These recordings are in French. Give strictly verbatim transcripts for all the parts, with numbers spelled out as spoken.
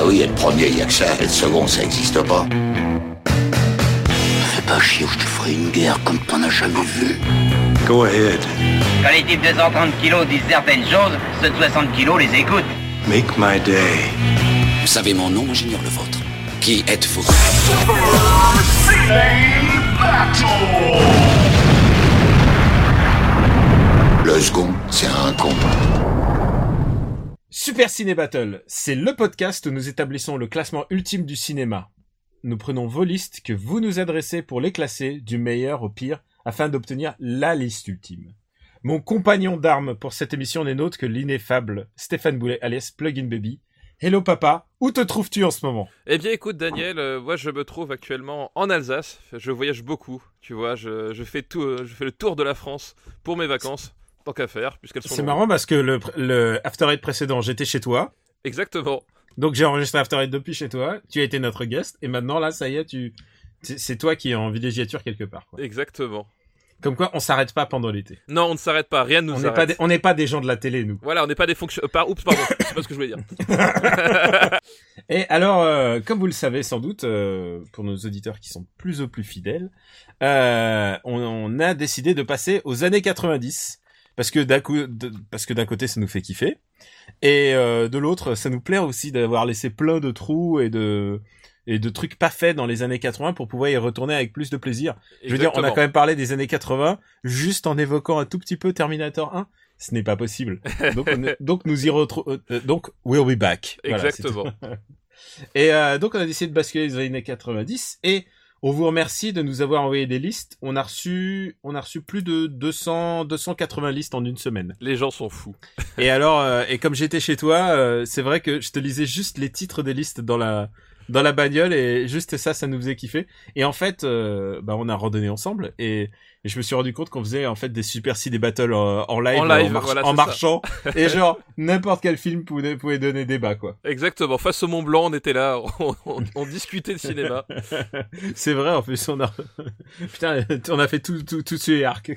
oui, être premier, il y a que ça. Être second, ça existe pas. Fais pas chier ou je te ferai une guerre comme t'en as jamais vu. Go ahead. Quand les types de cent trente kilos disent certaines choses, ceux de soixante kilos les écoutent. Make my day. Vous savez mon nom, j'ignore le vôtre. Qui êtes-vous? Le second, c'est un con. Super Ciné Battle, c'est le podcast où nous établissons le classement ultime du cinéma. Nous prenons vos listes que vous nous adressez pour les classer du meilleur au pire afin d'obtenir la liste ultime. Mon compagnon d'armes pour cette émission n'est autre que l'ineffable Stéphane Boulet alias Plugin Baby. Hello papa, où te trouves-tu en ce moment? Eh bien écoute Daniel, euh, moi je me trouve actuellement en Alsace, je voyage beaucoup, tu vois, je, je, fais tout, euh, je fais le tour de la France pour mes vacances, tant qu'à faire, puisqu'elles sont... C'est longues. marrant parce que le, le After Eight précédent, j'étais chez toi. Exactement. Donc j'ai enregistré After Eight depuis chez toi, tu as été notre guest, et maintenant là, ça y est, tu... c'est, c'est toi qui es en villégiature quelque part, quoi. Exactement. Comme quoi, on s'arrête pas pendant l'été. Non, on ne s'arrête pas, rien ne nous on n'est arrête. pas des, on n'est pas des gens de la télé, nous. Voilà, on n'est pas des fonctionnaires... Par... Oups, pardon, c'est pas ce que je voulais dire. Et alors, euh, comme vous le savez sans doute, euh, pour nos auditeurs qui sont plus ou plus fidèles, euh, on, on a décidé de passer aux années quatre-vingt-dix, parce que d'un coup, de, parce que d'un côté, ça nous fait kiffer, et euh, de l'autre, ça nous plaît aussi d'avoir laissé plein de trous et de... et de trucs pas faits dans les années quatre-vingts pour pouvoir y retourner avec plus de plaisir. Je veux dire, on a quand même parlé des années quatre-vingts juste en évoquant un tout petit peu Terminator un. Ce n'est pas possible. Donc, on est, donc nous y retrouvons. Euh, donc, we'll be back. Exactement. Voilà, et euh, donc, on a décidé de basculer les années quatre-vingt-dix et on vous remercie de nous avoir envoyé des listes. On a reçu, on a reçu plus de deux cents, deux cent quatre-vingts listes en une semaine. Les gens sont fous. Et alors, euh, et comme j'étais chez toi, euh, c'est vrai que je te lisais juste les titres des listes dans la dans la bagnole et juste ça, ça nous faisait kiffer. Et en fait, euh, bah on a randonné ensemble et, et je me suis rendu compte qu'on faisait en fait des super ciné battles en, en live, en, live, en, march- voilà, en c'est marchant et genre n'importe quel film pouvait, pouvait donner débat quoi. Exactement. Face au Mont Blanc, on était là, on, on, on discutait de cinéma. C'est vrai en plus on a putain on a fait tout tout tout ce arc.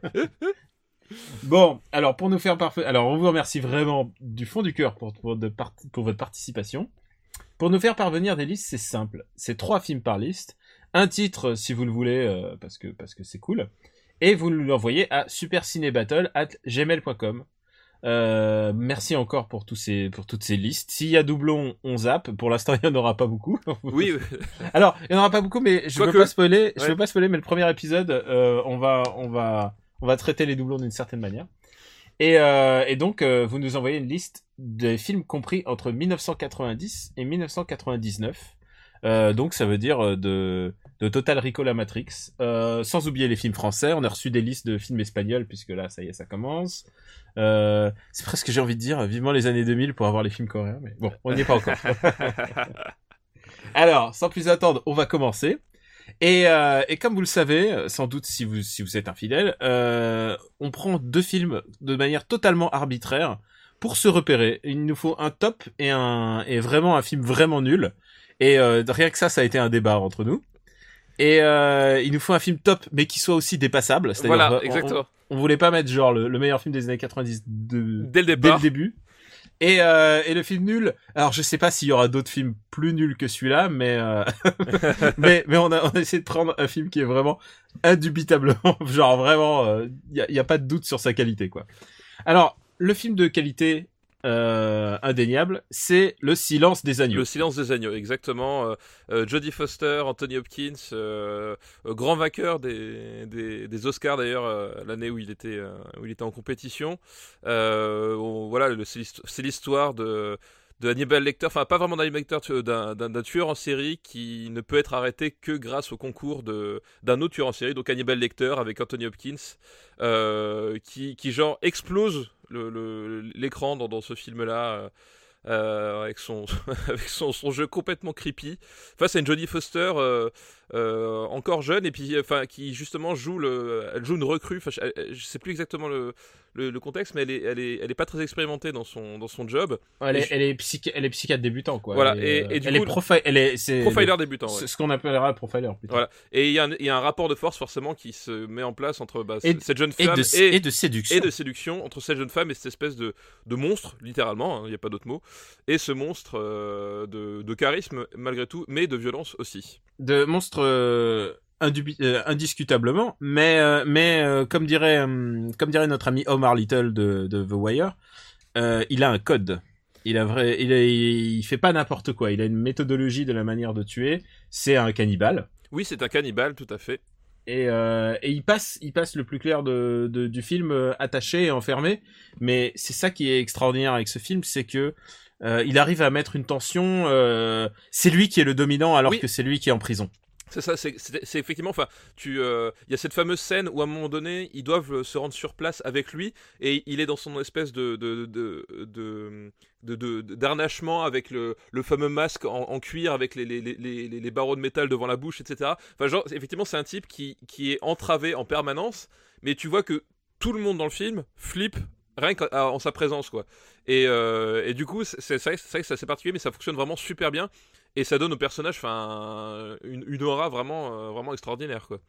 Bon, alors pour nous faire parfait, alors on vous remercie vraiment du fond du cœur pour pour, de part... pour votre participation. Pour nous faire parvenir des listes, c'est simple. C'est trois films par liste, un titre si vous le voulez, euh, parce que parce que c'est cool, et vous nous l'envoyez à supercinébattle arobase gmail point com. Euh, merci encore pour tous ces pour toutes ces listes. S'il y a doublon, on zappe. Pour l'instant, il y en aura pas beaucoup. Oui. Alors, il y en aura pas beaucoup, mais je Quoi veux que... pas spoiler. Ouais. Je veux pas spoiler, mais le premier épisode, euh, on va on va on va traiter les doublons d'une certaine manière. Et, euh, et donc, euh, vous nous envoyez une liste des films compris entre dix-neuf cent quatre-vingt-dix et dix-neuf cent quatre-vingt-dix-neuf. Euh, donc, ça veut dire de, de Total Recall à Matrix. Euh, sans oublier les films français. On a reçu des listes de films espagnols, puisque là, ça y est, ça commence. Euh, c'est presque, j'ai envie de dire, vivement les années deux mille pour avoir les films coréens. Mais bon, on n'y est pas encore. Alors, sans plus attendre, on va commencer. Et, euh, et comme vous le savez, sans doute si vous si vous êtes infidèle, euh, on prend deux films de manière totalement arbitraire pour se repérer. Il nous faut un top et un et vraiment un film vraiment nul. Et euh, rien que ça, ça a été un débat entre nous. Et euh, il nous faut un film top, mais qui soit aussi dépassable. C'est-à-dire, voilà, on, exactement. On, on voulait pas mettre genre le, le meilleur film des années quatre-vingt-dix de, dès le départ. Dès le début. Et, euh, et le film nul, alors je sais pas s'il y aura d'autres films plus nuls que celui-là, mais euh... mais mais on a on a essayé de prendre un film qui est vraiment indubitablement, genre vraiment, il euh, y a y a pas de doute sur sa qualité quoi. Alors le film de qualité euh, indéniable, c'est Le Silence des agneaux. Le Silence des agneaux, exactement. Euh, euh, Jodie Foster, Anthony Hopkins, euh, euh, grand vainqueur des, des, des Oscars d'ailleurs euh, l'année où il était euh, où il était en compétition. Euh, on, voilà, le, c'est, l'histoire, c'est l'histoire de de Hannibal Lecter, enfin pas vraiment d'Hannibal Lecter, d'un, d'un, d'un tueur en série qui ne peut être arrêté que grâce au concours de d'un autre tueur en série, donc Hannibal Lecter avec Anthony Hopkins, euh, qui qui genre explose le, le l'écran dans, dans ce film-là. Euh, avec son avec son, son jeu complètement creepy face à une Jodie Foster euh, euh, encore jeune et puis enfin qui justement joue le, elle joue une recrue. Enfin, je, je sais plus exactement le, le, le contexte, mais elle est, elle est, elle est pas très expérimentée dans son, dans son job. Elle est, je... elle est, psychi... elle est psychiatre débutant, quoi. Voilà. Elle et, est, et du elle coup, est profi... elle est, c'est profiler le... débutant. Ouais. C'est ce qu'on appellera profiler. Plutôt. Voilà. Et il y, y a un rapport de force forcément qui se met en place entre bah, et, cette jeune et femme de, et, et de séduction. Et de séduction entre cette jeune femme et cette espèce de, de monstre, littéralement, il hein, n'y a pas d'autre mot, et ce monstre euh, de, de charisme malgré tout, mais de violence aussi. De monstre euh, indubi- euh, indiscutablement, mais euh, mais euh, comme dirait euh, comme dirait notre ami Omar Little de, de The Wire, euh, il a un code. Il a vrai, il, est, il fait pas n'importe quoi. Il a une méthodologie de la manière de tuer. C'est un cannibale. Oui, c'est un cannibale, tout à fait. Et, euh, et il passe, il passe le plus clair de, de du film euh, attaché et enfermé. Mais c'est ça qui est extraordinaire avec ce film, c'est que euh, il arrive à mettre une tension. Euh, c'est lui qui est le dominant alors oui. que c'est lui qui est en prison. C'est ça, c'est, c'est, c'est effectivement, enfin, tu, il euh, y a cette fameuse scène où à un moment donné, ils doivent se rendre sur place avec lui et il est dans son espèce de de de de, de, de, de d'harnachement avec le, le fameux masque en, en cuir avec les, les, les, les, les barreaux de métal devant la bouche, et cetera. Enfin, genre, effectivement, c'est un type qui, qui est entravé en permanence, mais tu vois que tout le monde dans le film flippe rien qu'en sa présence, quoi. Et, euh, et du coup, c'est, c'est, c'est vrai que c'est assez particulier, mais ça fonctionne vraiment super bien. Et ça donne au personnage, enfin, une, une aura vraiment, euh, vraiment extraordinaire, quoi.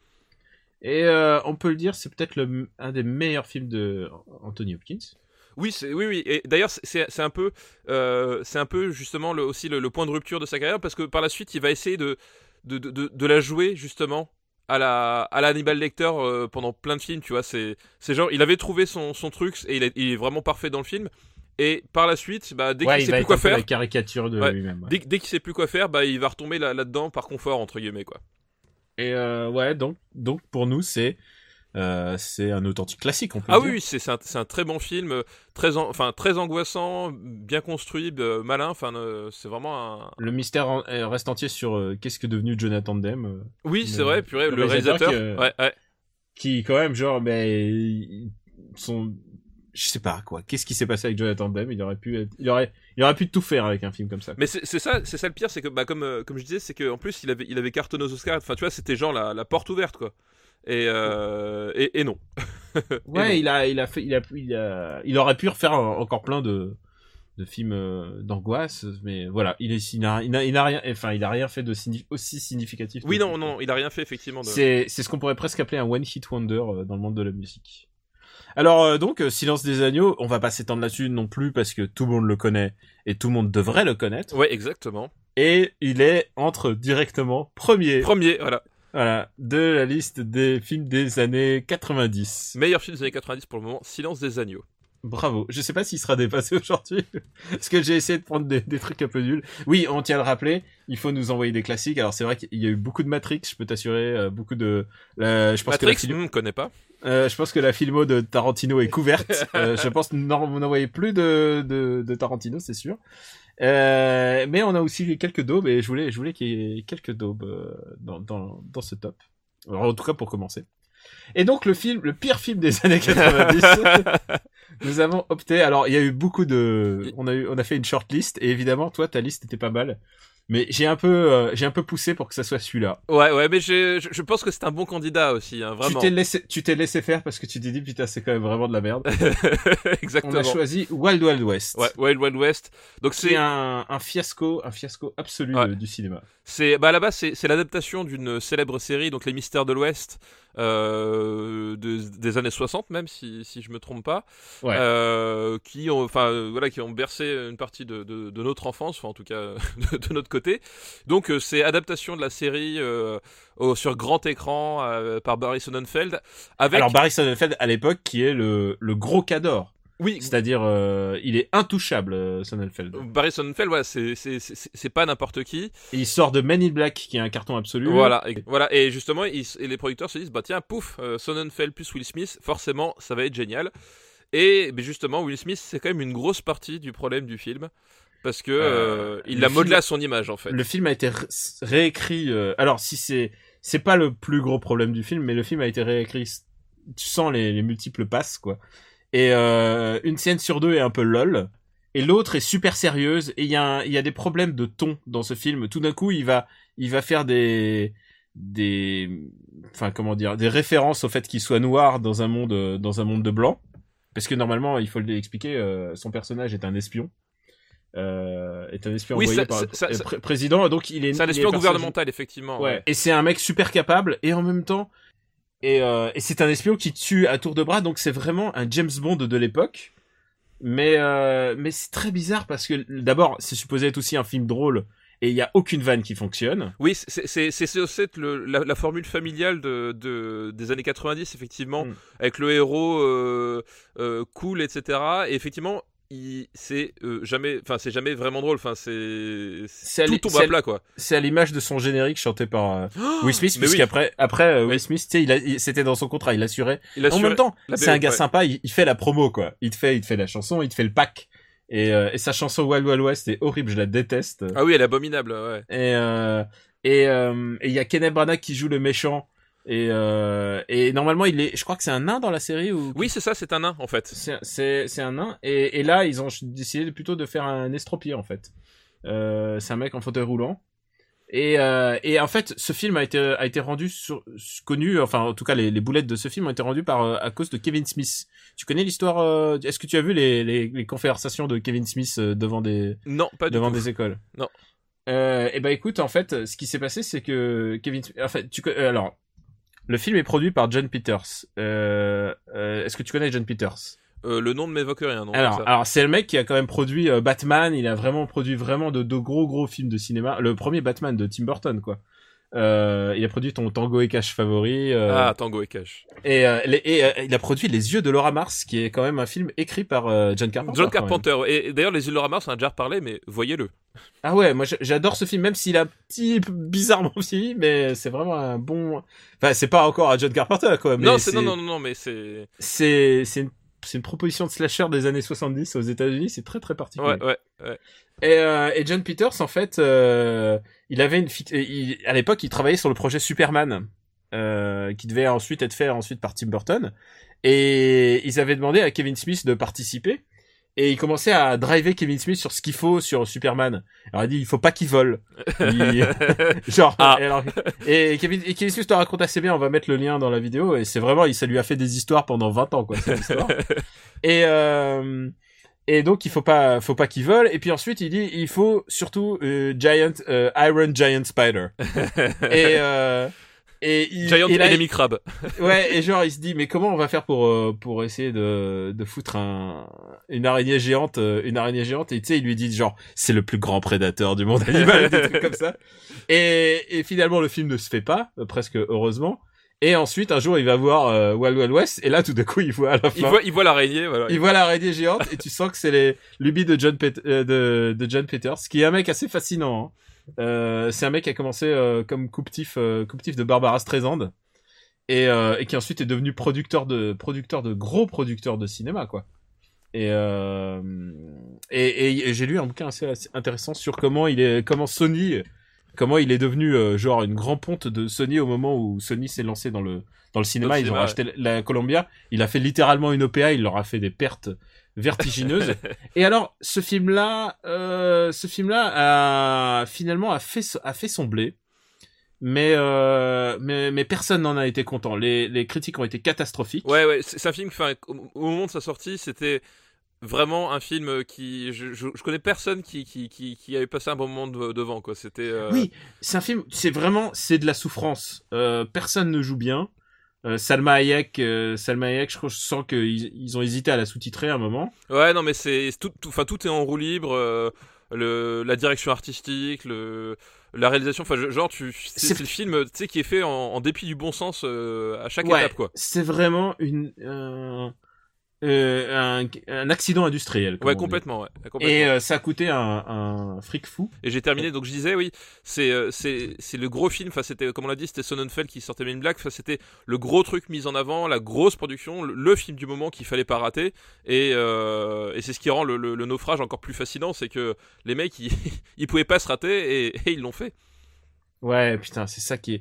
Et euh, on peut le dire, c'est peut-être le, un des meilleurs films de Anthony Hopkins. Oui, c'est, oui, oui. Et d'ailleurs, c'est, c'est un peu, euh, c'est un peu justement le, aussi le, le point de rupture de sa carrière, parce que par la suite, il va essayer de, de, de, de, de la jouer justement à la, à l'Hannibal Lecter euh, pendant plein de films. Tu vois, c'est, c'est genre, il avait trouvé son, son truc et il est, il est vraiment parfait dans le film. Et par la suite, bah, dès ouais, qu'il il sait va plus quoi faire, la caricature de ouais, lui-même. Ouais. Dès, dès qu'il sait plus quoi faire, bah, il va retomber là, là-dedans par confort entre guillemets, quoi. Et euh, ouais, donc, donc pour nous, c'est, euh, c'est un authentique classique, on peut ah dire. oui, c'est, c'est un, c'est un très bon film, très, en, enfin, très angoissant, bien construit, malin. Enfin, euh, c'est vraiment un. Le mystère en, reste entier sur euh, qu'est-ce que est devenu Jonathan Demme. Euh, oui, le, c'est vrai, purée, le, le réalisateur, réalisateur, qui, ouais, ouais. qui quand même genre, ben, son je sais pas quoi. Qu'est-ce qui s'est passé avec Jonathan Demme? Il aurait pu, être... il aurait, il aurait pu tout faire avec un film comme ça. Mais c'est, c'est ça, c'est ça le pire, c'est que bah comme euh, comme je disais, c'est que en plus il avait il avait cartonné aux Oscars. Enfin tu vois, c'était genre la, la porte ouverte quoi. Et euh, et, et non. ouais, et non. il a il a fait il a il a il aurait pu refaire encore plein de de films d'angoisse, mais voilà, il est il n'a il n'a, il n'a rien, enfin il a rien fait de signi- aussi significatif. Oui non non, il a rien fait effectivement. De... C'est c'est ce qu'on pourrait presque appeler un one hit wonder dans le monde de la musique. Alors euh, donc, euh, Silence des agneaux, on va pas s'étendre là-dessus non plus parce que tout le monde le connaît et tout le monde devrait le connaître. Ouais, exactement. Et il est entre directement premier. Premier, voilà. Voilà, de la liste des films des années quatre-vingt-dix. Meilleur film des années quatre-vingt-dix pour le moment, Silence des agneaux. Bravo. Je sais pas s'il sera dépassé aujourd'hui. Parce que j'ai essayé de prendre des, des trucs un peu nuls. Oui, on tient à le rappeler. Il faut nous envoyer des classiques. Alors c'est vrai qu'il y a eu beaucoup de Matrix, je peux t'assurer. Euh, beaucoup de, euh, je pense Matrix, que la film... hmm, connais pas. Euh, je pense que la filmo de Tarantino est couverte. euh, je pense que vous n'envoyez plus de, de, de Tarantino, c'est sûr. Euh, mais on a aussi quelques daubes et je voulais, je voulais qu'il y ait quelques daubes euh, dans, dans, dans ce top. Alors, en tout cas pour commencer. Et donc le film, le pire film des années quatre-vingt-dix. Nous avons opté. Alors il y a eu beaucoup de, on a eu, on a fait une shortlist et évidemment toi ta liste était pas mal. Mais j'ai un peu, euh, j'ai un peu poussé pour que ça soit celui-là. Ouais, ouais, mais je, je pense que c'est un bon candidat aussi, hein, vraiment. Tu t'es laissé, tu t'es laissé faire parce que tu t'es dit putain c'est quand même vraiment de la merde. Exactement. On a choisi Wild Wild West. Ouais, Wild Wild West. Donc c'est un, un fiasco, un fiasco absolu ouais. de, du cinéma. C'est, bah à la base c'est, c'est l'adaptation d'une célèbre série, donc Les Mystères de l'Ouest, euh, de, des années soixante même si si je me trompe pas, ouais. euh, qui ont, enfin euh, voilà, qui ont bercé une partie de de, de notre enfance, enfin en tout cas de, de notre côté. Donc euh, c'est adaptation de la série euh, au, sur grand écran euh, par Barry Sonnenfeld. Avec... Alors Barry Sonnenfeld à l'époque qui est le le gros cador. Oui, c'est-à-dire euh, il est intouchable, euh, Sonnenfeld. Barry Sonnenfeld, voilà, c'est c'est c'est c'est pas n'importe qui. Et il sort de Men in Black, qui est un carton absolu. Voilà, et, voilà, et justement, ils, et les producteurs se disent, bah tiens, pouf, euh, Sonnenfeld plus Will Smith, forcément, ça va être génial. Et mais justement, Will Smith, c'est quand même une grosse partie du problème du film. Parce que euh, euh, il l'a modelé à son image en fait. Le film a été ré- réécrit. Euh, alors si c'est c'est pas le plus gros problème du film, mais le film a été réécrit sans les, les multiples passes quoi. Et euh, une scène sur deux est un peu lol, et l'autre est super sérieuse. Et il y a il y a des problèmes de ton dans ce film. Tout d'un coup, il va il va faire des des, enfin comment dire, des références au fait qu'il soit noir dans un monde, dans un monde de blanc, parce que normalement, il faut l'expliquer, euh, son personnage est un espion. Euh, est un espion oui, envoyé ça, par ça, le ça, pr- ça, président, donc il est. C'est un espion gouvernemental, effectivement. Ouais. ouais. Et c'est un mec super capable, et en même temps, et, euh, et c'est un espion qui tue à tour de bras, donc c'est vraiment un James Bond de l'époque. Mais euh, mais c'est très bizarre parce que d'abord, c'est supposé être aussi un film drôle, et il y a aucune vanne qui fonctionne. Oui, c'est c'est c'est c'est aussi le la, la formule familiale de de des années quatre-vingt-dix, effectivement, mm. avec le héros euh, euh, cool, et cetera. Et effectivement. Il, c'est euh, jamais, enfin c'est jamais vraiment drôle. Enfin c'est, c'est tout tombe à plat quoi. C'est à l'image de son générique chanté par euh, oh Will Smith, puisqu'après oui. après euh, Will oui. Smith, tu sais, il, a, il c'était dans son contrat, il assurait. Il assurait en même temps, c'est un gars ouais. sympa, il, il fait la promo quoi. Il te fait, il te fait la chanson, il te fait le pack. Et, euh, et sa chanson Wild Wild West est horrible, je la déteste. Ah oui, elle est abominable, ouais. Et euh, et euh, et il y a Kenneth Branagh qui joue le méchant. Et euh, et normalement il est, je crois que c'est un nain dans la série ou oui c'est ça, c'est un nain en fait. C'est c'est c'est un nain et et là ils ont décidé plutôt de faire un estropié en fait. Euh, c'est un mec en fauteuil roulant et euh, et en fait ce film a été a été rendu sur, connu, enfin en tout cas les les boulettes de ce film ont été rendues par à cause de Kevin Smith. Tu connais l'histoire euh, est-ce que tu as vu les les les conversations de Kevin Smith devant des non pas du devant tout. des écoles? Non. Euh, et ben écoute en fait ce qui s'est passé c'est que Kevin en fait tu euh, alors le film est produit par John Peters. Euh, euh, est-ce que tu connais John Peters? Euh, le nom ne m'évoque rien, non? Alors, alors c'est le mec qui a quand même produit euh, Batman. Il a vraiment produit vraiment de, de gros gros films de cinéma. Le premier Batman de Tim Burton, quoi. Euh, il a produit ton Tango et Cash favori. Euh, ah, Tango et Cash. Et, euh, les, et euh, il a produit Les Yeux de Laura Mars, qui est quand même un film écrit par euh, John Carpenter. John Carpenter. Et, et d'ailleurs, Les Yeux de Laura Mars, on a déjà reparlé, mais voyez-le. Ah ouais, moi j'adore ce film, même s'il a un petit peu bizarrement vieilli, mais c'est vraiment un bon. Enfin, c'est pas encore à John Carpenter, quoi. Mais non, c'est, c'est... non, non, non, non, mais c'est. C'est, c'est une, c'est une proposition de slasher des années soixante-dix aux États-Unis, c'est très très particulier. Ouais, ouais, ouais. Et, euh, et John Peters, en fait, euh, il avait une, fi- il, à l'époque, il travaillait sur le projet Superman, euh, qui devait ensuite être fait ensuite par Tim Burton, et ils avaient demandé à Kevin Smith de participer. Et il commençait à driver Kevin Smith sur ce qu'il faut sur Superman. Alors il dit il faut pas qu'il vole. Il... Genre ah. et, alors, et Kevin et Kevin Smith te raconte assez bien, on va mettre le lien dans la vidéo et c'est vraiment ça lui a fait des histoires pendant vingt ans quoi cette histoire. et euh, et donc il faut pas faut pas qu'il vole et puis ensuite il dit il faut surtout euh, giant euh, Iron Giant Spider. et euh, Et il, Giant et là, Enemy Crab. Ouais, et genre il se dit mais comment on va faire pour euh, pour essayer de de foutre un une araignée géante euh, une araignée géante et tu sais il lui dit genre c'est le plus grand prédateur du monde animal des trucs comme ça. Et et finalement le film ne se fait pas euh, presque heureusement. Et ensuite un jour il va voir euh, Wild Wild West et là tout d'un coup il voit à la fin il voit il voit l'araignée voilà. Il voit l'araignée géante et tu sens que c'est les lubies de John Pet- euh, de de John Peters qui est un mec assez fascinant. Hein. Euh, c'est un mec qui a commencé euh, comme coupe-tif, euh, coupe-tif de Barbara Streisand et, euh, et qui ensuite est devenu producteur de producteur de gros producteurs de cinéma quoi. Et, euh, et, et, et j'ai lu un bouquin assez, assez intéressant sur comment il est comment Sony comment il est devenu euh, genre une grande ponte de Sony au moment où Sony s'est lancé dans le dans le cinéma. Dans le Ils cinéma, ont racheté ouais. la Columbia. Il a fait littéralement une O P A. Il leur a fait des pertes vertigineuse. Et alors, ce film-là, euh, ce film-là a finalement a fait a fait son blé, mais euh, mais mais personne n'en a été content. Les les critiques ont été catastrophiques. Ouais ouais, c'est, c'est un film. Enfin, au, au moment de sa sortie, c'était vraiment un film qui je je, je connais personne qui qui qui qui avait passé un bon moment de, devant quoi. C'était. Euh... Oui, c'est un film. C'est vraiment c'est de la souffrance. Euh, personne ne joue bien. Euh, Salma Hayek, euh, Salma Hayek, je, crois, je sens qu'ils ils ont hésité à la sous-titrer à un moment. Ouais, non, mais c'est tout, enfin tout, tout est en roue libre. Euh, le, la direction artistique, le, la réalisation, enfin genre tu, c'est, c'est... c'est le film, tu sais, qui est fait en, en dépit du bon sens euh, à chaque ouais, étape, quoi. C'est vraiment une. Euh... Euh, un, un accident industriel. Ouais, complètement, ouais, complètement. Et euh, ça a coûté un, un fric fou. Et j'ai terminé, donc je disais, oui, c'est euh, c'est c'est le gros film. Enfin, c'était comme on l'a dit, c'était Sonnenfeld qui sortait Men in Black. Enfin, c'était le gros truc mis en avant, la grosse production, le, le film du moment qu'il fallait pas rater. Et euh, et c'est ce qui rend le, le, le naufrage encore plus fascinant, c'est que les mecs, ils ils pouvaient pas se rater et, et ils l'ont fait. Ouais, putain, c'est ça qui est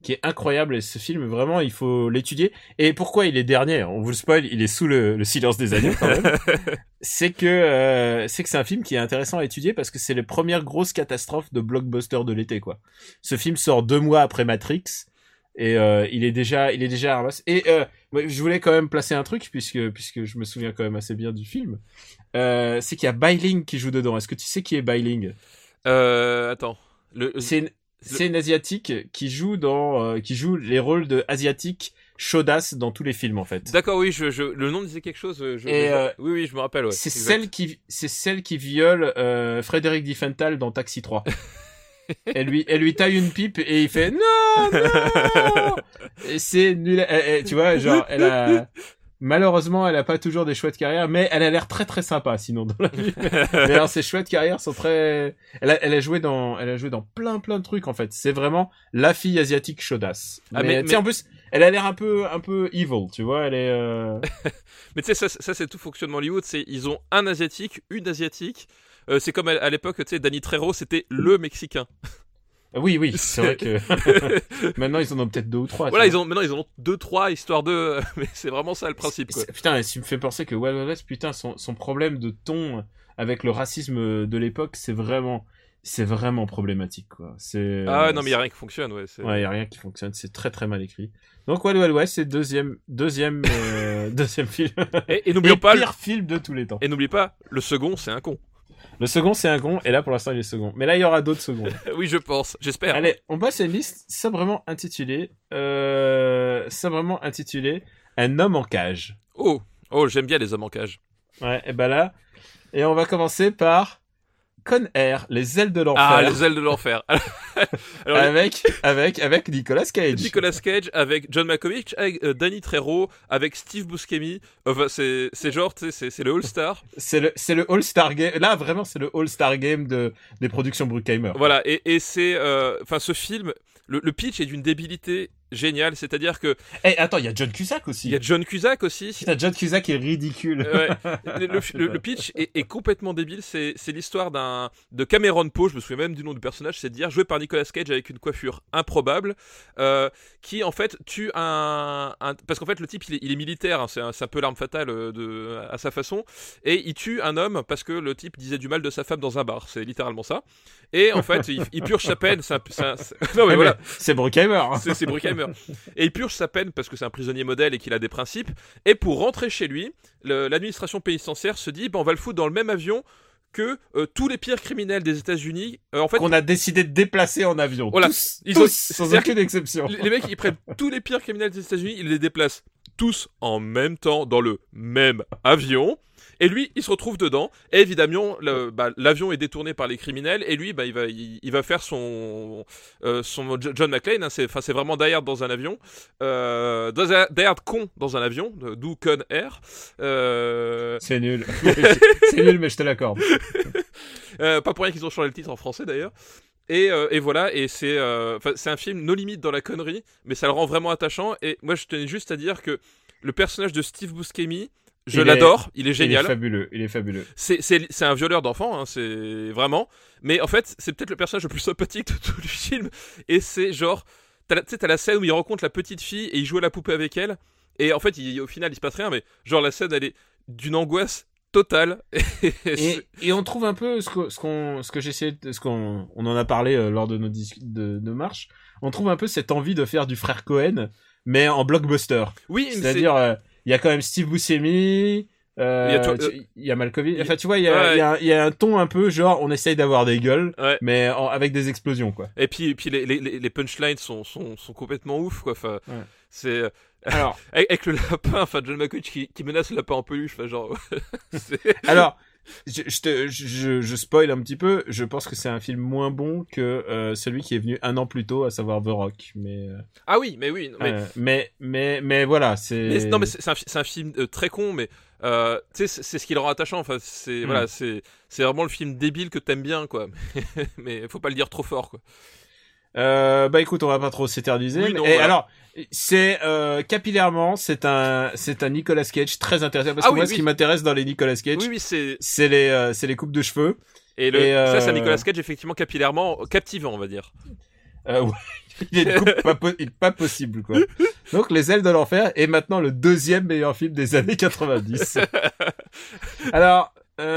qui est incroyable. Et ce film, vraiment, il faut l'étudier. Et pourquoi il est dernier? On vous le spoil, il est sous le, le silence des agneaux quand même. c'est que euh, c'est que c'est un film qui est intéressant à étudier parce que c'est les premières grosses catastrophes de blockbuster de l'été, quoi. Ce film sort deux mois après Matrix. Et euh, il est déjà, il est déjà ramassé. Et euh, je voulais quand même placer un truc puisque puisque je me souviens quand même assez bien du film. Euh, c'est qu'il y a Bailing qui joue dedans. Est-ce que tu sais qui est Bailing? Euh, attends. Le, c'est une, le... c'est une asiatique qui joue dans, euh, qui joue les rôles de asiatique chaudasse dans tous les films en fait. D'accord, oui, je, je, le nom disait quelque chose. Je, Et je, euh, oui, oui, je me rappelle. Ouais, c'est exact. celle qui, c'est celle qui viole euh, Frédéric Diffenthal dans Taxi trois. elle lui, elle lui taille une pipe et il fait non, non. Et c'est nul. Elle, elle, tu vois, genre, elle a, malheureusement, elle a pas toujours des chouettes carrières, mais elle a l'air très très sympa, sinon, dans la vie. Mais alors, ses chouettes carrières sont très, elle a, elle a joué dans, elle a joué dans plein plein de trucs, en fait. C'est vraiment la fille asiatique chaudasse. Ah, mais, mais, tu sais, mais... en plus, elle a l'air un peu, un peu evil, tu vois, elle est, euh... mais tu sais, ça, ça, c'est tout fonctionnement Hollywood, c'est, ils ont un asiatique, une asiatique, euh, c'est comme à, à l'époque, tu sais, Danny Trejo, c'était le Mexicain. Oui, oui, c'est vrai que maintenant ils en ont peut-être deux ou trois. Voilà, ils ont maintenant ils en ont deux, trois histoire de, mais c'est vraiment ça le principe, quoi. C'est... Putain, ça me fait penser que Wild Wild West, putain, son son problème de ton avec le racisme de l'époque, c'est vraiment, c'est vraiment problématique, quoi. C'est ah non, mais y a rien qui fonctionne, ouais. C'est... Ouais, y a rien qui fonctionne, c'est très très mal écrit. Donc Wild Wild West, c'est deuxième deuxième euh, deuxième film. Et, et n'oublions et pas pire le film de tous les temps. Et n'oublie pas, le second, c'est un con. Le second, c'est un con, et là, pour l'instant, il est second. Mais là, il y aura d'autres secondes. Oui, je pense, j'espère. Allez, on passe à une liste sobrement intitulée, euh, sobrement intitulée Un homme en cage. Oh, oh, j'aime bien les hommes en cage. Ouais, et ben là, et on va commencer par Con Air, les ailes de l'enfer. Ah, les ailes de l'enfer. Alors, avec, avec, avec Nicolas Cage. Nicolas Cage, avec John Malkovich, avec euh, Danny Trejo, avec Steve Buscemi. Enfin, c'est, c'est genre, tu sais, c'est, c'est le All-Star. C'est le, c'est le All-Star Game. Là, vraiment, c'est le All-Star Game de, des productions Bruckheimer. Voilà. Et, et c'est, enfin, euh, ce film, le, le pitch est d'une débilité géniale, c'est-à-dire que... Eh, hey, attends, il y a John Cusack aussi. Il y a John Cusack aussi. Putain, John Cusack est ridicule. Ouais. Le, le, le pitch est, est complètement débile. C'est, c'est l'histoire d'un de Cameron Poe, je me souviens même du nom du personnage, c'est de dire joué par Nicolas Cage avec une coiffure improbable, euh, qui en fait tue un, un parce qu'en fait le type il est, il est militaire, hein, c'est, un, c'est un peu l'arme fatale de à sa façon, et il tue un homme parce que le type disait du mal de sa femme dans un bar, c'est littéralement ça. Et en fait il, il purge sa peine. C'est un, c'est un, c'est... Non mais ouais, voilà, mais c'est Bruckheimer. Hein. C'est, c'est Bruckheimer. Et il purge sa peine parce que c'est un prisonnier modèle et qu'il a des principes. Et pour rentrer chez lui, le, l'administration pénitentiaire se dit, bah, on va le foutre dans le même avion que euh, tous les pires criminels des États-Unis. Euh, en fait, qu'on a décidé de déplacer en avion. Voilà, tous, ils tous ont, sans aucune exception. Les, les mecs, ils prennent tous les pires criminels des États-Unis, ils les déplacent tous en même temps dans le même avion. Et lui, il se retrouve dedans. Et évidemment, le, bah, l'avion est détourné par les criminels. Et lui, bah, il va, il, il va faire son, euh, son John McClane. Hein, c'est, enfin, c'est vraiment Die Hard dans un avion. Euh, Die Hard con dans un avion, d'où Con Air. Euh... C'est nul. C'est nul, mais je te l'accorde. euh, pas pour rien qu'ils ont changé le titre en français d'ailleurs. Et, euh, et voilà, et c'est, euh, c'est un film no limite dans la connerie, mais ça le rend vraiment attachant. Et moi, je tenais juste à dire que le personnage de Steve Buscemi, je il l'adore, est, il est génial. Il est fabuleux, il est fabuleux. C'est, c'est, c'est un violeur d'enfants, hein, c'est vraiment. Mais en fait, c'est peut-être le personnage le plus sympathique de tout le film. Et c'est genre, tu sais, t'as la scène où il rencontre la petite fille et il joue à la poupée avec elle. Et en fait, il, au final, il se passe rien, mais genre la scène, elle est d'une angoisse totale. et, et on trouve un peu ce que, ce qu'on, ce que j'essayais, ce qu'on, on en a parlé euh, lors de nos dis- de, de marches. On trouve un peu cette envie de faire du frère Cohen, mais en blockbuster. Oui, c'est-à-dire. Euh, il y a quand même Steve Buscemi, euh, il y a, toi, tu, euh, il y a Malkovich. Enfin, tu vois, il y a, ouais, il y a, il y a un ton un peu genre, on essaye d'avoir des gueules, ouais. mais en, avec des explosions, quoi. Et puis, et puis les, les, les punchlines sont, sont, sont complètement ouf, quoi. Enfin, ouais. c'est, alors, avec, avec le lapin, enfin, John Malkovich qui, qui menace le lapin en peluche, enfin, genre, c'est... Alors, je, je, te, je, je spoil un petit peu. Je pense que c'est un film moins bon que euh, celui qui est venu un an plus tôt, à savoir The Rock. Mais euh, ah oui, mais oui, mais euh, mais, mais mais voilà, c'est. Mais, non, mais c'est, c'est, un, c'est un film euh, très con, mais euh, tu sais, c'est, c'est ce qui le rend attachant. Enfin, c'est mm. voilà, c'est c'est vraiment le film débile que t'aimes bien, quoi. Mais faut pas le dire trop fort, quoi. Euh, bah écoute, on va pas trop s'éterniser. Oui, non, et voilà. alors, c'est euh, capillairement, c'est un, c'est un Nicolas Cage très intéressant parce ah, que oui, moi, oui. ce qui m'intéresse dans les Nicolas Cage, oui, oui, c'est, c'est les, euh, c'est les coupes de cheveux. Et, le... et euh... ça, c'est un Nicolas Cage effectivement capillairement captivant, on va dire. Euh, ouais, il est donc pas, po- pas possible, quoi. Donc, Les Ailes de l'Enfer est maintenant le deuxième meilleur film des années quatre-vingt-dix. Alors,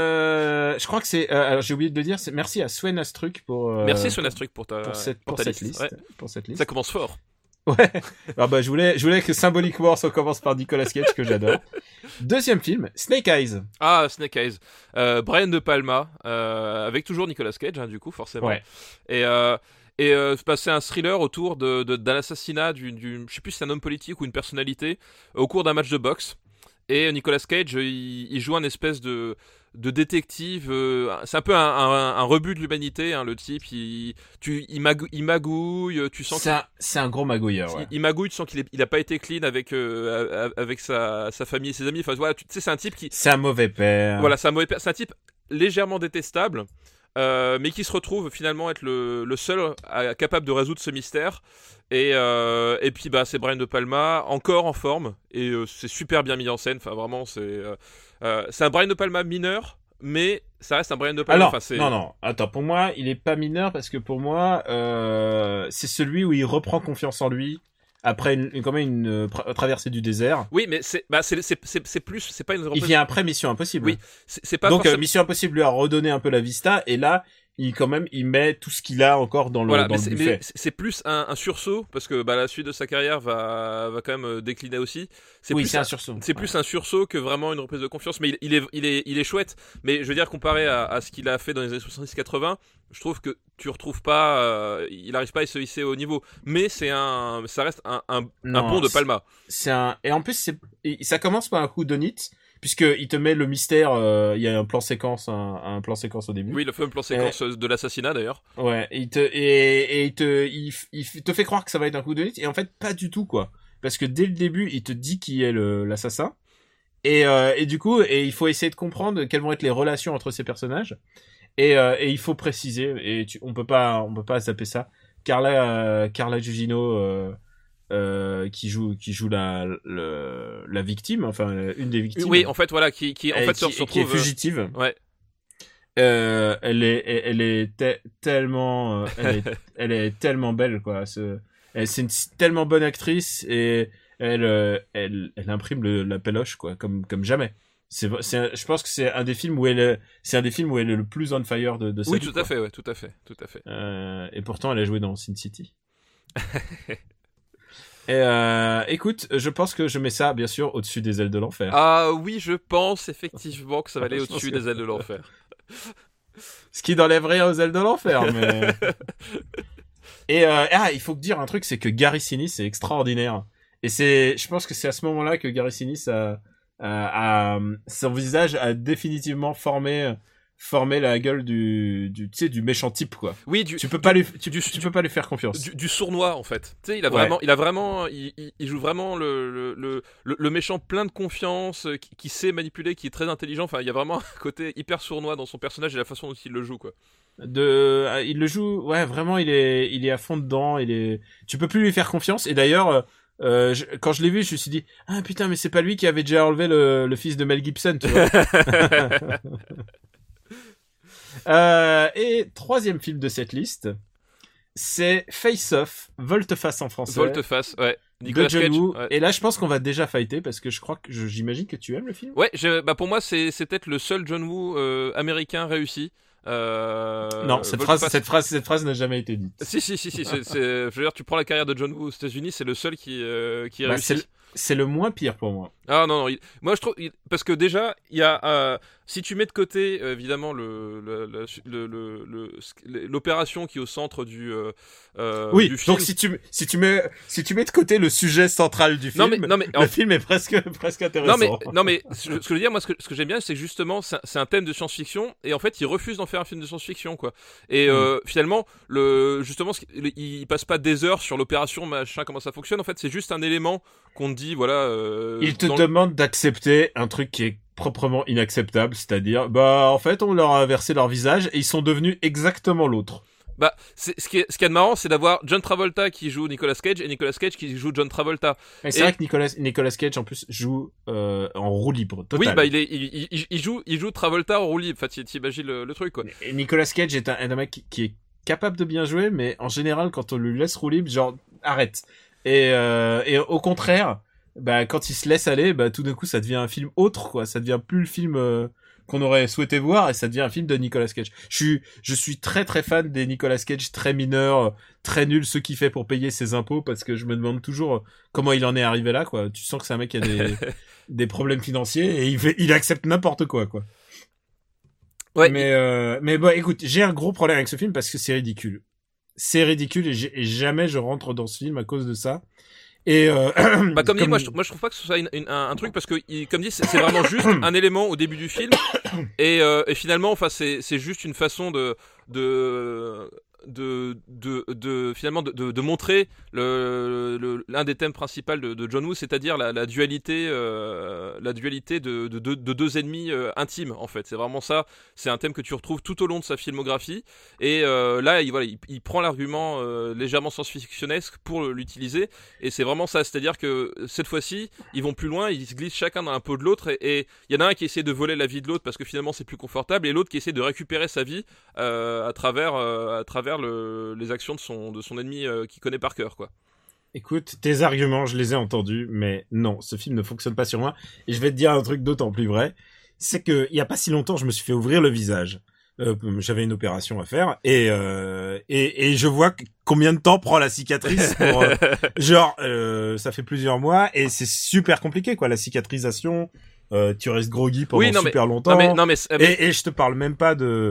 euh, je crois que c'est, euh, alors j'ai oublié de le dire, c'est merci à Sven Astruc pour, euh, Merci Sven Astruc pour ta, pour cette, pour ta cette liste. liste. Ouais. Pour cette liste. Ça commence fort. Ouais. Alors bah, je voulais, je voulais que symboliquement ça commence par Nicolas Cage, que j'adore. Deuxième film, Snake Eyes. Ah, Snake Eyes. Euh, Brian De Palma, euh, avec toujours Nicolas Cage, hein, du coup, forcément. Ouais. Et, euh, et euh, bah, c'est un thriller autour de, de, d'un assassinat du, du, je sais plus si c'est un homme politique ou une personnalité, au cours d'un match de boxe. Et Nicolas Cage, il, il joue un espèce de, de détective. Euh, c'est un peu un, un, un rebut de l'humanité, hein, le type. Il, tu, il, magou, il magouille, tu sens. C'est un, c'est un gros magouilleur. Ouais. Il, il magouille, tu sens qu'il est, il a pas été clean avec euh, avec sa, sa famille et ses amis. Enfin, voilà, tu sais, c'est un type qui. C'est un mauvais père. Voilà, c'est un mauvais père. C'est un type légèrement détestable. Euh, mais qui se retrouve finalement être le, le seul à, capable de résoudre ce mystère. Et, euh, et puis bah, c'est Brian De Palma, encore en forme, et euh, c'est super bien mis en scène. Enfin, vraiment, c'est, euh, euh, c'est un Brian De Palma mineur, mais ça reste un Brian De Palma. Alors, enfin, c'est... non, non, attends, pour moi, il est pas mineur parce que pour moi, euh, c'est celui où il reprend confiance en lui. Après une, une, quand même une euh, pra- traversée du désert. Oui, mais c'est, bah, c'est, c'est, c'est, c'est plus, c'est pas une. Il vient après Mission Impossible. Oui, c'est, c'est pas Donc forcément... euh, Mission Impossible lui a redonné un peu la vista, et là, il quand même, il met tout ce qu'il a encore dans le, voilà, dans mais le c'est, buffet. mais c'est plus un, un sursaut parce que bah, la suite de sa carrière va, va quand même décliner aussi. C'est oui, plus c'est un, un sursaut. C'est ouais. plus un sursaut que vraiment une reprise de confiance. Mais il, il est, il est, il est chouette. Mais je veux dire, comparé à, à ce qu'il a fait dans les années soixante-dix quatre-vingts, je trouve que tu retrouves pas, euh, il arrive pas à se hisser au niveau. Mais c'est un, ça reste un, un, Non, un pont de Palma. C'est un, et en plus, c'est, ça commence par un coup de nit, puisque il te met le mystère, euh, il y a un plan séquence, un, un plan séquence au début. Oui, le fameux plan séquence euh... de l'assassinat d'ailleurs. Ouais, et il te, et, et il te, il, il te fait croire que ça va être un coup de nit, et en fait, pas du tout, quoi. Parce que dès le début, il te dit qui est le, l'assassin. Et, euh, et du coup, et il faut essayer de comprendre quelles vont être les relations entre ces personnages. Et, euh, et il faut préciser, et tu, on peut pas, on peut pas zapper ça. Carla, euh, Carla Gugino, euh, euh, qui joue, qui joue la, le, la victime, enfin, une des victimes. Oui, en fait, voilà, qui, qui, en et fait, qui, se retrouve. qui est fugitive. Ouais. Euh, elle est, elle est te- tellement, euh, elle est, elle est tellement belle, quoi. Ce, elle, c'est une tellement bonne actrice, et elle, euh, elle, elle imprime le, la péloche, quoi, comme, comme jamais. C'est, c'est, un, je pense que c'est un des films où elle, est, c'est un des films où elle est le plus on fire de, de sa Oui, vie, tout quoi. à fait, ouais, tout à fait, tout à fait. Euh, et pourtant, elle a joué dans Sin City. Et euh, écoute, je pense que je mets ça, bien sûr, au-dessus des Ailes de l'Enfer. Ah oui, je pense effectivement que ça va aller Je au-dessus pense que- des ailes de l'enfer. Ce qui n'enlève rien aux Ailes de l'Enfer, mais... Et euh, ah, il faut dire un truc, c'est que Gary Sinise est extraordinaire. Et c'est, je pense que c'est à ce moment-là que Gary Sinise a, a, a- son visage a définitivement formé, formé la gueule du, du, tu sais, du méchant type, quoi. Oui, du, Tu peux pas lui, tu, du- tu peux pas lui faire confiance. du, du sournois en fait. Tu sais, il a Ouais. vraiment, il a vraiment, il, il- il joue vraiment le, le, le, le- le méchant plein de confiance, euh, qui, qui sait manipuler, qui est très intelligent. Enfin, il y a vraiment un côté hyper sournois dans son personnage et la façon dont il le joue, quoi. De, euh, il le joue, ouais, vraiment, il est, il est à fond dedans. Il est, tu peux plus lui faire confiance. Et d'ailleurs, euh, euh, je- quand je l'ai vu, je me suis dit, ah putain, mais c'est pas lui qui avait déjà enlevé le, le fils de Mel Gibson, tu vois. Euh, et troisième film de cette liste, c'est Face Off, Volte-Face en français, Volte-face, ouais. de Nicolas John Cage. Woo. Ouais. Et là, je pense qu'on va déjà fighter parce que je crois que je- j'imagine que tu aimes le film. Ouais, je- bah pour moi c'est c'est peut-être le seul John Woo euh, américain réussi. Euh, non, cette Volte-face- phrase, cette phrase, cette phrase n'a jamais été dite. Si si si si, c'est, c'est- je veux dire, tu prends la carrière de John Woo aux États-Unis, c'est le seul qui euh, qui Bah, réussit. c'est, le, c'est le moins pire pour moi. Ah non, non, il- moi je trouve, il- parce que déjà, il y a, euh, si tu mets de côté, euh, évidemment, le, le, le, le, le- le- l'opération qui est au centre du, euh, euh, Oui, du film. donc si tu, si tu mets, si tu mets de côté le sujet central du film, Non, mais- non, mais- le film est presque, presque intéressant. Non mais, non mais, ce ce que je veux dire, moi, ce que, ce que j'aime bien, c'est que justement, c'est un, c'est un thème de science-fiction, et en fait, il refuse d'en faire un film de science-fiction, quoi. Et euh, finalement, le, justement, ce qui- il, il passe pas des heures sur l'opération, machin, comment ça fonctionne. En fait, c'est juste un élément qu'on te dit, voilà. Euh, Il te dans le- demande d'accepter un truc qui est proprement inacceptable, c'est-à-dire, bah, en fait, on leur a inversé leur visage et ils sont devenus exactement l'autre. Bah, c'est, ce qui est, ce qui est de marrant, c'est d'avoir John Travolta qui joue Nicolas Cage et Nicolas Cage qui joue John Travolta. Et c'est Et- vrai que Nicolas, Nicolas Cage, en plus, joue euh, en roue libre, total. Oui, bah, il est, il, il, il joue, il joue Travolta en roue libre. Enfin, t'imagines le, le truc, quoi. Et Nicolas Cage est un, un mec qui, qui est capable de bien jouer, mais en général, quand on lui laisse rouler, genre, arrête. Et, euh, et au contraire, bah, quand il se laisse aller, bah, tout d'un coup, ça devient un film autre, quoi. Ça devient plus le film euh, qu'on aurait souhaité voir, et ça devient un film de Nicolas Cage. Je suis, je suis très très fan des Nicolas Cage très mineurs, très nuls, ceux qu'il fait pour payer ses impôts, parce que je me demande toujours comment il en est arrivé là, quoi. Tu sens que c'est un mec qui a des, des problèmes financiers, et il fait, il accepte n'importe quoi, quoi. Ouais. Mais, euh, mais bon, écoute, j'ai un gros problème avec ce film parce que c'est ridicule. C'est ridicule et, et jamais je rentre dans ce film à cause de ça. Et euh, bah comme, comme dit, moi je, moi je trouve pas que ce soit une, une, un, un truc parce que il, comme dit c'est, c'est vraiment juste un élément au début du film et, euh, et finalement enfin c'est c'est juste une façon de de de de, de finalement de, de, de montrer le, le l'un des thèmes principaux de, de John Woo, c'est-à-dire la, la dualité euh, la dualité de, de, de, de deux ennemis euh, intimes en fait. C'est vraiment ça. C'est un thème que tu retrouves tout au long de sa filmographie et euh, là il voilà il, il prend l'argument euh, légèrement science-fictionnesque pour l'utiliser et c'est vraiment ça. C'est-à-dire que cette fois-ci ils vont plus loin, ils se glissent chacun dans un pot de l'autre et il y en a un qui essaie de voler la vie de l'autre parce que finalement c'est plus confortable et l'autre qui essaie de récupérer sa vie euh, à travers euh, à travers Le, les actions de son, de son ennemi euh, qu'il connaît par cœur, quoi. Écoute, tes arguments, je les ai entendus, mais non, ce film ne fonctionne pas sur moi. Et je vais te dire un truc d'autant plus vrai, c'est que il y a pas si longtemps, je me suis fait ouvrir le visage. Euh, j'avais une opération à faire et euh, et, et je vois combien de temps prend la cicatrice. Pour, euh, genre, euh, ça fait plusieurs mois et c'est super compliqué, quoi, la cicatrisation. Euh, tu restes groggy pendant oui, non, super mais, longtemps. Non mais, non mais, mais... Et, et je te parle même pas de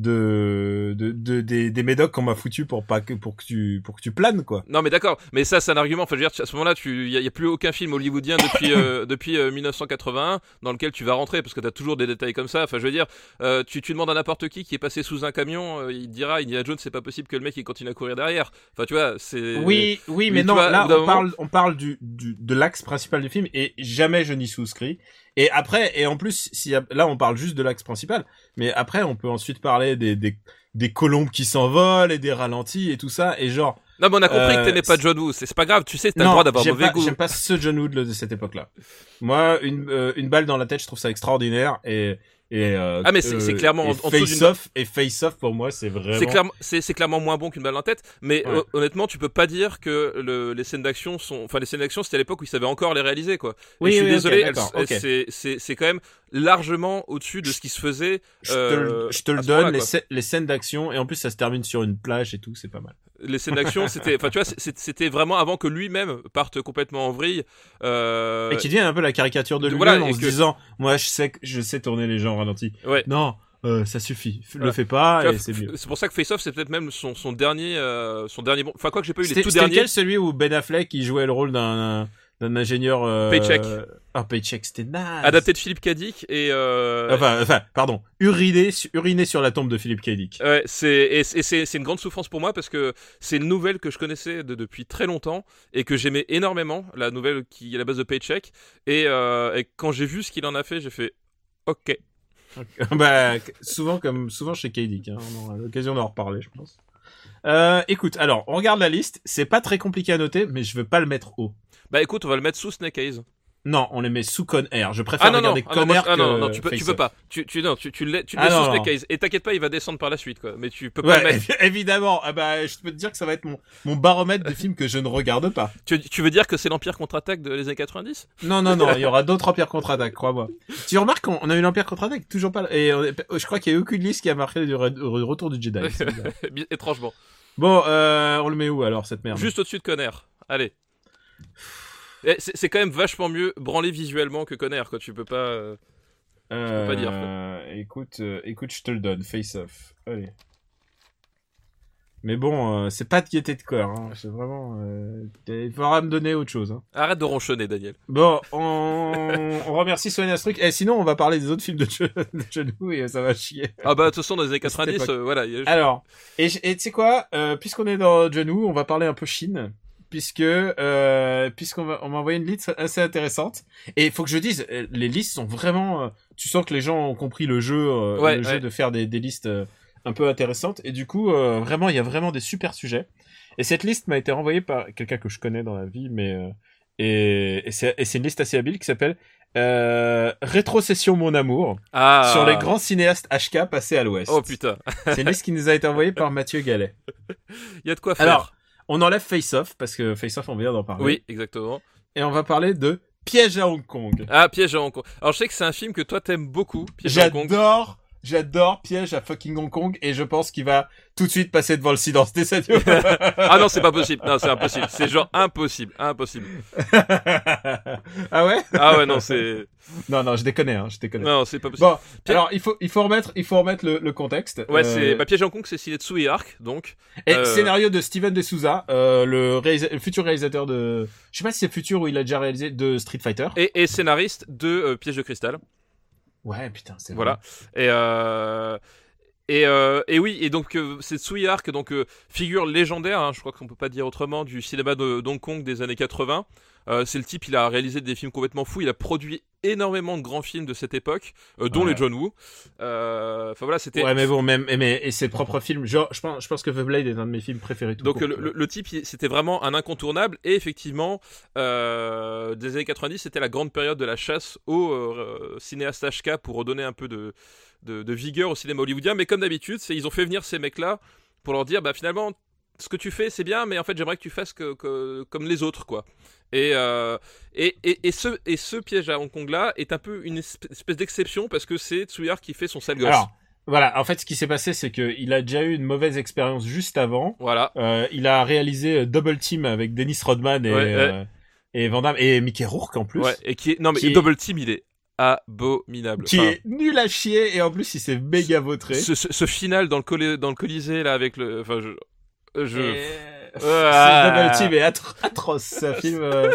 de de, de des, des médocs qu'on m'a foutu pour pas que pour que tu pour que tu planes, quoi. Non mais d'accord, mais ça c'est un argument. Enfin je veux dire à ce moment-là tu il y, y a plus aucun film hollywoodien depuis euh, depuis euh, dix-neuf cent quatre-vingt-un dans lequel tu vas rentrer parce que t'as toujours des détails comme ça. Enfin je veux dire euh, tu tu demandes à n'importe qui qui est passé sous un camion, euh, il te dira Indiana Jones c'est pas possible que le mec il continue à courir derrière. Enfin tu vois c'est oui oui mais, mais non vois, là on moment... parle on parle du du de l'axe principal du film et jamais je n'y souscris. Et après, et en plus, si là on parle juste de l'axe principal, mais après on peut ensuite parler des des, des colombes qui s'envolent et des ralentis et tout ça et genre. Non mais on a compris euh, que t'aimais pas John Woo, c'est, c'est pas grave, tu sais, t'as non, le droit d'avoir j'aime mauvais pas, goût. J'aime pas ce John Woo de cette époque-là. Moi, une euh, une balle dans la tête, je trouve ça extraordinaire et et euh, ah mais c'est, euh, c'est clairement en, en face off et face off pour moi c'est vraiment c'est clairement c'est c'est clairement moins bon qu'une balle en tête mais ouais. honnêtement tu peux pas dire que le, les scènes d'action sont enfin les scènes d'action c'était à l'époque où ils savaient encore les réaliser quoi. Oui, et je suis oui, désolé okay, elles, okay. c'est c'est c'est quand même largement au-dessus de ce qui se faisait. Je te le, je te le donne les, scè- les scènes d'action et en plus ça se termine sur une plage et tout, c'est pas mal. Les scènes d'action c'était enfin tu vois c'était vraiment avant que lui-même parte complètement en vrille euh... et qui devient un peu la caricature de lui-même voilà, en se que... disant moi je sais que je sais tourner les gens ralentis. Ouais. Non, euh, ça suffit, voilà. Le fais pas vois, et c'est mieux. C'est pour ça que Face Off c'est peut-être même son son dernier euh, son dernier bon enfin quoi que j'ai pas eu c'était, les tout c'était derniers. C'était quel celui où Ben Affleck qui jouait le rôle d'un d'un ingénieur euh... Paycheck. Ah, Paycheck, c'était naze. Adapté de Philippe K. Dick et euh... enfin enfin pardon, uriné uriné sur la tombe de Philippe K. Dick. Ouais, c'est et, et c'est c'est une grande souffrance pour moi parce que c'est une nouvelle que je connaissais de, depuis très longtemps et que j'aimais énormément, la nouvelle qui est à la base de Paycheck et euh, et quand j'ai vu ce qu'il en a fait, j'ai fait OK. Okay. Bah souvent comme souvent chez K. Dick hein, on aura l'occasion d'en reparler, je pense. Euh, écoute, alors, on regarde la liste, c'est pas très compliqué à noter, mais je veux pas le mettre haut. Bah écoute, on va le mettre sous Snake Eyes. Non, on les met sous Con Air. Je préfère ah, non, regarder non, Con ah, non, Air ah, que non, non, tu peux, tu peux pas. Tu, tu, non, tu, tu le, tu le ah, mets non, sous non. Snake Eyes. Et t'inquiète pas, il va descendre par la suite, quoi. Mais tu peux pas ouais, le mettre. Évidemment. Ah bah, je peux te dire que ça va être mon, mon baromètre des films que je ne regarde pas. Tu, tu veux dire que c'est l'Empire contre-attaque de les années quatre-vingt-dix? Non, non, non. Il y aura d'autres Empires contre-attaque, crois-moi. Tu remarques qu'on on a eu l'Empire contre-attaque, toujours pas, et on, je crois qu'il y a aucune liste qui a marqué du re, retour du Jedi. Étrangement. Bon, euh, on le met où alors, cette merde? Juste au-dessus de Con Air. Allez. C'est, c'est quand même vachement mieux branlé visuellement que Con Air, quoi. Tu peux pas, euh, tu euh, peux pas dire. Quoi. Écoute, euh, écoute, je te le donne. Face Off. Allez. Mais bon, euh, c'est pas de gaieté de cœur. Hein. C'est vraiment. Euh, il faudra me donner autre chose. Hein. Arrête de ronchonner, Daniel. Bon, on, on remercie Sonia Struck. Et sinon, on va parler des autres films de John Woo et ça va chier. Ah bah de toute façon, dans les années quatre-vingt-dix, euh, voilà. A... Alors, et tu sais quoi, euh, puisqu'on est dans John Woo, on va parler un peu Chine. Puisque euh, puisqu'on va, on m'a envoyé une liste assez intéressante et il faut que je dise les listes sont vraiment euh, tu sens que les gens ont compris le jeu euh, ouais, le ouais. jeu de faire des, des listes euh, un peu intéressantes et du coup euh, vraiment il y a vraiment des super sujets et cette liste m'a été renvoyée par quelqu'un que je connais dans la vie mais euh, et, et, c'est, et c'est une liste assez habile qui s'appelle Euh, rétrocession Mon Amour Ah. sur les grands cinéastes H K passés à l'Ouest. Oh putain. C'est une liste qui nous a été envoyée par Mathieu Gallet. Il y a de quoi faire. Alors, on enlève Face Off parce que Face Off on vient d'en parler. Oui, exactement. Et on va parler de Piège à Hong Kong. Ah, Piège à Hong Kong. Alors je sais que c'est un film que toi t'aimes beaucoup. Piège à Hong Kong. J'adore, j'adore Piège à fucking Hong Kong et je pense qu'il va tout de suite passer devant le silence des agneaux. Ah non, c'est pas possible. Non, c'est impossible. C'est genre impossible, impossible. Ah ouais? Ah ouais, non, c'est. Non, non, je déconne, hein, je déconne. Non, c'est pas possible. Bon, alors il faut, il faut remettre, il faut remettre le, le contexte. Ouais, Euh, c'est bah, Piège à Hong Kong, c'est signé Tsui Hark, donc. Et Euh, scénario de Steven De Souza, euh, le, réalisa- le futur réalisateur de, je sais pas si c'est futur ou il a déjà réalisé de Street Fighter. Et, et scénariste de euh, Piège de cristal. Ouais, putain, c'est Voilà. Et euh... Et, euh, et oui, et donc euh, c'est Tsui Hark, donc euh, figure légendaire, hein, je crois qu'on peut pas dire autrement, du cinéma de d'Hong Kong des années quatre-vingts. Euh, c'est le type, il a réalisé des films complètement fous, il a produit énormément de grands films de cette époque, euh, dont Ouais. les John Woo. Euh, Enfin voilà, c'était. Ouais, mais bon, même, mais, et ses propres films. Genre, je pense, je pense que The Blade est un de mes films préférés tout Donc court, le, tu vois. le, le type, il- c'était vraiment un incontournable. Et effectivement, euh, des années quatre-vingt-dix, c'était la grande période de la chasse aux euh, cinéastes H K pour redonner un peu de, de, de vigueur au cinéma hollywoodien. Mais comme d'habitude, c'est, ils ont fait venir ces mecs-là pour leur dire, bah finalement, ce que tu fais, c'est bien, mais en fait, j'aimerais que tu fasses que, que, comme les autres, quoi. Et, euh, et, et, et, ce, et ce piège à Hong Kong-là est un peu une espèce espèce d'exception parce que c'est Tsui Hark qui fait son sale gosse. Alors, voilà. En fait, ce qui s'est passé, c'est que il a déjà eu une mauvaise expérience juste avant. Voilà. Euh, il a réalisé euh, Double Team avec Dennis Rodman et, Ouais, ouais. euh, et Van Damme et Mickey Rourke en plus. Ouais, et qui est, non, mais Qui est- Double Team, il est abominable. Qui Enfin, est nul à chier et en plus il s'est méga vautré. ce, ce, ce final dans le, colé- dans le Colisée, là, avec le. Enfin, je. je... Et... Ah. Ce Double Team est atro- atroce. C'est un film euh,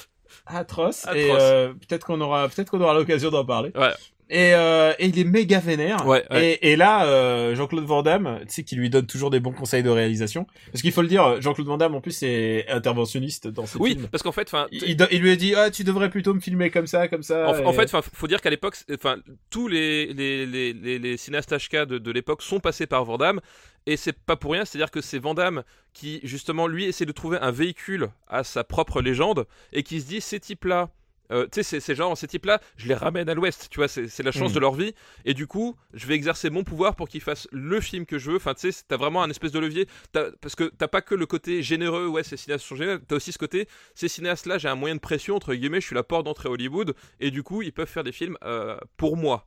atroce. Et Atroce. euh, peut-être qu'on aura, peut-être qu'on aura l'occasion d'en parler. Ouais. Et, euh, et il est méga vénère. Ouais, ouais. Et, et là, euh, Jean-Claude Van Damme, tu sais, qui lui donne toujours des bons conseils de réalisation. Parce qu'il faut le dire, Jean-Claude Van Damme, en plus, est interventionniste dans ce Oui, film. parce qu'en fait, enfin. Il, il do- il lui a dit, ah, tu devrais plutôt me filmer comme ça, comme ça. En, en et- fait, enfin, faut dire qu'à l'époque, c'est- enfin, tous les les, les, les, les cinéastes H K de, de l'époque sont passés par Van Damme, et c'est pas pour rien. C'est-à-dire que c'est Van Damme qui, justement, lui, essaie de trouver un véhicule à sa propre légende, et qui se dit, ces types-là, euh, tu sais, ces, ces gens, ces types-là, je les ramène à l'Ouest. Tu vois, c'est c'est la chance Mm. de leur vie, et du coup, je vais exercer mon pouvoir pour qu'ils fassent le film que je veux. Enfin, tu sais, t'as vraiment un espèce de levier, t'as- parce que t'as pas que le côté généreux. Ouais, ces cinéastes sont généreux. T'as aussi ce côté, ces cinéastes-là, j'ai un moyen de pression entre guillemets. Je suis la porte d'entrée à Hollywood. Et du coup, ils peuvent faire des films euh, pour moi.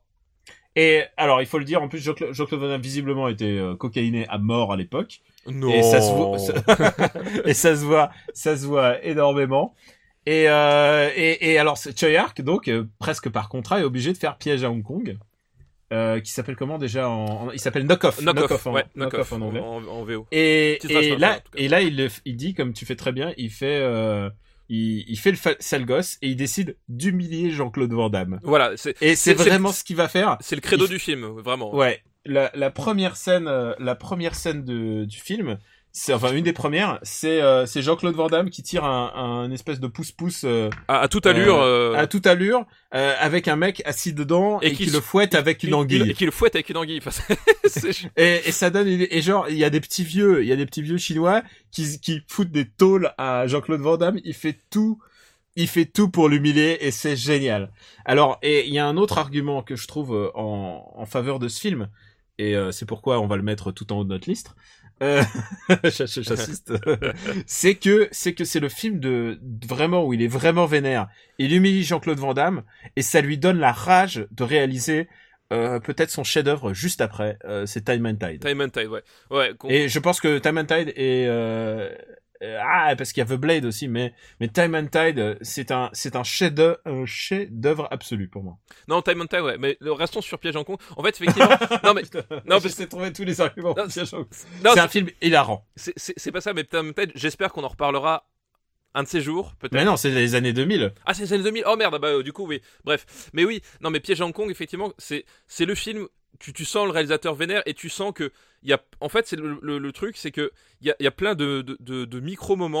Et alors, il faut le dire, en plus, Jean-Claude Jean-Claude Van Damme, visiblement, était euh, cocaïné à mort à l'époque. Non. Et ça se voit, ça- et ça se voit, ça se voit énormément. Et, euh, et, et alors, c'est- Tsui Hark, donc, euh, presque par contrat, est obligé de faire Piège à Hong Kong, euh, qui s'appelle comment déjà en, en- il s'appelle Knock Off. Knock off, en, ouais, Knock knock Off en anglais. en, en V O. Et, Titre et français, là, en tout cas. et là, il, le f- il dit, comme tu fais très bien, il fait, euh, il, il fait le fa- sale gosse et il décide d'humilier Jean-Claude Van Damme. Voilà, c'est Et c'est c'est- vraiment ce qu'il va faire. c'est le credo il- du film, vraiment. Ouais, la, la première scène, euh, la première scène de, du film, c'est enfin une des premières, c'est euh, c'est Jean-Claude Van Damme qui tire un, un espèce de pouce-pouce euh, À, à toute allure. euh, euh, à toute allure euh, avec un mec assis dedans et, Et qui, qui le se- fouette avec une anguille. Et qui le fouette avec une anguille. Enfin, c'est- c'est- Et, et ça donne une- et genre il y a des petits vieux, il y a des petits vieux chinois qui qui foutent des tôles à Jean-Claude Van Damme. Il fait tout. Il fait tout pour l'humilier et c'est génial. Alors, et il y a un autre argument que je trouve euh, en, en faveur de ce film, et euh, c'est pourquoi on va le mettre tout en haut de notre liste. Euh, j'ass- j'assiste. c'est que c'est que c'est le film de de vraiment où il est vraiment vénère. Il humilie Jean-Claude Van Damme et ça lui donne la rage de réaliser euh, peut-être son chef-d'œuvre juste après. Euh, c'est Time and Tide. Time and Tide, ouais. Ouais. con- Et je pense que Time and Tide est euh, euh, ah parce qu'il y a The Blade aussi, mais mais Time and Tide euh, c'est un c'est un chef-d'œuvre un chef-d'œuvre absolu pour moi. Non, Time and Tide, ouais. Mais le- restons sur Piège en Hong Kong. En fait, effectivement. non, mais Non, parce- j'essaie de trouver tous les arguments. Non, c'est non, c'est un film hilarant. c'est c'est- c'est pas ça. Mais Time and Tide, j'espère qu'on en reparlera un de ces jours, peut-être. Mais non, c'est les années deux mille. Ah, c'est les années deux mille. Oh merde, bah euh, du coup, oui. Bref. Mais oui, non, mais Piège à Hong Kong, effectivement, c'est c'est le film. Tu, tu sens le réalisateur vénère et tu sens que il y a. En fait, c'est le, le, le truc, c'est que il y a, il y a plein de, de, de, de micro moments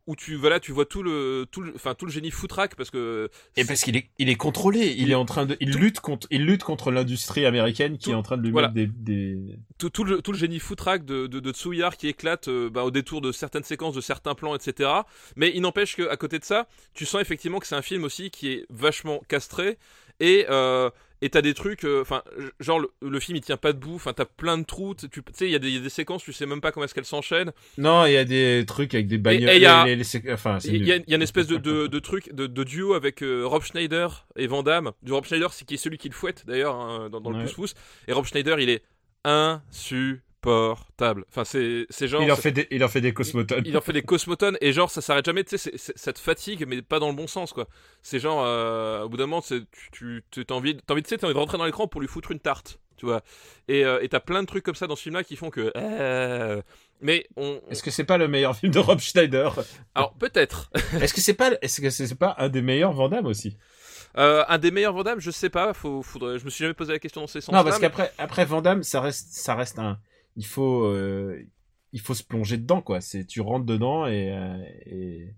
où tu voilà tu vois tout le tout le enfin tout le génie foutraque parce que et parce qu'il est il est contrôlé, il est en train de il tout, lutte contre il lutte contre l'industrie américaine qui tout, est en train de lui voilà. mettre des des tout, tout le tout le génie foutraque de de, de Tsuyar qui éclate euh, bah, au détour de certaines séquences, de certains plans, et cetera. Mais il n'empêche que à côté de ça, tu sens effectivement que c'est un film aussi qui est vachement castré et euh, et t'as des trucs, enfin, euh, genre le, le film il tient pas debout, enfin t'as plein de trous, tu sais, il y, a des- y a des séquences, tu sais même pas comment est-ce qu'elles s'enchaînent. Non, il y a des trucs avec des bagnoles. Et- et il y a- les- les- les- enfin, c'est Il y, nul. a- il y a une espèce de, de, de truc, de, de duo avec euh, Rob Schneider et Van Damme. Du Rob Schneider, c'est qui est celui qui le fouette d'ailleurs hein, dans, dans le Ouais. pouce-pouce. Et Rob Schneider, il est insupportable. Enfin, c'est c'est genre. Il en c'est- fait des, il en fait des cosmotones. il en fait des cosmotones et genre ça s'arrête jamais, tu sais, c'est- c'est- ça te fatigue mais pas dans le bon sens quoi. C'est genre, euh, au bout d'un moment, c'est- tu tu t'as envie, t'as envie, tu sais, t'as envie de rentrer dans l'écran pour lui foutre une tarte, tu vois. Et euh, et t'as plein de trucs comme ça dans ce film-là qui font que. euh, Mais on. on- Est-ce que c'est pas le meilleur film de Rob Schneider? Alors peut-être. Est-ce que c'est pas, est-ce que c'est pas un des meilleurs Van Damme aussi? Euh, un des meilleurs Van Damme, je sais pas. Faut, faudrait. Je me suis jamais posé la question dans ces sens-là. Non, parce mais- qu'après, après Van Damme, ça reste, ça reste un, il faut, euh, il faut se plonger dedans, quoi. C'est, tu rentres dedans et, euh, et,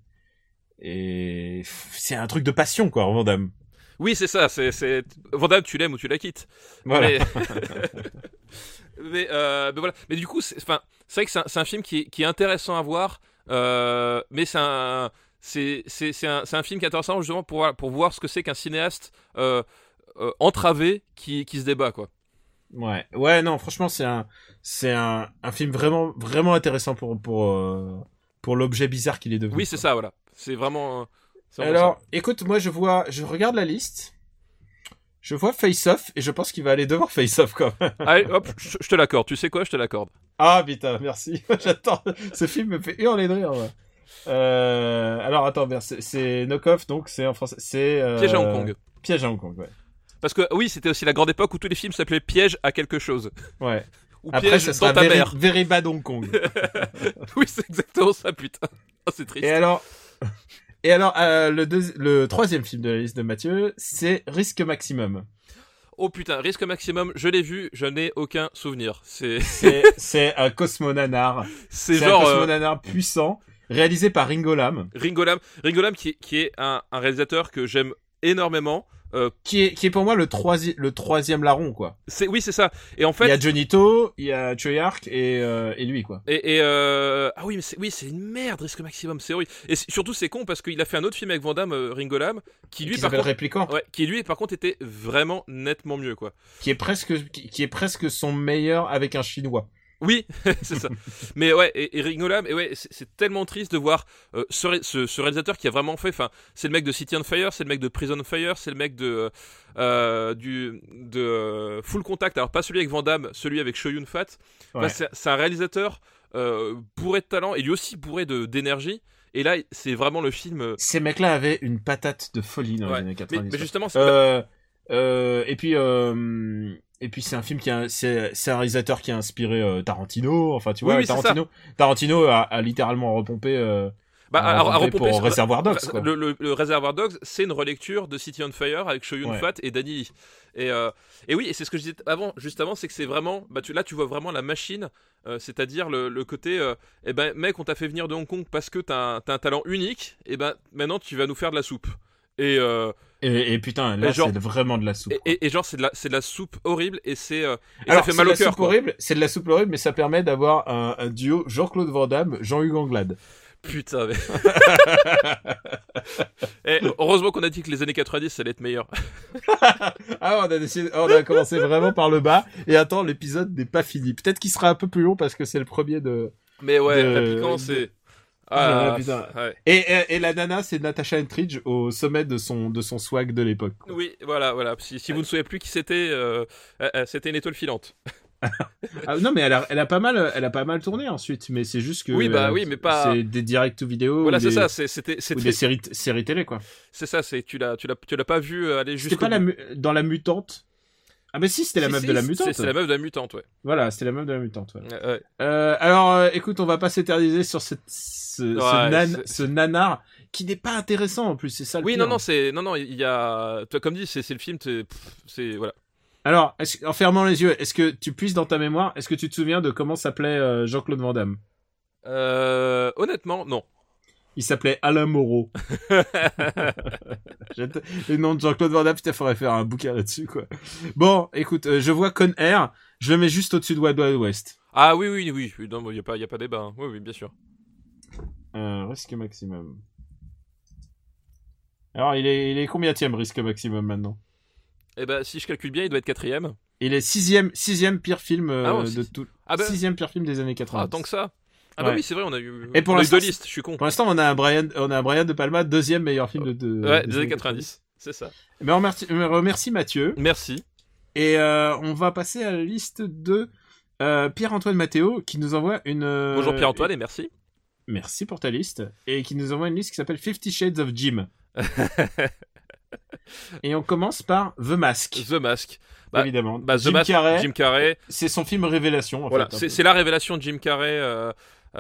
et c'est un truc de passion, quoi, Van Damme. Oui, c'est ça. C'est, c'est... Van Damme, tu l'aimes ou tu la quittes. Voilà. Mais, mais, euh, mais voilà. Mais du coup, c'est, enfin, c'est vrai que c'est un, c'est un film qui est, qui est intéressant à voir. Euh, mais c'est un, c'est, c'est, c'est un, c'est un film qui est intéressant justement pour voir, pour voir ce que c'est qu'un cinéaste euh, euh, entravé qui, qui se débat, quoi. Ouais, ouais, non, franchement, c'est un, c'est un, un film vraiment, vraiment intéressant pour, pour, euh, pour l'objet bizarre qu'il est devenu. Oui, c'est ça, voilà. C'est vraiment. euh, c'est vraiment Alors, ça. écoute, moi, je vois, je regarde la liste. Je vois Face Off et je pense qu'il va aller devant Face Off quand même. Allez, hop, je, je te l'accorde. Tu sais quoi, je te l'accorde. Ah putain, merci. J'attends. Ce film me fait hurler de rire. Moi. Euh, alors attends, merde, c'est, c'est Knock Off, donc c'est en français. C'est euh, Piège à Hong Kong. Piège à Hong Kong, ouais. Parce que oui, c'était aussi la grande époque où tous les films s'appelaient Piège à quelque chose. Ouais. Ou Après, Piège ça dans sera ta very, mère. very Bad Hong Kong. Oui, c'est exactement ça, putain. Oh, c'est triste. Et alors, et alors, euh, le, deux, le troisième film de la liste de Mathieu, c'est Risque Maximum. Oh putain, Risque Maximum, je l'ai vu, je n'ai aucun souvenir. C'est, C'est, c'est un cosmonanar. c'est, C'est genre un euh, cosmonanar puissant, réalisé par Ringo Lam, Ringo Lam, Ringo Lam qui est, qui est un, un réalisateur que j'aime énormément. Euh, qui est, qui est pour moi le troisième, le troisième larron, quoi. c'est, oui, c'est ça. Et en fait, Il y a Johnny To, il y a Choyark et, euh, et lui, quoi. Et, et euh... ah oui, mais c'est, oui, c'est une merde, Risque Maximum, c'est horrible. Et c'est- surtout, c'est con parce qu'il a fait un autre film avec Van Damme, euh, Ringo Lam, qui lui, Qui par s'appelle contre, Répliquant. ouais, qui lui, par contre, était vraiment nettement mieux, quoi. Qui est presque, qui, qui est presque son meilleur avec un chinois. Oui, c'est ça. Mais ouais, et, et Ringo Lam, et ouais, c'est, c'est tellement triste de voir euh, ce, ré- ce, ce réalisateur qui a vraiment fait. Enfin, c'est le mec de City on Fire, c'est le mec de Prison on Fire, c'est le mec de euh, du de euh, Full Contact. Alors pas celui avec Van Damme, celui avec Choi Yun-fat. Enfin, Ouais. c'est, c'est un réalisateur euh, bourré de talent et lui aussi bourré de d'énergie. Et là, c'est vraiment le film. euh, Ces mecs-là avaient une patate de folie dans Ouais. les années Mais, quatre-vingt-dix. mais justement, c'est Euh, euh, et puis, euh, et puis c'est un film qui a, c'est, c'est un réalisateur qui a inspiré euh, Tarantino. Enfin, tu Oui, vois, oui, c'est Tarantino, Tarantino a, a littéralement repompé, euh, bah, a à, à repompé repomper pour ce- Reservoir Dogs, quoi. Le, le, le Reservoir Dogs, c'est une relecture de City on Fire avec Choi Yun-fat et Danny Lee. Et, euh, et oui, et c'est ce que je disais avant, juste avant, c'est que c'est vraiment, bah tu, là tu vois vraiment la machine, euh, c'est-à-dire le, le côté, euh, eh ben mec, on t'a fait venir de Hong Kong parce que t'as un, t'as un talent unique, et ben maintenant tu vas nous faire de la soupe. Et, euh, Et, et putain, là, Et genre- c'est vraiment de la soupe. et, quoi. et- et genre c'est de la, c'est de la soupe horrible et c'est, euh, et Alors, ça fait c'est mal de au la cœur. soupe Quoi. horrible, c'est de la soupe horrible, mais ça permet d'avoir un, un duo Jean-Claude Van Damme, Jean-Hugues Anglade. Putain. Mais... et heureusement qu'on a dit que les années quatre-vingt-dix ça allait être meilleur. Ah, on a décidé, on a commencé vraiment par le bas. Et attends, l'épisode n'est pas fini. Peut-être qu'il sera un peu plus long parce que c'est le premier de. Mais ouais, De- Répliquant, de- c'est. Ah, Ah, putain. ouais. Et, et, et la nana, c'est Natasha Entridge au sommet de son de son swag de l'époque. quoi. Oui, voilà, voilà. Si, si vous ne savez plus qui c'était, euh, euh, euh, c'était une étoile filante. Ah, non, mais elle a, elle a pas mal, elle a pas mal tourné ensuite. Mais c'est juste que. Oui, bah euh, oui, mais pas- C'est des directs ou vidéos. Voilà, ou c'est des, ça. c'est- C'était, Ou c'était, des séries, séries télé, quoi. c'est ça. C'est tu l'as, tu l'as, tu l'as pas vu euh, aller C'était jusqu'au pas la bout. mu- dans la mutante. Ah, mais si, c'était la Si, meuf si, de la c'est- mutante. C'est la meuf de la mutante, ouais. Voilà, c'était la meuf de la mutante. Ouais. Ouais, ouais. Euh, alors, euh, écoute, on va pas s'éterniser sur cette, ce, ce, Ouais, nan- c'est- ce nanar qui n'est pas intéressant en plus, c'est ça le Oui, pire. non, non, c'est, non, non, il y a, toi, comme dit, c'est, c'est le film, c'est, pff, c'est, voilà. Alors, est-ce- en fermant les yeux, est-ce que tu puisses dans ta mémoire, est-ce que tu te souviens de comment s'appelait euh, Jean-Claude Van Damme? Euh, honnêtement, non. il s'appelait Alain Moreau. Le nom de Jean-Claude Van Damme, putain, faudrait faire un bouquin là-dessus, quoi. Bon, écoute, euh, je vois Con Air, je le mets juste au-dessus de Wild Wild West. Ah oui, oui, oui, oui. Non, il y a pas, il y a pas débat. Hein. Oui, oui, bien sûr. Euh, risque maximum. Alors, il est, il est combienième risque maximum maintenant? Eh ben, si je calcule bien, il doit être quatrième. Il est sixième, sixième pire film euh, Ah bon, de si... tout. Ah ben... Sixième pire film des années Ah, quatre-vingt-dix. tant que ça. Ah ouais. bah oui, c'est vrai, on a eu, Et pour on a eu l'instant, deux listes, je suis con. Pour l'instant, on a un Brian, on a un Brian De Palma, deuxième meilleur film de, de ouais, des, des années quatre-vingt-dix. C'est ça. Mais on remercie, on remercie Mathieu. Merci. Et euh, on va passer à la liste de euh, Pierre-Antoine Mathéo qui nous envoie une. Euh, Bonjour Pierre-Antoine une... et merci. Merci pour ta liste. Et qui nous envoie une liste qui s'appelle Fifty Shades of Jim. Et on commence par The Mask. The Mask. Bah, évidemment. Bah, The Jim Mask, Carrey. Jim Carrey. C'est son film révélation. En voilà, fait, c'est, c'est la révélation de Jim Carrey. Euh,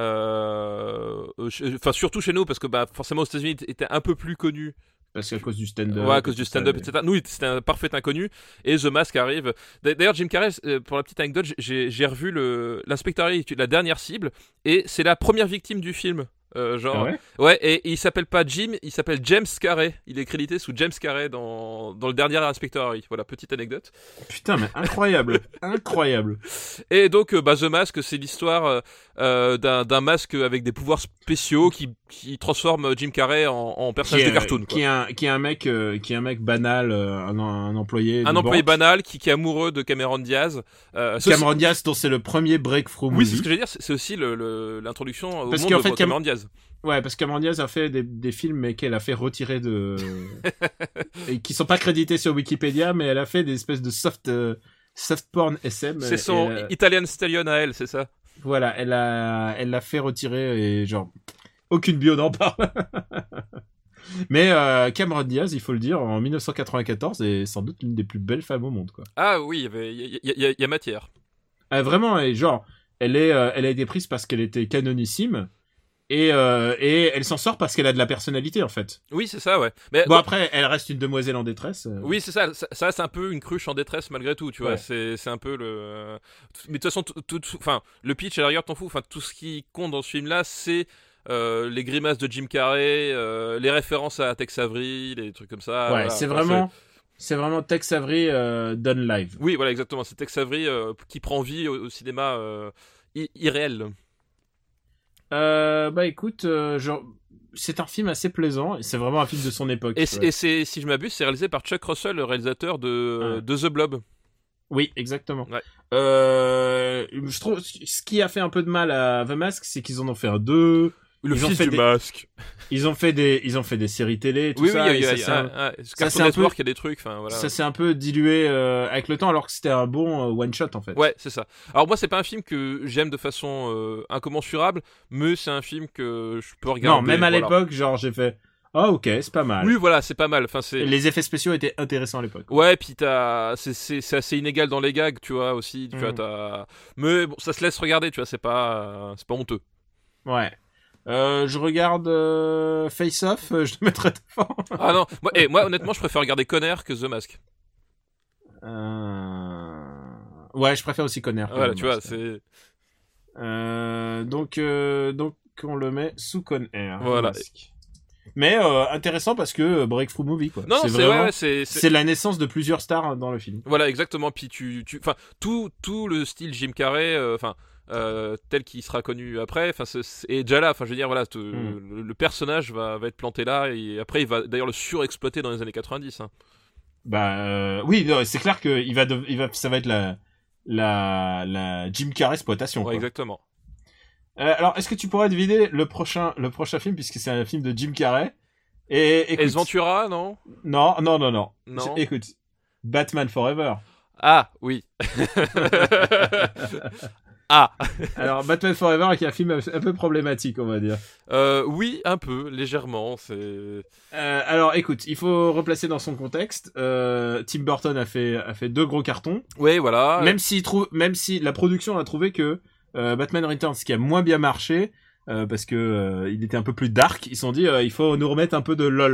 euh, enfin, surtout chez nous, parce que bah, forcément aux États-Unis, il était un peu plus connu. Parce qu'à cause du stand-up. Ouais, à cause du stand-up, et cetera. Nous, c'était un parfait inconnu. Et The Mask arrive. D'ailleurs, Jim Carrey, pour la petite anecdote, j'ai, j'ai revu le, l'inspecteur Harry, la dernière cible, et c'est la première victime du film. Euh, genre, ah ouais, ouais, et, et il s'appelle pas Jim, il s'appelle James Carrey. Il est crédité sous James Carrey dans, dans le dernier Inspecteur Harry. Voilà, petite anecdote. Putain, mais incroyable, incroyable. Et donc, euh, bah, The Mask, c'est l'histoire euh, d'un, d'un masque avec des pouvoirs spéciaux qui, qui transforme Jim Carrey en, en personnage est, de cartoon. Qui est un, qui est un mec, euh, qui est un mec banal, euh, un, un employé. Un employé banque. banal qui, qui est amoureux de Cameron Diaz. Euh, Cameron aussi... Diaz, dont c'est le premier breakthrough oui, movie. c'est ce que je veux dire. C'est aussi le, le, l'introduction au Parce monde qu'en de fait, Cameron Cam... Diaz. Ouais, parce que Cameron Diaz a fait des, des films, mais qu'elle a fait retirer de, et qui sont pas crédités sur Wikipédia, mais elle a fait des espèces de soft, euh, soft porn S M. C'est son a... Italian Stallion à elle, c'est ça? Voilà, elle a, elle l'a fait retirer et genre, aucune bio n'en parle. Mais euh, Cameron Diaz, il faut le dire, en dix-neuf cent quatre-vingt-quatorze, est sans doute l'une des plus belles femmes au monde, quoi. Ah oui, il y avait, il y, y, y a matière. Ah, vraiment, et genre, elle est, euh, elle a été prise parce qu'elle était canonissime. Et, euh, et elle s'en sort parce qu'elle a de la personnalité, en fait. Oui, c'est ça, ouais. Mais, bon, après, elle reste une demoiselle en détresse. Euh... Oui, c'est ça, ça. Ça, c'est un peu une cruche en détresse malgré tout, tu vois. Ouais. C'est, c'est un peu le. Mais de toute façon, tout, tout, enfin, le pitch, à la rigueur, t'en fous. Enfin, tout ce qui compte dans ce film-là, c'est euh, les grimaces de Jim Carrey, euh, les références à Tex Avery, les trucs comme ça. Ouais, voilà. c'est enfin, vraiment. C'est... c'est vraiment Tex Avery euh, done live. Oui, voilà, exactement. C'est Tex Avery euh, qui prend vie au, au cinéma euh, i- irréel. Euh, bah écoute, euh, genre, c'est un film assez plaisant et c'est vraiment un film de son époque. Et, c- et c'est, si je m'abuse, c'est réalisé par Chuck Russell, le réalisateur de, ouais. de The Blob. Oui, exactement. Ouais. Euh, je trouve ce qui a fait un peu de mal à The Mask, c'est qu'ils en ont fait un deux. Le ils ont fils fait du des... masque. Ils ont fait des, ils ont fait des séries télé, et tout oui, ça. Oui, et il y a, ça, il y a, c'est un... ah, ah, ça, Cartoon c'est un Network, peu... il y a des trucs, enfin voilà. Ça s'est un peu dilué euh, avec le temps, alors que c'était un bon euh, one shot en fait. Ouais, c'est ça. Alors moi, c'est pas un film que j'aime de façon euh, incommensurable, mais c'est un film que je peux regarder. Non, même à voilà. l'époque, genre j'ai fait. Ah oh, ok, c'est pas mal. Oui, voilà, c'est pas mal. Enfin, c'est... Les effets spéciaux étaient intéressants à l'époque. Ouais, puis t'as... C'est, c'est, c'est assez inégal dans les gags, tu vois, aussi. Tu mmh. vois, t'as... Mais bon, ça se laisse regarder, tu vois, c'est pas, c'est pas honteux. Ouais. Euh, je regarde euh, Face Off, euh, je le mettrais devant. Ah non, moi, hey, moi honnêtement, je préfère regarder Conner que The Mask. Euh... Ouais, je préfère aussi Conner. Voilà, tu vois, Mask. c'est... Euh, donc, euh, donc, on le met sous Conner. Voilà. Mais euh, intéressant parce que Breakthrough Movie, quoi. Non, c'est, c'est, vraiment... ouais, c'est, c'est... c'est la naissance de plusieurs stars dans le film. Voilà, exactement. Puis tu, tu, enfin, tout, tout le style Jim Carrey, enfin, euh, euh, tel qu'il sera connu après, enfin, c'est, c'est déjà là. Enfin, je veux dire, voilà, te, mm. le, le personnage va, va être planté là, et après, il va d'ailleurs le surexploiter dans les années quatre-vingt-dix. Hein. Bah, euh, oui, non, c'est clair que il va, de... il va, ça va être la, la, la Jim Carrey exploitation. Ouais, quoi. exactement. Euh, alors, est-ce que tu pourrais deviner le prochain, le prochain film, puisque c'est un film de Jim Carrey? Et écoute, Ace Ventura, non? Non, non, non, non. Non. Écoute, Batman Forever. Ah, oui. Ah. Alors, Batman Forever, qui est un film un peu problématique, on va dire. Euh, oui, un peu, légèrement. C'est. Euh, alors, écoute, il faut replacer dans son contexte. Euh, Tim Burton a fait a fait deux gros cartons. Oui, voilà. Même si trouve, même si la production a trouvé que euh, Batman Returns, qui a moins bien marché. Euh, parce que euh, il était un peu plus dark, ils se sont dit euh, il faut nous remettre un peu de lol.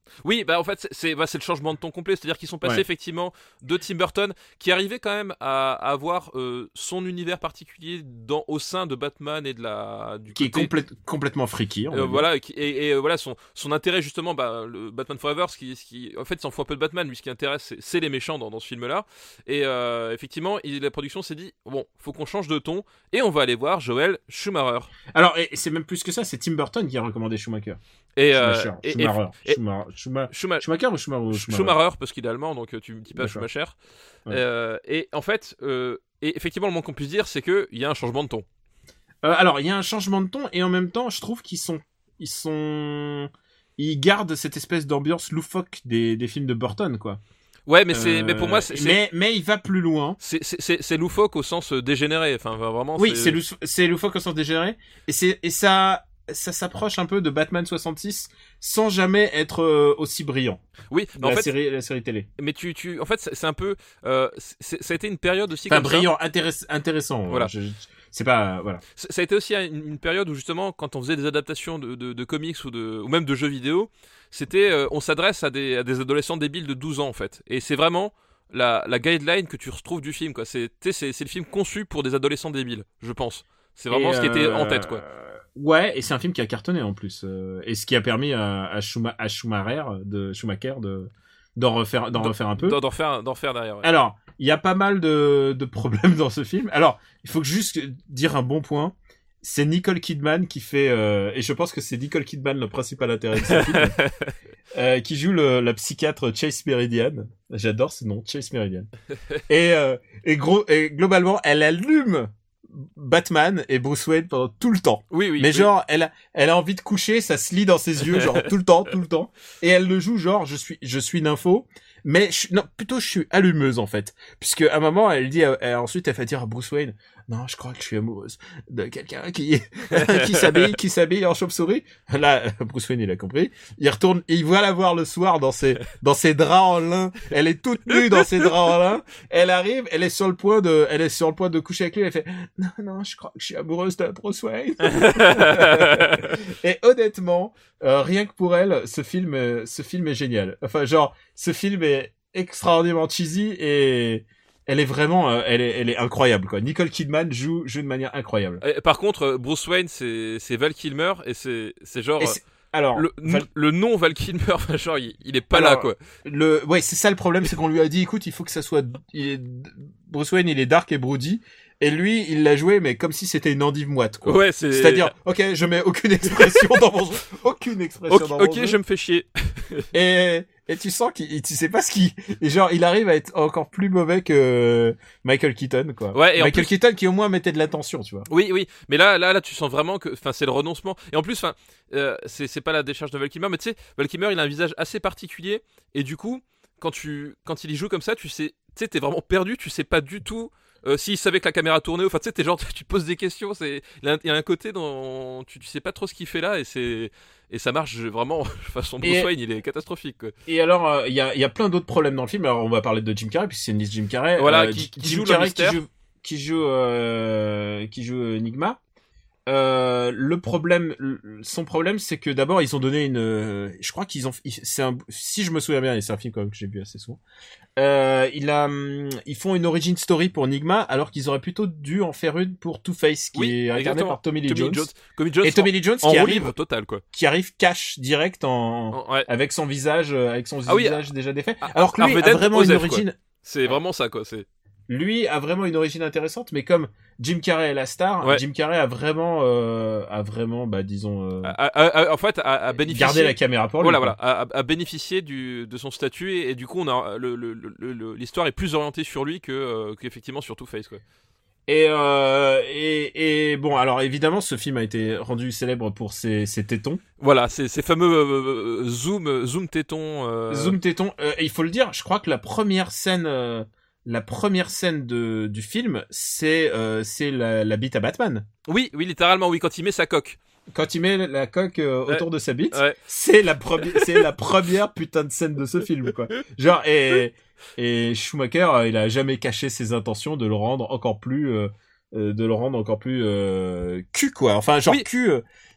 Oui, bah en fait, c'est, c'est, bah, c'est le changement de ton complet. C'est-à-dire qu'ils sont passés Ouais. effectivement de Tim Burton, qui arrivait quand même à, à avoir euh, son univers particulier dans, au sein de Batman et de la du Qui est côté- complète- complètement freaky. on va Euh, dire. voilà, et, qui- et, et, euh, voilà son, son intérêt justement, bah, le Batman Forever, ce qui, ce qui, en fait, il s'en fout un peu de Batman, lui, ce qui intéresse, c'est, c'est les méchants dans, dans ce film-là. Et euh, effectivement, il, la production s'est dit, bon, faut qu'on change de ton, et on va aller voir Joel Schumacher. Alors, et, et c'est même plus que ça, c'est Tim Burton qui a recommandé Schumacher. Et, euh, Schumacher, et- et- Schumacher, et- Schumacher, Schumacher, Schuma- Schumacher ou Schumacher, ou Schumacher Schumacher, parce qu'il est allemand, donc euh, tu me dis pas D'accord. Schumacher. Ouais. Euh, et en fait, euh, et effectivement, le moins qu'on puisse dire, c'est qu'il y a un changement de ton. Euh, alors, il y a un changement de ton et en même temps, je trouve qu'ils sont, ils sont, ils gardent cette espèce d'ambiance loufoque des, des films de Burton, quoi. Ouais, mais c'est, Euh, mais pour moi, c'est, c'est, mais, mais il va plus loin. c'est, c'est, c'est- c'est loufoque au sens euh, dégénéré. Enfin, vraiment. Oui, c'est, lou- c'est loufoque au sens dégénéré et c'est, et ça, ça s'approche un peu de Batman soixante-six sans jamais être euh, aussi brillant. Oui, mais De en la fait, série, la série télé. mais tu, tu, en fait, c'est, c'est un peu, euh, c'est, ça a été une période aussi Enfin, comme ça. brillant, intéress- intéressant. Voilà. Je- je- c'est pas, voilà. Ça ça a été aussi une, une période où justement, quand on faisait des adaptations de, de, de comics ou, de, ou même de jeux vidéo, c'était, euh, on s'adresse à des, à des adolescents débiles de douze ans en fait. Et c'est vraiment la, la guideline que tu retrouves du film, quoi. C'est, tu sais, c'est, c'est le film conçu pour des adolescents débiles, je pense. C'est vraiment Et, ce qui était euh, en tête, quoi. Ouais, et c'est un film qui a cartonné en plus, euh, et ce qui a permis à, à, Schuma- à Schumacher de Schumacher de d'en refaire d'en D'en- refaire un peu. D'en, d'en faire, d'en faire derrière. Ouais. Alors, il y a pas mal de, de problèmes dans ce film. Alors, il faut juste dire un bon point. C'est Nicole Kidman qui fait, euh, et je pense que c'est Nicole Kidman le principal intérêt de ce film, euh, qui joue le, la psychiatre Chase Meridian. J'adore ce nom, Chase Meridian. Et, euh, et gros, et globalement, elle allume Batman et Bruce Wayne pendant tout le temps. Oui, oui. Mais oui. genre, elle a, elle a envie de coucher, ça se lit dans ses yeux, genre tout le temps, tout le temps. Et elle le joue genre, je suis, je suis nympho. Mais je, non, plutôt je suis allumeuse en fait, puisque à un moment elle dit, elle, ensuite elle fait dire à Bruce Wayne, non, je crois que je suis amoureuse de quelqu'un qui qui s'habille, qui s'habille en chauve-souris. Là, Bruce Wayne il a compris. Il retourne, il va la voir le soir dans ses dans ses draps en lin. Elle est toute nue dans ses draps en lin. Elle arrive, elle est sur le point de, elle est sur le point de coucher avec lui. Elle fait, non, non, je crois que je suis amoureuse de Bruce Wayne. Et honnêtement, euh, rien que pour elle, ce film, euh, ce film est génial. Enfin, genre, ce film est extraordinairement cheesy et elle est vraiment, euh, elle est, elle est incroyable quoi. Nicole Kidman joue, joue de manière incroyable. Et par contre, euh, Bruce Wayne, c'est, c'est Val Kilmer et c'est, c'est genre Et c'est- alors, le, Val- le nom Val Kilmer, enfin, genre il, il est pas Alors, là quoi. le, ouais, c'est ça le problème, c'est qu'on lui a dit, écoute, il faut que ça soit, il est- Bruce Wayne, il est dark et broody, et lui, il l'a joué, mais comme si c'était une endive moite quoi. Ouais, c'est. C'est-à-dire, ok, je mets aucune expression dans mon jeu, aucune expression Ok, dans mon ok, jeu. je me fais chier. Et, et tu sens qu'il, tu sais pas ce qu'il, et genre, il arrive à être encore plus mauvais que Michael Keaton, quoi. Ouais, et en Michael plus- Keaton qui au moins mettait de l'attention, tu vois. Oui, oui, mais là, là, là, tu sens vraiment que, enfin, c'est le renoncement. Et en plus, enfin, euh, c'est, c'est pas la décharge de Val Kilmer, mais tu sais, Val Kilmer, il a un visage assez particulier, et du coup, quand tu, quand il y joue comme ça, tu sais, tu sais, t'es vraiment perdu, tu sais pas du tout. Euh, s'il savait que la caméra tournait, enfin tu sais, t'es genre, tu te poses des questions, c'est, il y a un- il y a un côté dont tu, tu sais pas trop ce qu'il fait là, et c'est, et ça marche vraiment. Façon Bruce Et- Wayne, il est catastrophique, quoi. Et alors, euh, il y a, il y a plein d'autres problèmes dans le film. Alors, on va parler de Jim Carrey, puisque c'est une liste Jim Carrey. Voilà, Euh, qui- J- qui Jim joue le Carrey mystère. qui joue, qui joue, euh, qui joue Enigma. Euh, le problème, le- son problème, c'est que d'abord ils ont donné une, euh, je crois qu'ils ont, ils- c'est un, si je me souviens bien, et c'est un film quand même que j'ai vu assez souvent. Euh, il a, hum, ils font une origin story pour Enigma, alors qu'ils auraient plutôt dû en faire une pour Two-Face, qui Oui, est incarné exactement. par Tommy Lee Tommy Jones. Jones, Tommy Jones Et Tommy Lee Jones en qui roue arrive, libre total, quoi. qui arrive cash direct en, En- ouais. avec son visage, euh, avec son Ah oui, visage déjà défait. ah, Alors que lui Harvey a Dent, vraiment une Osef, quoi. origine. C'est vraiment ça, quoi. C'est. Lui a vraiment une origine intéressante, mais comme Jim Carrey est la star, Ouais. Jim Carrey a vraiment, euh, a vraiment, bah disons, euh, A- a- a- en fait, a, a bénéficié. gardé la caméra pour lui. Voilà, quoi. voilà, a, a- a bénéficié du, de son statut et, et du coup, on a le, le, le- le- l'histoire est plus orientée sur lui que euh, qu'effectivement sur Two-Face, quoi. Et, euh, et, et bon, alors évidemment, ce film a été rendu célèbre pour ses, ses tétons. Voilà, ces, ces fameux euh, zoom, zoom tétons. euh, Zoom tétons. Euh, et il faut le dire, je crois que la première scène, euh, la première scène de, du film, c'est, euh, c'est la, la bite à Batman. Oui, oui, littéralement, oui, quand il met sa coque. Quand il met la coque euh, Ouais. autour de sa bite, Ouais. c'est la première, c'est la première putain de scène de ce film, quoi. Genre, et, et Schumacher, euh, il a jamais caché ses intentions de le rendre encore plus, euh, euh, de le rendre encore plus, euh, cul, quoi. Enfin, genre Oui. cul, euh,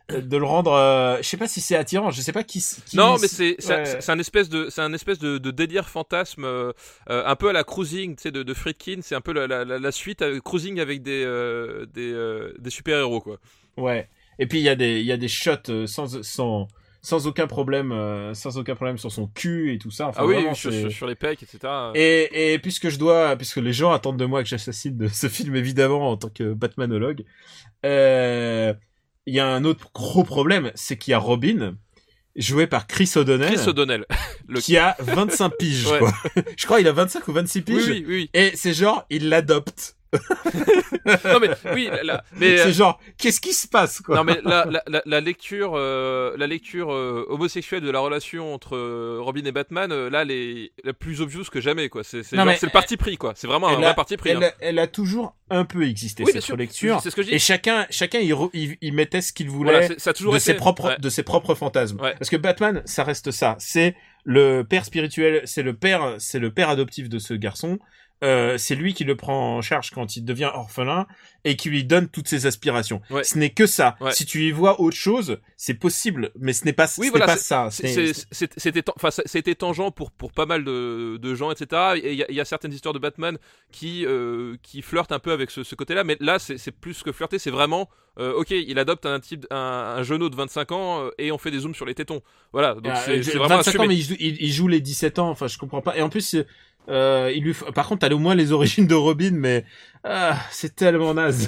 de le rendre, euh, je sais pas si c'est attirant, je sais pas qui. qui non, mais c'est c'est, ouais. c'est un espèce de c'est un espèce de, de délire fantasme, euh, euh, un peu à la Cruising, tu sais, de, de Friedkin. C'est un peu la, la, la suite à Cruising avec des euh, des euh, des super héros quoi. Ouais. Et puis il y a des il y a des shots euh, sans sans sans aucun problème, euh, sans aucun problème sur son cul et tout ça. Enfin, ah oui, vraiment, sur, sur, sur les pecs, et cetera. Et, et puisque je dois, puisque les gens attendent de moi que j'assassine de ce film évidemment en tant que Batmanologue, euh, il y a un autre gros problème, c'est qu'il y a Robin, joué par Chris O'Donnell. Chris O'Donnell. Le... Qui a vingt-cinq piges, ouais. quoi. Je crois qu'il a vingt-cinq ou vingt-six piges. Oui, oui, oui. Et c'est genre, il l'adopte. non mais oui là, mais c'est genre qu'est-ce qui se passe quoi. Non mais la la la, la lecture euh, la lecture euh, homosexuelle de la relation entre euh, Robin et Batman euh, là les la plus obvious que jamais quoi, c'est c'est, genre, c'est le parti pris quoi, c'est vraiment un vrai parti pris. Elle, hein. a, elle a toujours un peu existé oui, cette sûr, lecture c'est ce que je dis. Et chacun chacun il, il, il mettait ce qu'il voulait voilà, ça a toujours de été... ses propres ouais. de ses propres fantasmes ouais. Parce que Batman ça reste ça, c'est le père spirituel, c'est le père c'est le père adoptif de ce garçon. Euh, c'est lui qui le prend en charge quand il devient orphelin et qui lui donne toutes ses aspirations. Ouais. Ce n'est que ça. Ouais. Si tu y vois autre chose, c'est possible, mais ce n'est pas, oui, ce voilà, n'est pas c'est, ça. C'est, c'est, c'est, c'est, c'était, enfin, c'était tangent pour pour pas mal de de gens, et cetera. Et il y, y a certaines histoires de Batman qui euh, qui flirtent un peu avec ce, ce côté-là, mais là, c'est, c'est plus que flirter, c'est vraiment, euh, ok, il adopte un type, un, un jeuneau de vingt-cinq ans euh, et on fait des zooms sur les tétons. Voilà, donc ah, c'est, c'est vraiment vingt-cinq assumé. ans, mais il joue, il, il joue les dix-sept ans. Enfin, je comprends pas. Et en plus. Euh, il lui f... Par contre, t'as au moins les origines de Robin, mais ah, c'est tellement naze.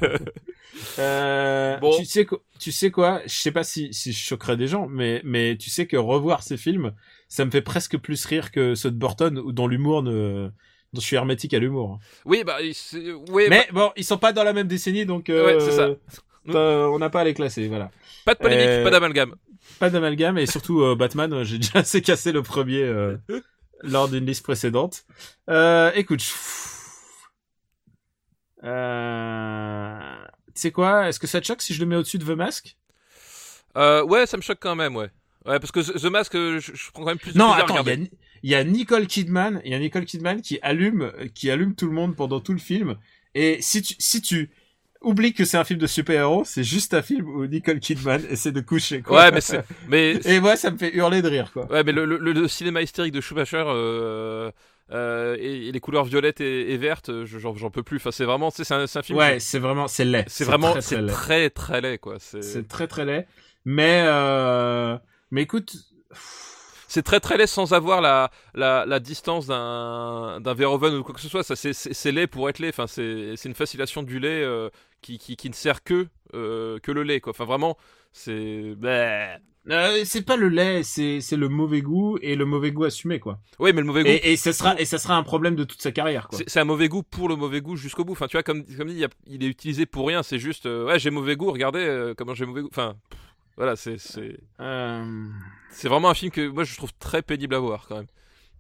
euh, bon. Tu sais quoi, tu sais quoi Je sais pas si, si je choquerais des gens, mais mais tu sais que revoir ces films, ça me fait presque plus rire que ceux de Burton, ou dont l'humour ne, dont je suis hermétique à l'humour. Oui, bah, c'est... ouais. Mais bah... bon, ils sont pas dans la même décennie, donc euh, ouais, c'est ça. On n'a pas à les classer, voilà. Pas de polémique, euh... pas d'amalgame. Pas d'amalgame, et surtout euh, Batman, j'ai déjà assez cassé le premier. Euh... lors d'une liste précédente. Euh, écoute, euh, tu sais quoi, est-ce que ça te choque si je le mets au-dessus de The Mask? Euh, ouais, ça me choque quand même, ouais. Ouais, parce que The Mask, je, je prends quand même plus de non, plaisir attends, à regarder. il y, y a Nicole Kidman, il y a Nicole Kidman qui allume, qui allume tout le monde pendant tout le film. Et si tu, si tu oublie que c'est un film de super-héros, c'est juste un film où Nicole Kidman essaie de coucher, quoi. Ouais, mais c'est, mais... Et moi, ça me fait hurler de rire, quoi. Ouais, mais le, le, le cinéma hystérique de Schumacher, euh, euh, et, et les couleurs violettes et, et vertes, je, j'en, j'en peux plus. Enfin, c'est vraiment, c'est, c'est, un, c'est un film. Ouais, qui... c'est vraiment, c'est laid. C'est, c'est vraiment, très, c'est très, très, laid. très laid, quoi. C'est, c'est très, très laid. Mais, euh, mais écoute, c'est très très laid sans avoir la la, la distance d'un d'un Verhoeven ou quoi que ce soit. Ça c'est c'est, c'est laid pour être laid. Enfin c'est c'est une facilitation du lait euh, qui qui qui ne sert que euh, que le lait quoi. Enfin vraiment c'est bah... euh, c'est pas le lait, c'est c'est le mauvais goût et le mauvais goût assumé quoi. Oui mais le mauvais goût. Et, et ça sera et ça sera un problème de toute sa carrière quoi. C'est, c'est un mauvais goût pour le mauvais goût jusqu'au bout. Enfin tu vois comme comme dit il, y a, il est utilisé pour rien. C'est juste euh, ouais j'ai mauvais goût. Regardez euh, comment j'ai mauvais goût. Enfin voilà c'est c'est. Euh... C'est vraiment un film que moi je trouve très pénible à voir quand même.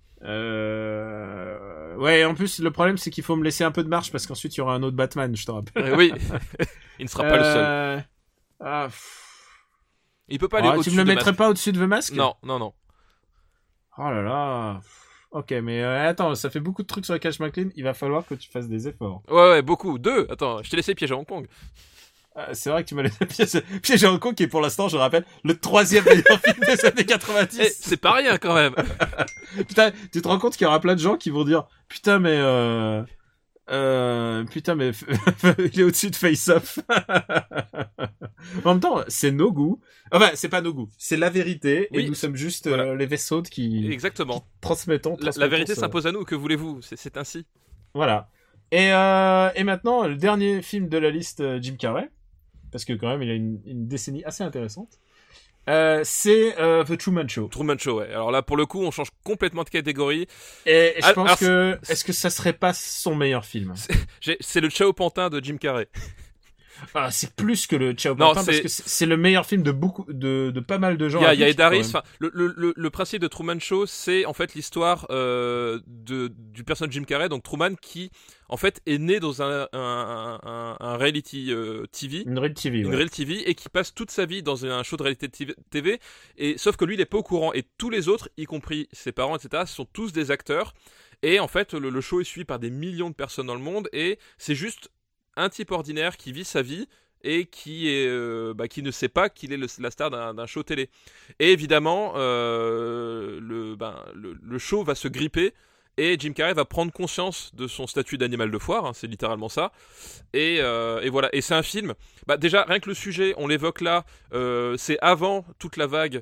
Euh... Ouais, en plus le problème c'est qu'il faut me laisser un peu de marge parce qu'ensuite il y aura un autre Batman, je te rappelle. Euh, oui, il ne sera pas euh... le seul. Ah, il peut pas aller ah, au-dessus tu me le de mettrais Mask. pas au-dessus de The Mask? Non, non, non. Oh là là. Ok, mais euh, attends, ça fait beaucoup de trucs sur la Cash McClean, il va falloir que tu fasses des efforts. Ouais, ouais, beaucoup. Deux. Attends, je t'ai laissé piéger à Hong Kong. Ah, c'est vrai que tu m'as laissé piéger, piéger à Hong Kong, qui est pour l'instant, je rappelle, le troisième meilleur film des années quatre-vingt-dix. Eh, c'est pas rien quand même. Putain, tu te rends compte qu'il y aura plein de gens qui vont dire, putain, mais euh, euh, putain, mais il est au-dessus de Face Off. En même temps, c'est nos goûts. Enfin, c'est pas nos goûts, c'est la vérité, oui, et nous sommes juste voilà. euh, les vaisseaux qui, exactement. Qui transmettons, transmettons. La, la vérité ça. s'impose à nous. Que voulez-vous? C'est, c'est ainsi. Voilà. Et euh, et maintenant, le dernier film de la liste, Jim Carrey. Parce que quand même, il a une, une décennie assez intéressante. Euh, c'est euh, The Truman Show. Truman Show, ouais. Alors là, pour le coup, on change complètement de catégorie. Et je alors, pense alors, que... c'est... Est-ce que ça serait pas son meilleur film? C'est, j'ai, c'est le Chao Pantin de Jim Carrey. Ah, c'est plus que le Chao Pantin, parce que c'est, c'est le meilleur film de beaucoup, de, de pas mal de gens. Il y a, il y a Ed Harris. Enfin, le, le, le, le principe de Truman Show, c'est en fait l'histoire euh, de du personnage Jim Carrey, donc Truman, qui en fait est né dans un un un, un reality euh, T V, une reality T V, une ouais. reality T V, et qui passe toute sa vie dans un show de réalité T V. Et sauf que lui, il est pas au courant, et tous les autres, y compris ses parents, et cetera, sont tous des acteurs. Et en fait, le, le show est suivi par des millions de personnes dans le monde, et c'est juste un type ordinaire qui vit sa vie. et qui est euh, bah, qui ne sait pas qu'il est le, la star d'un, d'un show télé. Et évidemment, euh, le, ben, le, le show va se gripper et Jim Carrey va prendre conscience de son statut d'animal de foire, hein, c'est littéralement ça. Et, euh, et voilà. Et c'est un film. Bah, déjà, rien que le sujet, on l'évoque là, euh, c'est avant toute la vague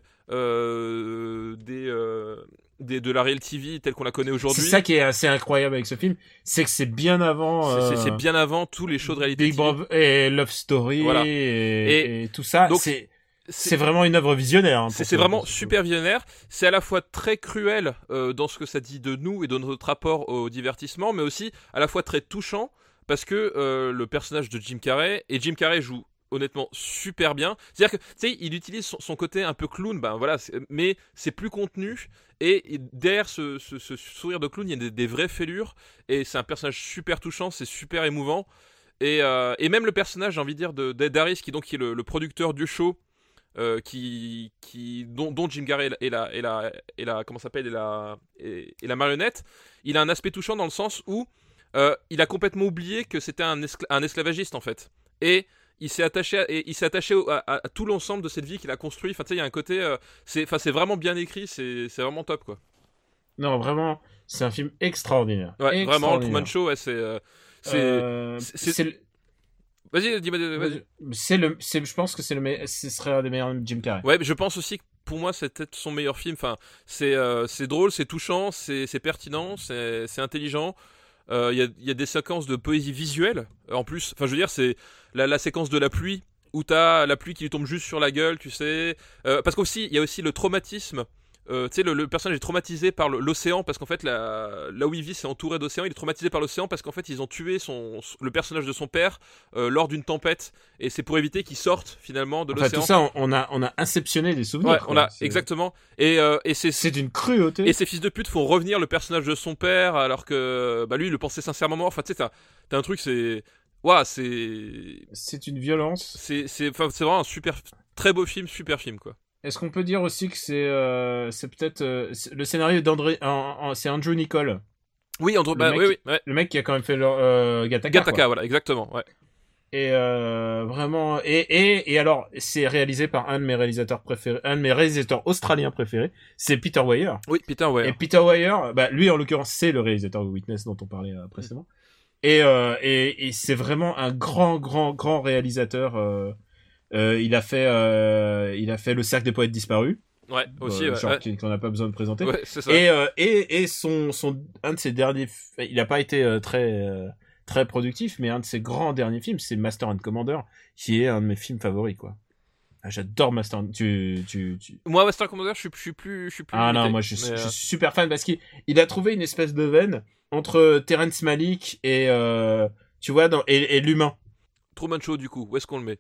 euh, des, euh, des de la Real T V telle qu'on la connaît aujourd'hui. C'est ça qui est assez incroyable avec ce film, c'est que c'est bien avant. C'est, euh, c'est, c'est bien avant tous les shows de Reality Big T V. Brother et Love Story Voilà. et, Et et tout ça. donc, c'est C'est, c'est vraiment une œuvre visionnaire. Hein, c'est, pour c'est ça, vraiment pour ce super visionnaire. C'est à la fois très cruel euh, dans ce que ça dit de nous et de notre rapport au divertissement, mais aussi à la fois très touchant parce que euh, le personnage de Jim Carrey, et Jim Carrey joue honnêtement super bien. C'est-à-dire que tu sais, il utilise son, son côté un peu clown, ben voilà, c'est, mais c'est plus contenu. Et, et derrière ce, ce, ce sourire de clown, il y a des, des vraies fêlures. Et c'est un personnage super touchant, c'est super émouvant. Et, euh, et même le personnage, j'ai envie de dire, de, d'Ed Harris, qui, donc, qui est le, le producteur du show. Euh, qui, qui, dont, dont Jim Carrey est la, est la, est la, comment ça s'appelle, est la, est, est la marionnette. Il a un aspect touchant dans le sens où euh, il a complètement oublié que c'était un, escla- un esclavagiste en fait, et il s'est attaché, à, et il s'est attaché au, à, à tout l'ensemble de cette vie qu'il a construit. Enfin, tu sais, il y a un côté, euh, c'est, enfin, c'est vraiment bien écrit, c'est, c'est vraiment top quoi. Non, vraiment, c'est un film extraordinaire. Ouais, vraiment, le extraordinaire. Truman Show, ouais, c'est, euh, c'est, Euh, c'est, c'est, c'est le- vas-y, dis-moi, vas-y. C'est le, c'est, je pense que c'est le, me... ce serait un des meilleurs Jim Carrey. Ouais, mais je pense aussi que pour moi, c'est peut-être son meilleur film. Enfin, c'est, euh, c'est drôle, c'est touchant, c'est, c'est pertinent, c'est, c'est intelligent. Il euh, y, a, y a des séquences de poésie visuelle en plus. Enfin, je veux dire, c'est la, la séquence de la pluie où t'as la pluie qui lui tombe juste sur la gueule, tu sais. Euh, parce qu'aussi, il y a aussi le traumatisme. Euh, tu sais, le, le personnage est traumatisé par le, l'océan parce qu'en fait, la, là où il vit, c'est entouré d'océan. Il est traumatisé par l'océan parce qu'en fait, ils ont tué son, le personnage de son père euh, lors d'une tempête. Et c'est pour éviter qu'il sorte finalement de Enfin, l'océan. tout ça, on a, on a inceptionné des souvenirs. Ouais, quoi. on a c'est... exactement. Et, euh, et c'est, c'est d'une cruauté. Et ces fils de pute font revenir le personnage de son père alors que bah lui, il le pensait sincèrement mort. Enfin, tu sais, t'as, t'as un truc, c'est, waouh, c'est, c'est une violence. C'est, c'est, enfin, c'est vraiment un super, très beau film, super film quoi. Est-ce qu'on peut dire aussi que c'est, euh, c'est peut-être euh, c'est, le scénario d'André, en, en, c'est Andrew Niccol. Oui, Andrew, bah, mec, oui, oui, ouais. Le mec qui a quand même fait le, euh, Gattaca. Gattaca, quoi. voilà, exactement, ouais. Et euh, vraiment, et, et et alors, c'est réalisé par un de mes réalisateurs préférés, un de mes réalisateurs australiens préférés, c'est Peter Weir. Oui, Peter Weir. Et Peter Weir, bah lui en l'occurrence, c'est le réalisateur de Witness dont on parlait euh, précédemment. Mm. Et, euh, et et c'est vraiment un grand, grand, grand réalisateur. Euh, euh, il a fait, euh, il a fait Le Cercle des Poètes Disparus. Ouais, aussi, euh, ouais, genre ouais. qu'on n'a pas besoin de présenter. Ouais, c'est ça. Et euh, et et son son un de ses derniers, il a pas été euh, très euh, très productif, mais un de ses grands derniers films, c'est Master and Commander, qui est un de mes films favoris, quoi. Ah, j'adore Master and... tu, tu, tu... Moi, Master and Commander, je suis, je suis plus, je suis plus. Ah limité, non, moi, je, mais, je euh... suis super fan parce qu'il il a trouvé une espèce de veine entre Terrence Malick et, euh, tu vois, dans, et, et l'humain. Truman Show, du coup, où est-ce qu'on le met?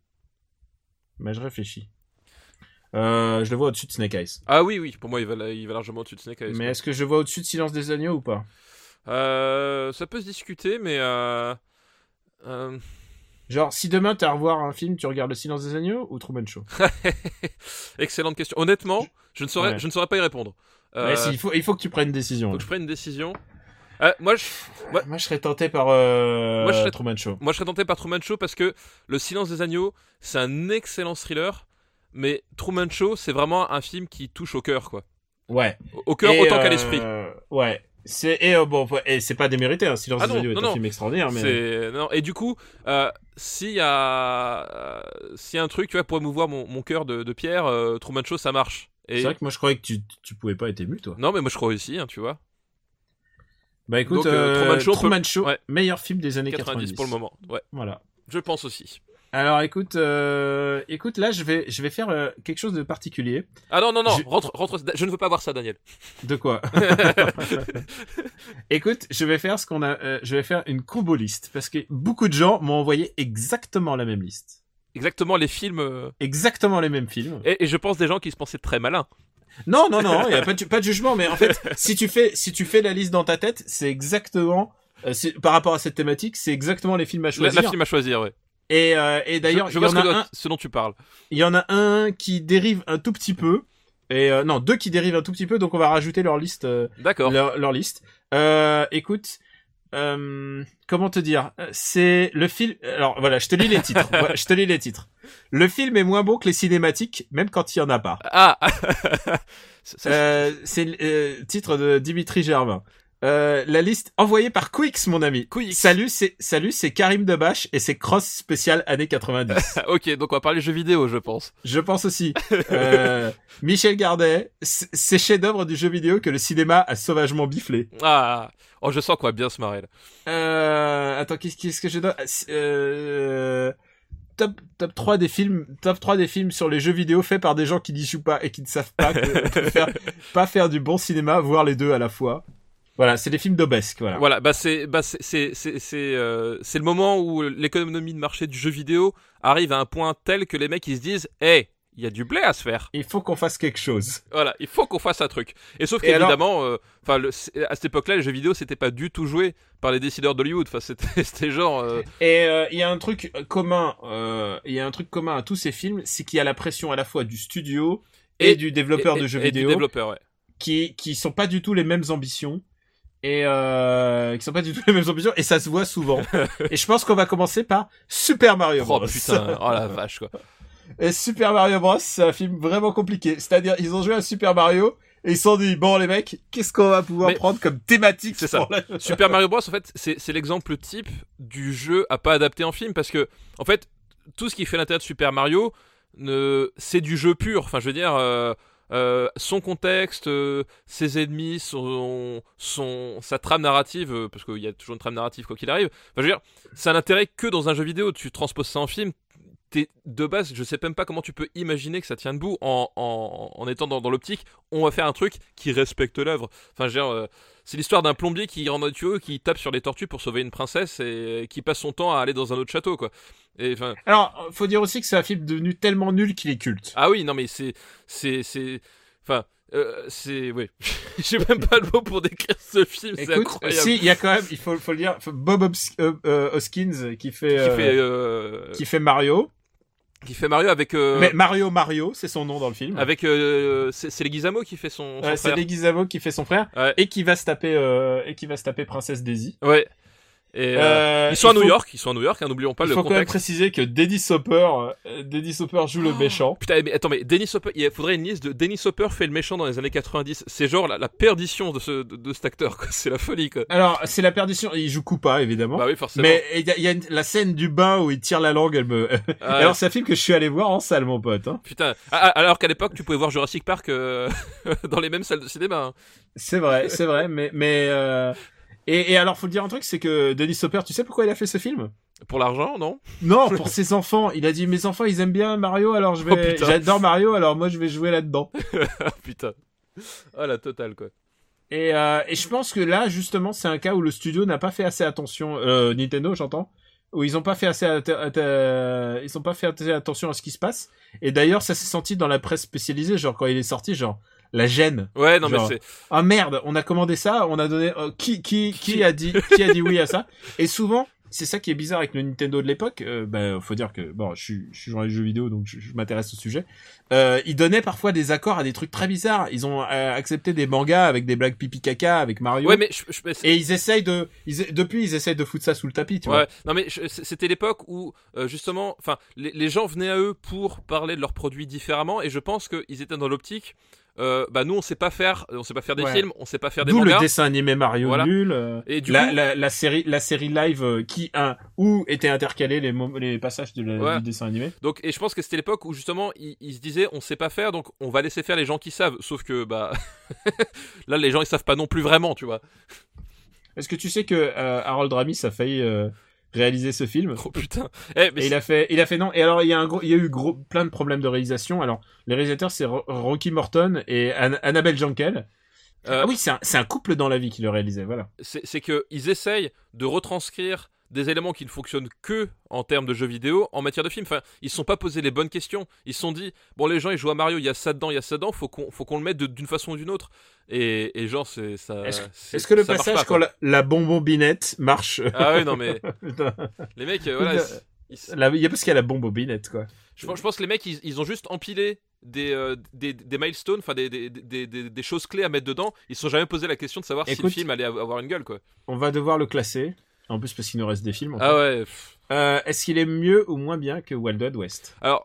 Bah, je réfléchis. Euh, je le vois au-dessus de Snake Eyes. Ah oui, oui, pour moi, il va, il va largement au-dessus de Snake Eyes. Mais quoi. est-ce que je le vois au-dessus de Silence des Agneaux ou pas? Euh, ça peut se discuter, mais euh... Euh... Genre, si demain t'as à revoir un film, tu regardes Le Silence des Agneaux ou Truman Show? Excellente question. Honnêtement, je ne saurais, Ouais. je ne saurais pas y répondre. Euh... Ouais, si, il faut, il faut que tu prennes une décision. Faut que je prenne une décision. Euh, moi, je... moi... moi, je serais tenté par euh... moi, je serais... Truman Show. Moi, je serais tenté par Truman Show parce que Le Silence des Agneaux, c'est un excellent thriller, mais Truman Show, c'est vraiment un film qui touche au cœur, quoi. Ouais. Au cœur Et autant euh... qu'à l'esprit. Ouais. C'est et euh, bon, et c'est pas démérité. Hein. Silence Ah des non, Agneaux est non, un non. film extraordinaire, mais C'est... Non, et du coup, euh, s'il y a, euh, s'il y a un truc, tu vois, pour émouvoir mon, mon cœur de, de pierre, euh, Truman Show, ça marche. Et... c'est vrai que moi, je croyais que tu, tu pouvais pas être ému, toi. Non, mais moi, je crois aussi, hein, tu vois. Bah écoute, Donc, euh, euh, Truman Show, Truman peut... Show ouais. meilleur film des années quatre-vingt-dix quatre-vingt-dix pour le moment. Ouais. Voilà. Je pense aussi. Alors écoute, euh, écoute, là, je vais, je vais faire euh, quelque chose de particulier. Ah non non non, je... rentre rentre. Je ne veux pas voir ça, Daniel. De quoi? Écoute, je vais faire ce qu'on a, euh, je vais faire une combo liste parce que beaucoup de gens m'ont envoyé exactement la même liste. Exactement les films. Euh... Exactement les mêmes films. Et, et je pense des gens qui se pensaient très malins. Non non non, il y a pas de, pas de jugement, mais en fait, si tu fais, si tu fais la liste dans ta tête, c'est exactement, euh, c'est, par rapport à cette thématique, c'est exactement les films à choisir. La, la film à choisir, ouais. Et, euh, et d'ailleurs, je, je il y vois en ce, a que un, ce dont tu parles. Il y en a un qui dérive un tout petit peu. Et euh, non, deux qui dérivent un tout petit peu, donc on va rajouter leur liste. Euh, D'accord. Leur, leur liste. Euh, écoute, euh, comment te dire, c'est le film. Alors voilà, je te lis les titres. Voilà, je te lis les titres. Le film est moins bon que les cinématiques, même quand il y en a pas. Ah. euh, c'est le euh, titre de Dimitri Gervin. Euh, la liste envoyée par Quix, mon ami. Quix. Salut, c'est salut, c'est Karim Debache et c'est Cross spécial années quatre-vingt-dix. Ok, donc on va parler jeux vidéo, je pense. Je pense aussi. Euh, Michel Gardet, c'est chef-d'œuvre du jeu vidéo que le cinéma a sauvagement biflé. Ah, oh, je sens qu'on va bien se marrer là. Euh, attends, qu'est-ce, qu'est-ce que je donne euh, top top trois des films, top trois des films sur les jeux vidéo faits par des gens qui n'y jouent pas et qui ne savent pas que, faire, pas faire du bon cinéma, voir les deux à la fois. Voilà, c'est des films d'obesque, voilà. Voilà, bah c'est bah c'est c'est c'est c'est, euh, c'est le moment où l'économie de marché du jeu vidéo arrive à un point tel que les mecs ils se disent "Hey, il y a du blé à se faire. Il faut qu'on fasse quelque chose." Voilà, il faut qu'on fasse un truc. Et sauf Et qu'évidemment euh, enfin le, à cette époque-là, les jeux vidéo c'était pas du tout joué par les décideurs d'Hollywood. Enfin c'était c'était genre euh... Et il euh, y a un truc commun, il euh, y a un truc commun à tous ces films, c'est qu'il y a la pression à la fois du studio et, et du développeur et, de jeux et vidéo du développeur, ouais. qui qui sont pas du tout les mêmes ambitions. Et euh, qui sont pas du tout les mêmes ambitions et ça se voit souvent. Et je pense qu'on va commencer par Super Mario Bros. Oh putain, oh la vache quoi. Et Super Mario Bros, c'est un film vraiment compliqué. C'est-à-dire, ils ont joué à Super Mario et ils se sont dit bon les mecs, qu'est-ce qu'on va pouvoir Mais prendre comme thématique? C'est ça. La... Super Mario Bros, en fait, c'est c'est l'exemple type du jeu à pas adapter en film parce que en fait, tout ce qui fait l'intérêt de Super Mario, ne, c'est du jeu pur. Enfin, je veux dire. Euh... Euh, son contexte, euh, ses ennemis, son, son, sa trame narrative, euh, parce qu'il y a toujours une trame narrative quoi qu'il arrive. Enfin, je veux dire, ça n'a intérêt que dans un jeu vidéo. Tu transposes ça en film, t'es de base, je sais même pas comment tu peux imaginer que ça tient debout en, en, en étant dans, dans l'optique. On va faire un truc qui respecte l'œuvre. Enfin, je veux dire, euh, c'est l'histoire d'un plombier qui rentre dans le tuyau, qui tape sur les tortues pour sauver une princesse et qui passe son temps à aller dans un autre château, quoi. Et, enfin... Alors, faut dire aussi que c'est un film devenu tellement nul qu'il est culte. Ah oui, non mais c'est, c'est, c'est, enfin, euh, c'est, oui, j'ai même pas le mot pour décrire ce film. Écoute, c'est incroyable. Si, il y a quand même, il faut, faut le dire, Bob Obs- euh, euh, Hoskins qui fait, qui euh, fait, euh... qui fait Mario. Qui fait Mario avec. Euh... Mais Mario Mario, c'est son nom dans le film. Avec, euh, c'est, c'est Leguizamo qui fait son, son ouais, frère. C'est Leguizamo qui fait son frère ouais. et qui va se taper, euh, et qui va se taper Princesse Daisy. Ouais. Et euh, euh, ils sont à New faut... York, ils sont à New York, hein, n'oublions pas il le contexte. Il faut quand même préciser que Dennis Hopper, euh, Dennis Hopper joue oh, le méchant. Putain, mais attends, mais Dennis Hopper, il faudrait une liste de Dennis Hopper fait le méchant dans les années quatre-vingt-dix. C'est genre la, la perdition de ce de, de cet acteur, quoi. C'est la folie, quoi. Alors, c'est la perdition. Il joue Koopa, évidemment. Bah oui, forcément. Mais il y a, y a une, la scène du bain où il tire la langue, elle me. Ah, alors, ouais. C'est un film que je suis allé voir en salle, mon pote. Hein. Putain. Alors qu'à l'époque, tu pouvais voir Jurassic Park euh, dans les mêmes salles de cinéma. Hein. C'est vrai, c'est vrai, mais mais. Euh... Et, et alors, faut le dire un truc, c'est que Dennis Hopper, tu sais pourquoi il a fait ce film? Pour l'argent, non? Non, pour ses enfants. Il a dit, mes enfants, ils aiment bien Mario, alors je vais, oh, j'adore Mario, alors moi, je vais jouer là-dedans. Putain. Oh, la totale, quoi. Et, euh, et je pense que là, justement, c'est un cas où le studio n'a pas fait assez attention, euh, Nintendo, j'entends, où ils ont pas fait assez, att- att- ils ont pas fait assez attention à ce qui se passe. Et d'ailleurs, ça s'est senti dans la presse spécialisée, genre quand il est sorti, genre. La gêne. Ouais, non genre, mais c'est. Ah merde, on a commandé ça, on a donné. Euh, qui qui qui a dit qui a dit oui à ça? Et souvent, c'est ça qui est bizarre avec le Nintendo de l'époque. Euh, ben, faut dire que bon, je suis je suis dans les jeux vidéo, donc je, je m'intéresse au sujet. Euh, ils donnaient parfois des accords à des trucs très bizarres. Ils ont euh, accepté des mangas avec des blagues pipi caca avec Mario. Ouais, mais je, je, mais et ils essayent de, ils, depuis ils essayent de foutre ça sous le tapis, tu ouais. vois. Non mais je, c'était l'époque où euh, justement, enfin, les, les gens venaient à eux pour parler de leurs produits différemment, et je pense qu'ils étaient dans l'optique. Euh, bah nous on sait pas faire, on sait pas faire des ouais. films, on sait pas faire des D'où mangas. Le dessin animé Mario voilà. Nul. Euh, et du la, coup, la, la série, la série live euh, qui un où étaient intercalés les les passages de la, ouais. du dessin animé. Donc et je pense que c'était l'époque où justement ils, ils se disaient on sait pas faire, donc on va laisser faire les gens qui savent. Sauf que bah là les gens ils savent pas non plus vraiment, tu vois. Est-ce que tu sais que euh, Harold Ramis a failli euh, réaliser ce film? Oh putain. Eh, mais et il a fait, il a fait non. Et alors il y a un gros, il y a eu gros, plein de problèmes de réalisation. Alors les réalisateurs c'est Ro- Rocky Morton et An- Annabelle Jankel. Euh, ah oui, c'est un, c'est un couple dans la vie qui le réalisait, voilà. C'est, c'est que ils essayent de retranscrire des éléments qui ne fonctionnent que en termes de jeux vidéo en matière de film. Enfin, ils se sont pas posé les bonnes questions. Ils se sont dit bon, les gens ils jouent à Mario, il y a ça dedans, il y a ça dedans, faut qu'on, faut qu'on le mette de, d'une façon ou d'une autre. Et, et genre c'est ça. Est-ce, c'est, est-ce que le ça passage pas, quand la, la bonbonnette marche? Ah oui non mais les mecs euh, voilà. Ils... Là, il y a parce qu'il y a la bombe aux binettes, quoi. Je, je pense que les mecs, ils, ils ont juste empilé des, euh, des, des milestones, enfin des, des, des, des, des choses clés à mettre dedans. Ils se sont jamais posé la question de savoir Écoute, si le film allait avoir une gueule, quoi. On va devoir le classer. En plus, parce qu'il nous reste des films. Ah ouais. Euh, est-ce qu'il est mieux ou moins bien que Wild Wild West? Alors,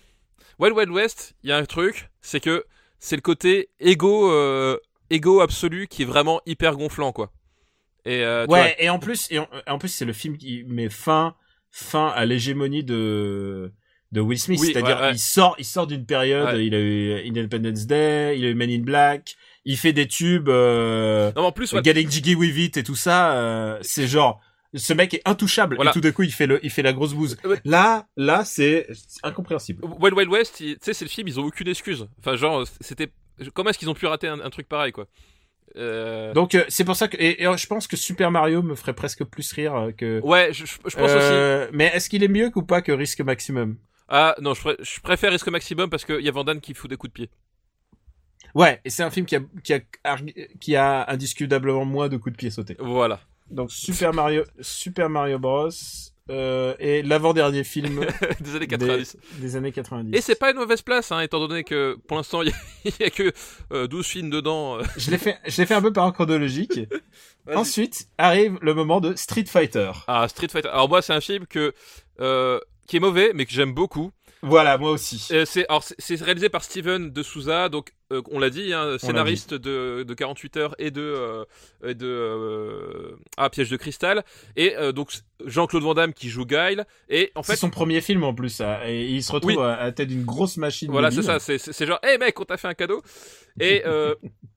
Wild Wild West, il y a un truc, c'est que c'est le côté égo, euh, égo absolu qui est vraiment hyper gonflant, quoi. Et euh, tu ouais, vois, et en plus, et en, en plus, c'est le film qui met fin, fin à l'hégémonie de de Will Smith. Oui, C'est-à-dire, ouais, ouais. il sort, il sort d'une période. Ouais. Il a eu Independence Day, il a eu Men in Black. Il fait des tubes, euh, non, en plus, ouais, Getting Jiggy With It et tout ça. Euh, c'est genre, ce mec est intouchable. Voilà. Et tout d'un coup, il fait le, il fait la grosse bouse. Ouais. Là, là, c'est c'est incompréhensible. Wild Wild West, il- tu sais, c'est le film, ils ont aucune excuse. Enfin, genre, c'était, comment est-ce qu'ils ont pu rater un, un truc pareil, quoi. Euh... Donc euh, c'est pour ça que et, et je pense que Super Mario me ferait presque plus rire euh, que. Ouais, je, je pense euh, aussi. Mais est-ce qu'il est mieux ou pas que Risque Maximum? Ah non, je, pré- je préfère Risque Maximum parce qu'il y a Van Damme qui fout des coups de pied. Ouais, et c'est un film qui a qui a qui a indiscutablement moins de coups de pied sautés. Voilà. Donc Super Mario Super Mario Bros euh, est l'avant-dernier film Des années quatre-vingt-dix. des, des années quatre-vingt-dix. Et c'est pas une mauvaise place, hein, étant donné que pour l'instant il y, y a que euh, douze films dedans. euh. Je l'ai fait je l'ai fait un peu par ordre chronologique. Vas-y. Ensuite arrive le moment de Street Fighter. Ah, Street Fighter. Alors moi, c'est un film que euh, qui est mauvais, mais que j'aime beaucoup. Voilà, moi aussi. Euh, c'est alors c'est, c'est réalisé par Steven de Souza, donc euh, on l'a dit, hein, scénariste de, de quarante-huit heures et de euh, et de euh, ah Piège de cristal, et euh, donc Jean-Claude Van Damme qui joue Guile, et en fait C'est son premier film en plus, ça. Et il se retrouve Oui. à, à la tête d'une grosse machine. voilà, mobile. c'est ça, c'est, c'est, c'est genre hey mec, on t'a fait un cadeau, et euh,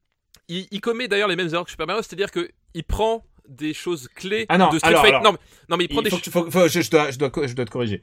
il, il commet d'ailleurs les mêmes erreurs que Super Mario, c'est-à-dire que il prend des choses clés Ah non, de Street alors, Fighter. alors. Non, mais, non mais il prend Il des faut choses. que tu- faut- faut- je, je dois, je dois, co- je dois te corriger.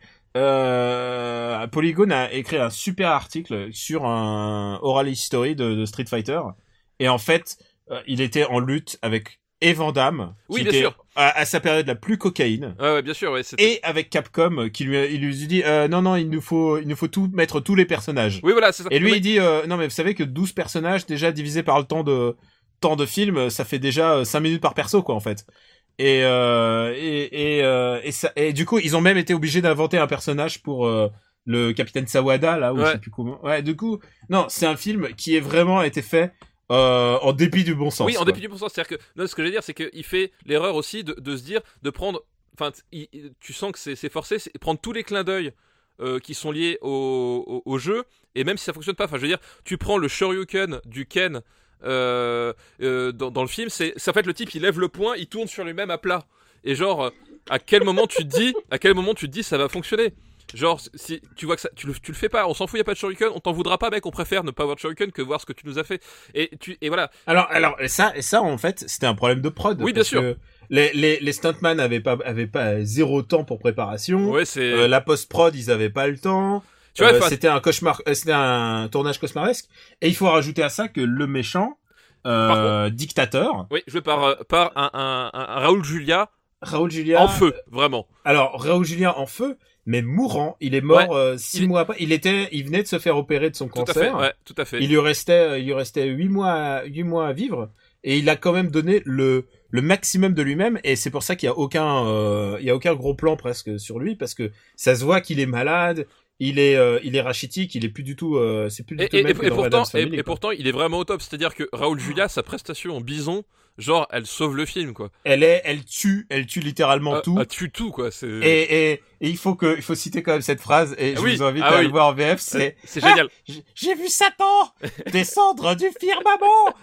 Euh, Polygon a écrit un super article sur un oral history de, de Street Fighter. Et en fait, euh, il était en lutte avec et Van Damme, qui Oui, bien était sûr. À, à sa période la plus cocaïne, Ouais, ouais, bien sûr, ouais. c'était- et avec Capcom, qui lui, a- il lui dit, euh, non, non, il nous faut, il nous faut tout mettre tous les personnages. Oui, voilà, c'est ça. Et lui, Mais- il dit, euh, non, mais vous savez que douze personnages, déjà divisé par le temps de, temps de film, ça fait déjà cinq minutes par perso, quoi, en fait. Et, euh, et, et, euh, et, ça, et du coup, ils ont même été obligés d'inventer un personnage pour, euh, le capitaine Sawada, là, ou Ouais. je sais plus comment. Ouais, du coup, non, c'est un film qui est vraiment été fait, euh, en dépit du bon sens. Oui, en quoi. dépit du bon sens. C'est-à-dire que, non, ce que je veux dire, c'est qu'il fait l'erreur aussi de, de se dire, de prendre, enfin, il- il- tu sens que c'est, c'est forcé, c'est prendre tous les clins d'œil euh, qui sont liés au, au, au jeu, et même si ça fonctionne pas, enfin, je veux dire, tu prends le Shoryuken du Ken euh, euh, dans, dans le film, c'est, c'est en fait le type, il lève le poing, il tourne sur lui-même à plat, et genre, euh, à quel moment tu te dis, à quel moment tu te dis, ça va fonctionner? Genre, si tu vois que ça, tu le, tu le fais pas, on s'en fout, y a pas de Shoryuken, on t'en voudra pas, mec, on préfère ne pas avoir de Shoryuken que voir ce que tu nous as fait. Et tu, et voilà. Alors, alors, et ça, et ça, en fait, c'était un problème de prod. Oui, bien parce sûr. que Les, les, les stuntman avaient pas, avaient pas zéro temps pour préparation. Ouais, c'est. Euh, la post-prod, ils avaient pas le temps. Tu vois, Euh, enfin- c'était un cauchemar, euh, c'était un tournage cauchemaresque. Et il faut rajouter à ça que le méchant, euh, dictateur, Oui, joué par, euh, par un, un, un, un Raoul Julia Raoul Julia. en feu, vraiment. Alors, Raoul Julia en feu, mais mourant. Il est mort, euh, six il est- mois après. Il était, il venait de se faire opérer de son Tout à cancer. fait, ouais, tout à fait. Il lui restait, il lui restait huit mois, à- huit mois à vivre. Et il a quand même donné le, le maximum de lui-même. Et c'est pour ça qu'il y a aucun, euh, il y a aucun gros plan presque sur lui, parce que ça se voit qu'il est malade. Il est, euh, il est rachitique. Il est plus du tout, euh, c'est plus du Et, tout et, le même et- que et dans pourtant, Addams Family, et, et quoi. pourtant, il est vraiment au top. C'est-à-dire que Raoul Julia, sa prestation en bison, genre, elle sauve le film, quoi. Elle est, elle tue, elle tue littéralement Ah, tout. ah, tue tout, quoi. C'est, Et, et, et il faut que, il faut citer quand même cette phrase. Et Ah je oui, vous invite ah à oui. le voir en V F. C'est, c'est génial. J- J'ai vu Satan descendre du firmament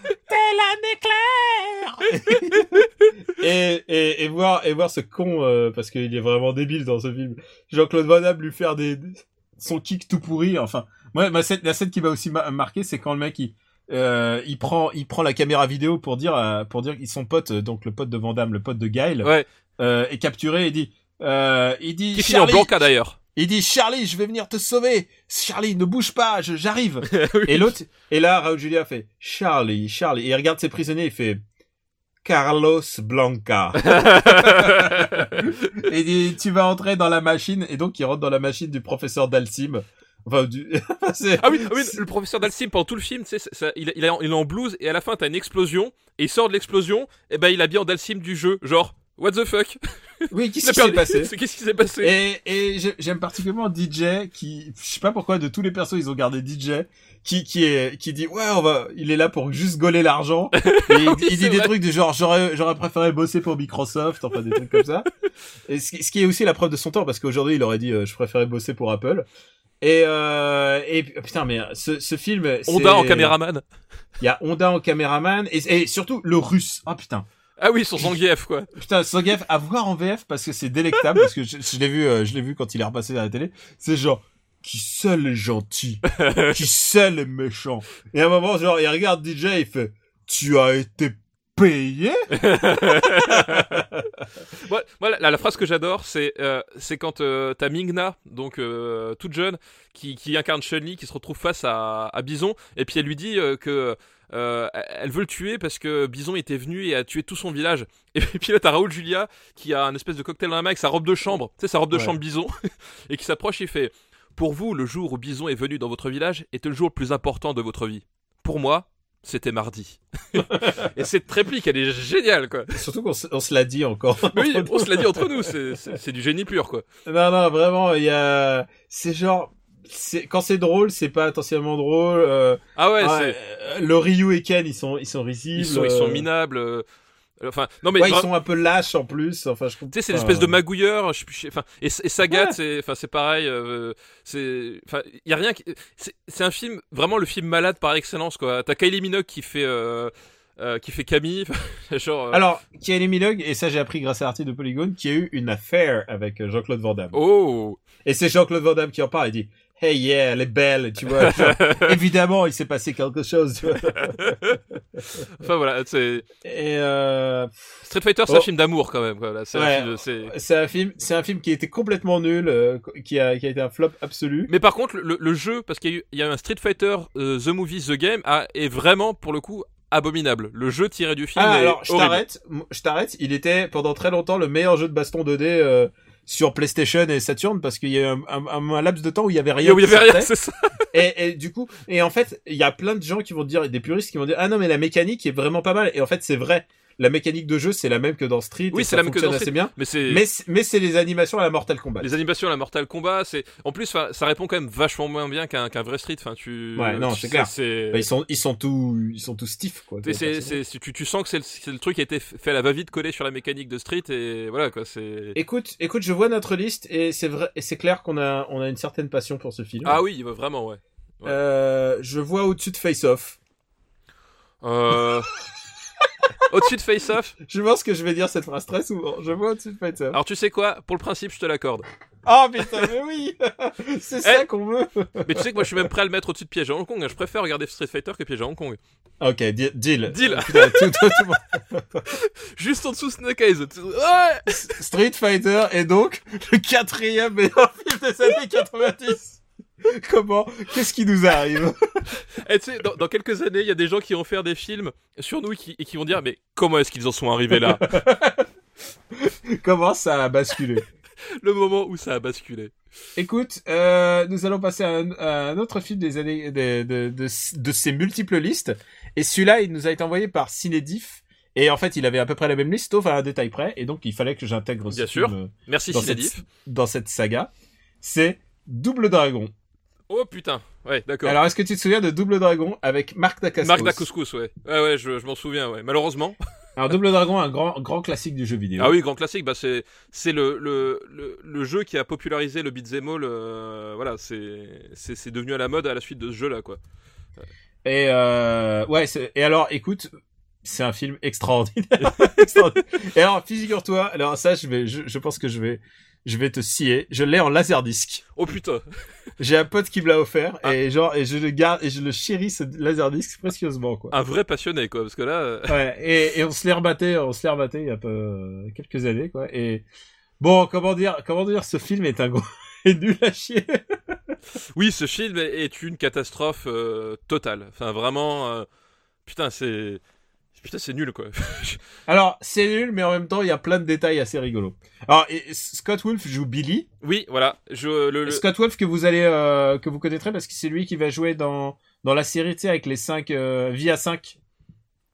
tel un éclair. et, et, et voir et voir ce con euh, parce qu'il est vraiment débile dans ce film. Jean-Claude Van Damme lui faire des son kick tout pourri. Enfin, moi ma scène, la scène qui m'a aussi ma- marqué, c'est quand le mec il euh, il prend il prend la caméra vidéo pour dire euh, pour dire qu'ils sont potes, donc le pote de Van Damme, le pote de Guile, Ouais. euh, est capturé et dit euh, il dit Qui finit en Charlie, Blanca, d'ailleurs. il dit Charlie, je vais venir te sauver. Charlie, ne bouge pas, je, j'arrive. Oui. Et l'autre, et là, Raoul Julia fait Charlie, Charlie. Et il regarde ses prisonniers, il fait Carlos Blanca. Et il dit, tu vas entrer dans la machine. Et donc, il rentre dans la machine du professeur Dalsim. Enfin, du, c'est, Ah oui, ah oui, le professeur Dalsim, pendant tout le film, tu sais, ça- ça- il, il, est en, il est en blouse, et à la fin, t'as une explosion, et il sort de l'explosion, et ben, il a bien en Dalsim du jeu. Genre, what the fuck? Oui, qu'est-ce Il a qui s'est perdu. passé? C'est qu'est-ce qui s'est passé? Et, et j'ai- j'aime particulièrement D J qui, je sais pas pourquoi de tous les persos ils ont gardé D J qui qui est qui dit ouais on va, il est là pour juste gauler l'argent. Et il, Oui, il c'est dit des vrai. trucs du genre j'aurais j'aurais préféré bosser pour Microsoft, enfin des trucs comme ça. Et ce, qui- ce qui est aussi la preuve de son temps parce qu'aujourd'hui il aurait dit euh, je préférais bosser pour Apple. Et euh, et putain mais ce ce film c'est... Honda en caméraman. Il y a Honda en caméraman et, et surtout le russe. Ah putain. Ah oui, son Zangief, quoi. Putain, Zangief à voir en V F parce que c'est délectable parce que je, je l'ai vu, euh, je l'ai vu quand il est repassé à la télé. C'est genre qui seul est gentil, qui seul est méchant. Et à un moment, genre, il regarde D J, il fait tu as été payé. Moi, moi, la, la phrase que j'adore, c'est euh, c'est quand euh, t'as Ming-Na, donc euh, toute jeune, qui, qui incarne Chun-Li, qui se retrouve face à, à Bison, et puis elle lui dit euh, que euh, elle veut le tuer parce que Bison était venu et a tué tout son village. Et puis là, t'as Raoul Julia qui a un espèce de cocktail dans la main avec sa robe de chambre, tu sais, sa robe de Ouais. chambre Bison, et qui s'approche et fait pour vous, le jour où Bison est venu dans votre village était le jour le plus important de votre vie. Pour moi, c'était mardi. Et cette réplique, elle est géniale, quoi. Surtout qu'on se, on se l'a dit encore. Mais oui, on se l'a dit entre nous, c'est, c'est, c'est du génie pur, quoi. Non, non, vraiment, il y a, c'est genre, c'est quand c'est drôle, c'est pas potentiellement drôle. Euh, Ah ouais, ah, c'est... euh, le Ryu et Ken, ils sont, ils sont risibles. Ils sont, ils sont euh, minables. euh, Enfin, non mais Ouais, ils vra- sont un peu lâches en plus. Enfin, je comprends. tu sais, c'est enfin, l'espèce de magouilleur. Je, je, enfin, et, et Sagat, Ouais. c'est, enfin, c'est pareil. Euh, c'est, enfin, y a rien. Qui, c'est, c'est un film vraiment le film malade par excellence, quoi. T'as Kylie Minogue qui fait, euh, euh, qui fait Camille, genre. euh, Alors, Kylie Minogue, et ça j'ai appris grâce à l'article de Polygone, qui a eu une affaire avec euh, Jean-Claude Van Damme. Oh. Et c'est Jean-Claude Van Damme qui en parle, il dit « Hey yeah, elle est belle », tu vois. Genre, évidemment, il s'est passé quelque chose, tu vois. Enfin voilà, c'est Et euh, Street Fighter, c'est Oh. un film d'amour quand même. Quoi. Là, c'est un Ouais. film de- c'est... c'est un film, c'est un film qui était complètement nul, euh, qui a, qui a été un flop absolu. Mais par contre, le, le jeu, parce qu'il y a eu, il y a eu un Street Fighter euh, The Movie The Game, a, est vraiment pour le coup abominable. Le jeu tiré du film Ah, est alors, je horrible. t'arrête, je t'arrête, il était pendant très longtemps le meilleur jeu de baston deux D euh, sur PlayStation et Saturn parce qu'il y a eu un, un, un, un laps de temps où il y avait rien. Il y qui avait rien, sortait. c'est ça. Et, et du coup, et en fait, il y a plein de gens qui vont dire, des puristes qui vont dire, ah non, mais la mécanique est vraiment pas mal. Et en fait, c'est vrai. La mécanique de jeu, c'est la même que dans Street. Oui, et c'est ça la même que fonctionne dans assez Street. bien. Mais c'est Mais, c'est- mais c'est les animations à la Mortal Kombat. les animations à la Mortal Kombat, c'est en plus, 'fin, ça répond quand même vachement moins bien qu'un, qu'un vrai Street. Enfin, tu. Ouais, non, tu- c'est clair. C'est... Bah, ils sont, ils sont tout, ils sont tous stiff, quoi. C'est, c'est, c'est, c'est- tu, tu sens que c'est le, c'est le truc qui a été fait à la va-vite, collé sur la mécanique de Street, et voilà quoi. C'est. Écoute, écoute, je vois notre liste et c'est vrai, et c'est clair qu'on a, on a une certaine passion pour ce film. Ah oui, vraiment, ouais. ouais. Euh, je vois au-dessus de Face Off. Euh... Au-dessus de Face Off. Je pense que je vais dire cette phrase très souvent. Je vois au-dessus de Face Off. Alors tu sais quoi, pour le principe, je te l'accorde. Oh putain, mais oui! C'est ça Eh. qu'on veut! Mais tu sais que moi, je suis même prêt à le mettre au-dessus de Piège à Hong Kong. hein. Je préfère regarder Street Fighter que Piège à Hong Kong. Ok, di- deal. Deal. Putain, tout, tout, tout- Juste en dessous Snake Eyes. Ouais. Street Fighter est donc le quatrième meilleur film des années quatre-vingt-dix. Comment? Qu'est-ce qui nous arrive? Et tu sais, dans, dans quelques années, il y a des gens qui vont faire des films sur nous et qui, et qui vont dire, mais comment est-ce qu'ils en sont arrivés là? Comment ça a basculé? Le moment où ça a basculé. Écoute, euh, nous allons passer à un, à un autre film des années, de, de, de, de ces multiples listes. Et celui-là, il nous a été envoyé par Cinédif. Et en fait, il avait à peu près la même liste, sauf à un détail près. Et donc, il fallait que j'intègre ce Bien film sûr. euh, Merci dans, cette, Cinedif. dans cette saga. C'est Double Dragon. Oh putain. Ouais, d'accord. Alors, est-ce que tu te souviens de Double Dragon avec Marc Dacascos? Marc Dacascos, ouais. Ouais, ouais, je, je m'en souviens, ouais. Malheureusement. Alors, Double Dragon, un grand, grand classique du jeu vidéo. Ah oui, grand classique, bah c'est c'est le, le le le jeu qui a popularisé le beat'em all. Euh, voilà, c'est c'est c'est devenu à la mode à la suite de ce jeu-là, quoi. Et euh, ouais, c'est- et alors, écoute, c'est un film extraordinaire. Extraordinaire. Et alors, figure-toi, alors ça, je vais, je, je pense que je vais, je vais te scier. Je l'ai en laserdisc. Oh putain. J'ai un pote qui me l'a offert Ah. et genre, et je le garde et je le chéris ce laserdisc précieusement, quoi. Un vrai passionné, quoi, parce que là. euh, Ouais. Et, et on se l'est rebatté, on se l'est rebatté il y a peu, euh, quelques années, quoi. Et bon, comment dire, comment dire, ce film est un gros, est nul à chier. Oui, ce film est est une catastrophe euh, totale. Enfin, vraiment. euh, Putain, c'est. Putain, c'est nul, quoi. Alors, c'est nul, mais en même temps, il y a plein de détails assez rigolos. Alors, et, et Scott Wolf joue Billy. Oui, voilà. Je le. le- Scott Wolf que vous allez, euh, que vous connaîtrez parce que c'est lui qui va jouer dans, dans la série, tu sais, avec les cinq, euh, Via cinq.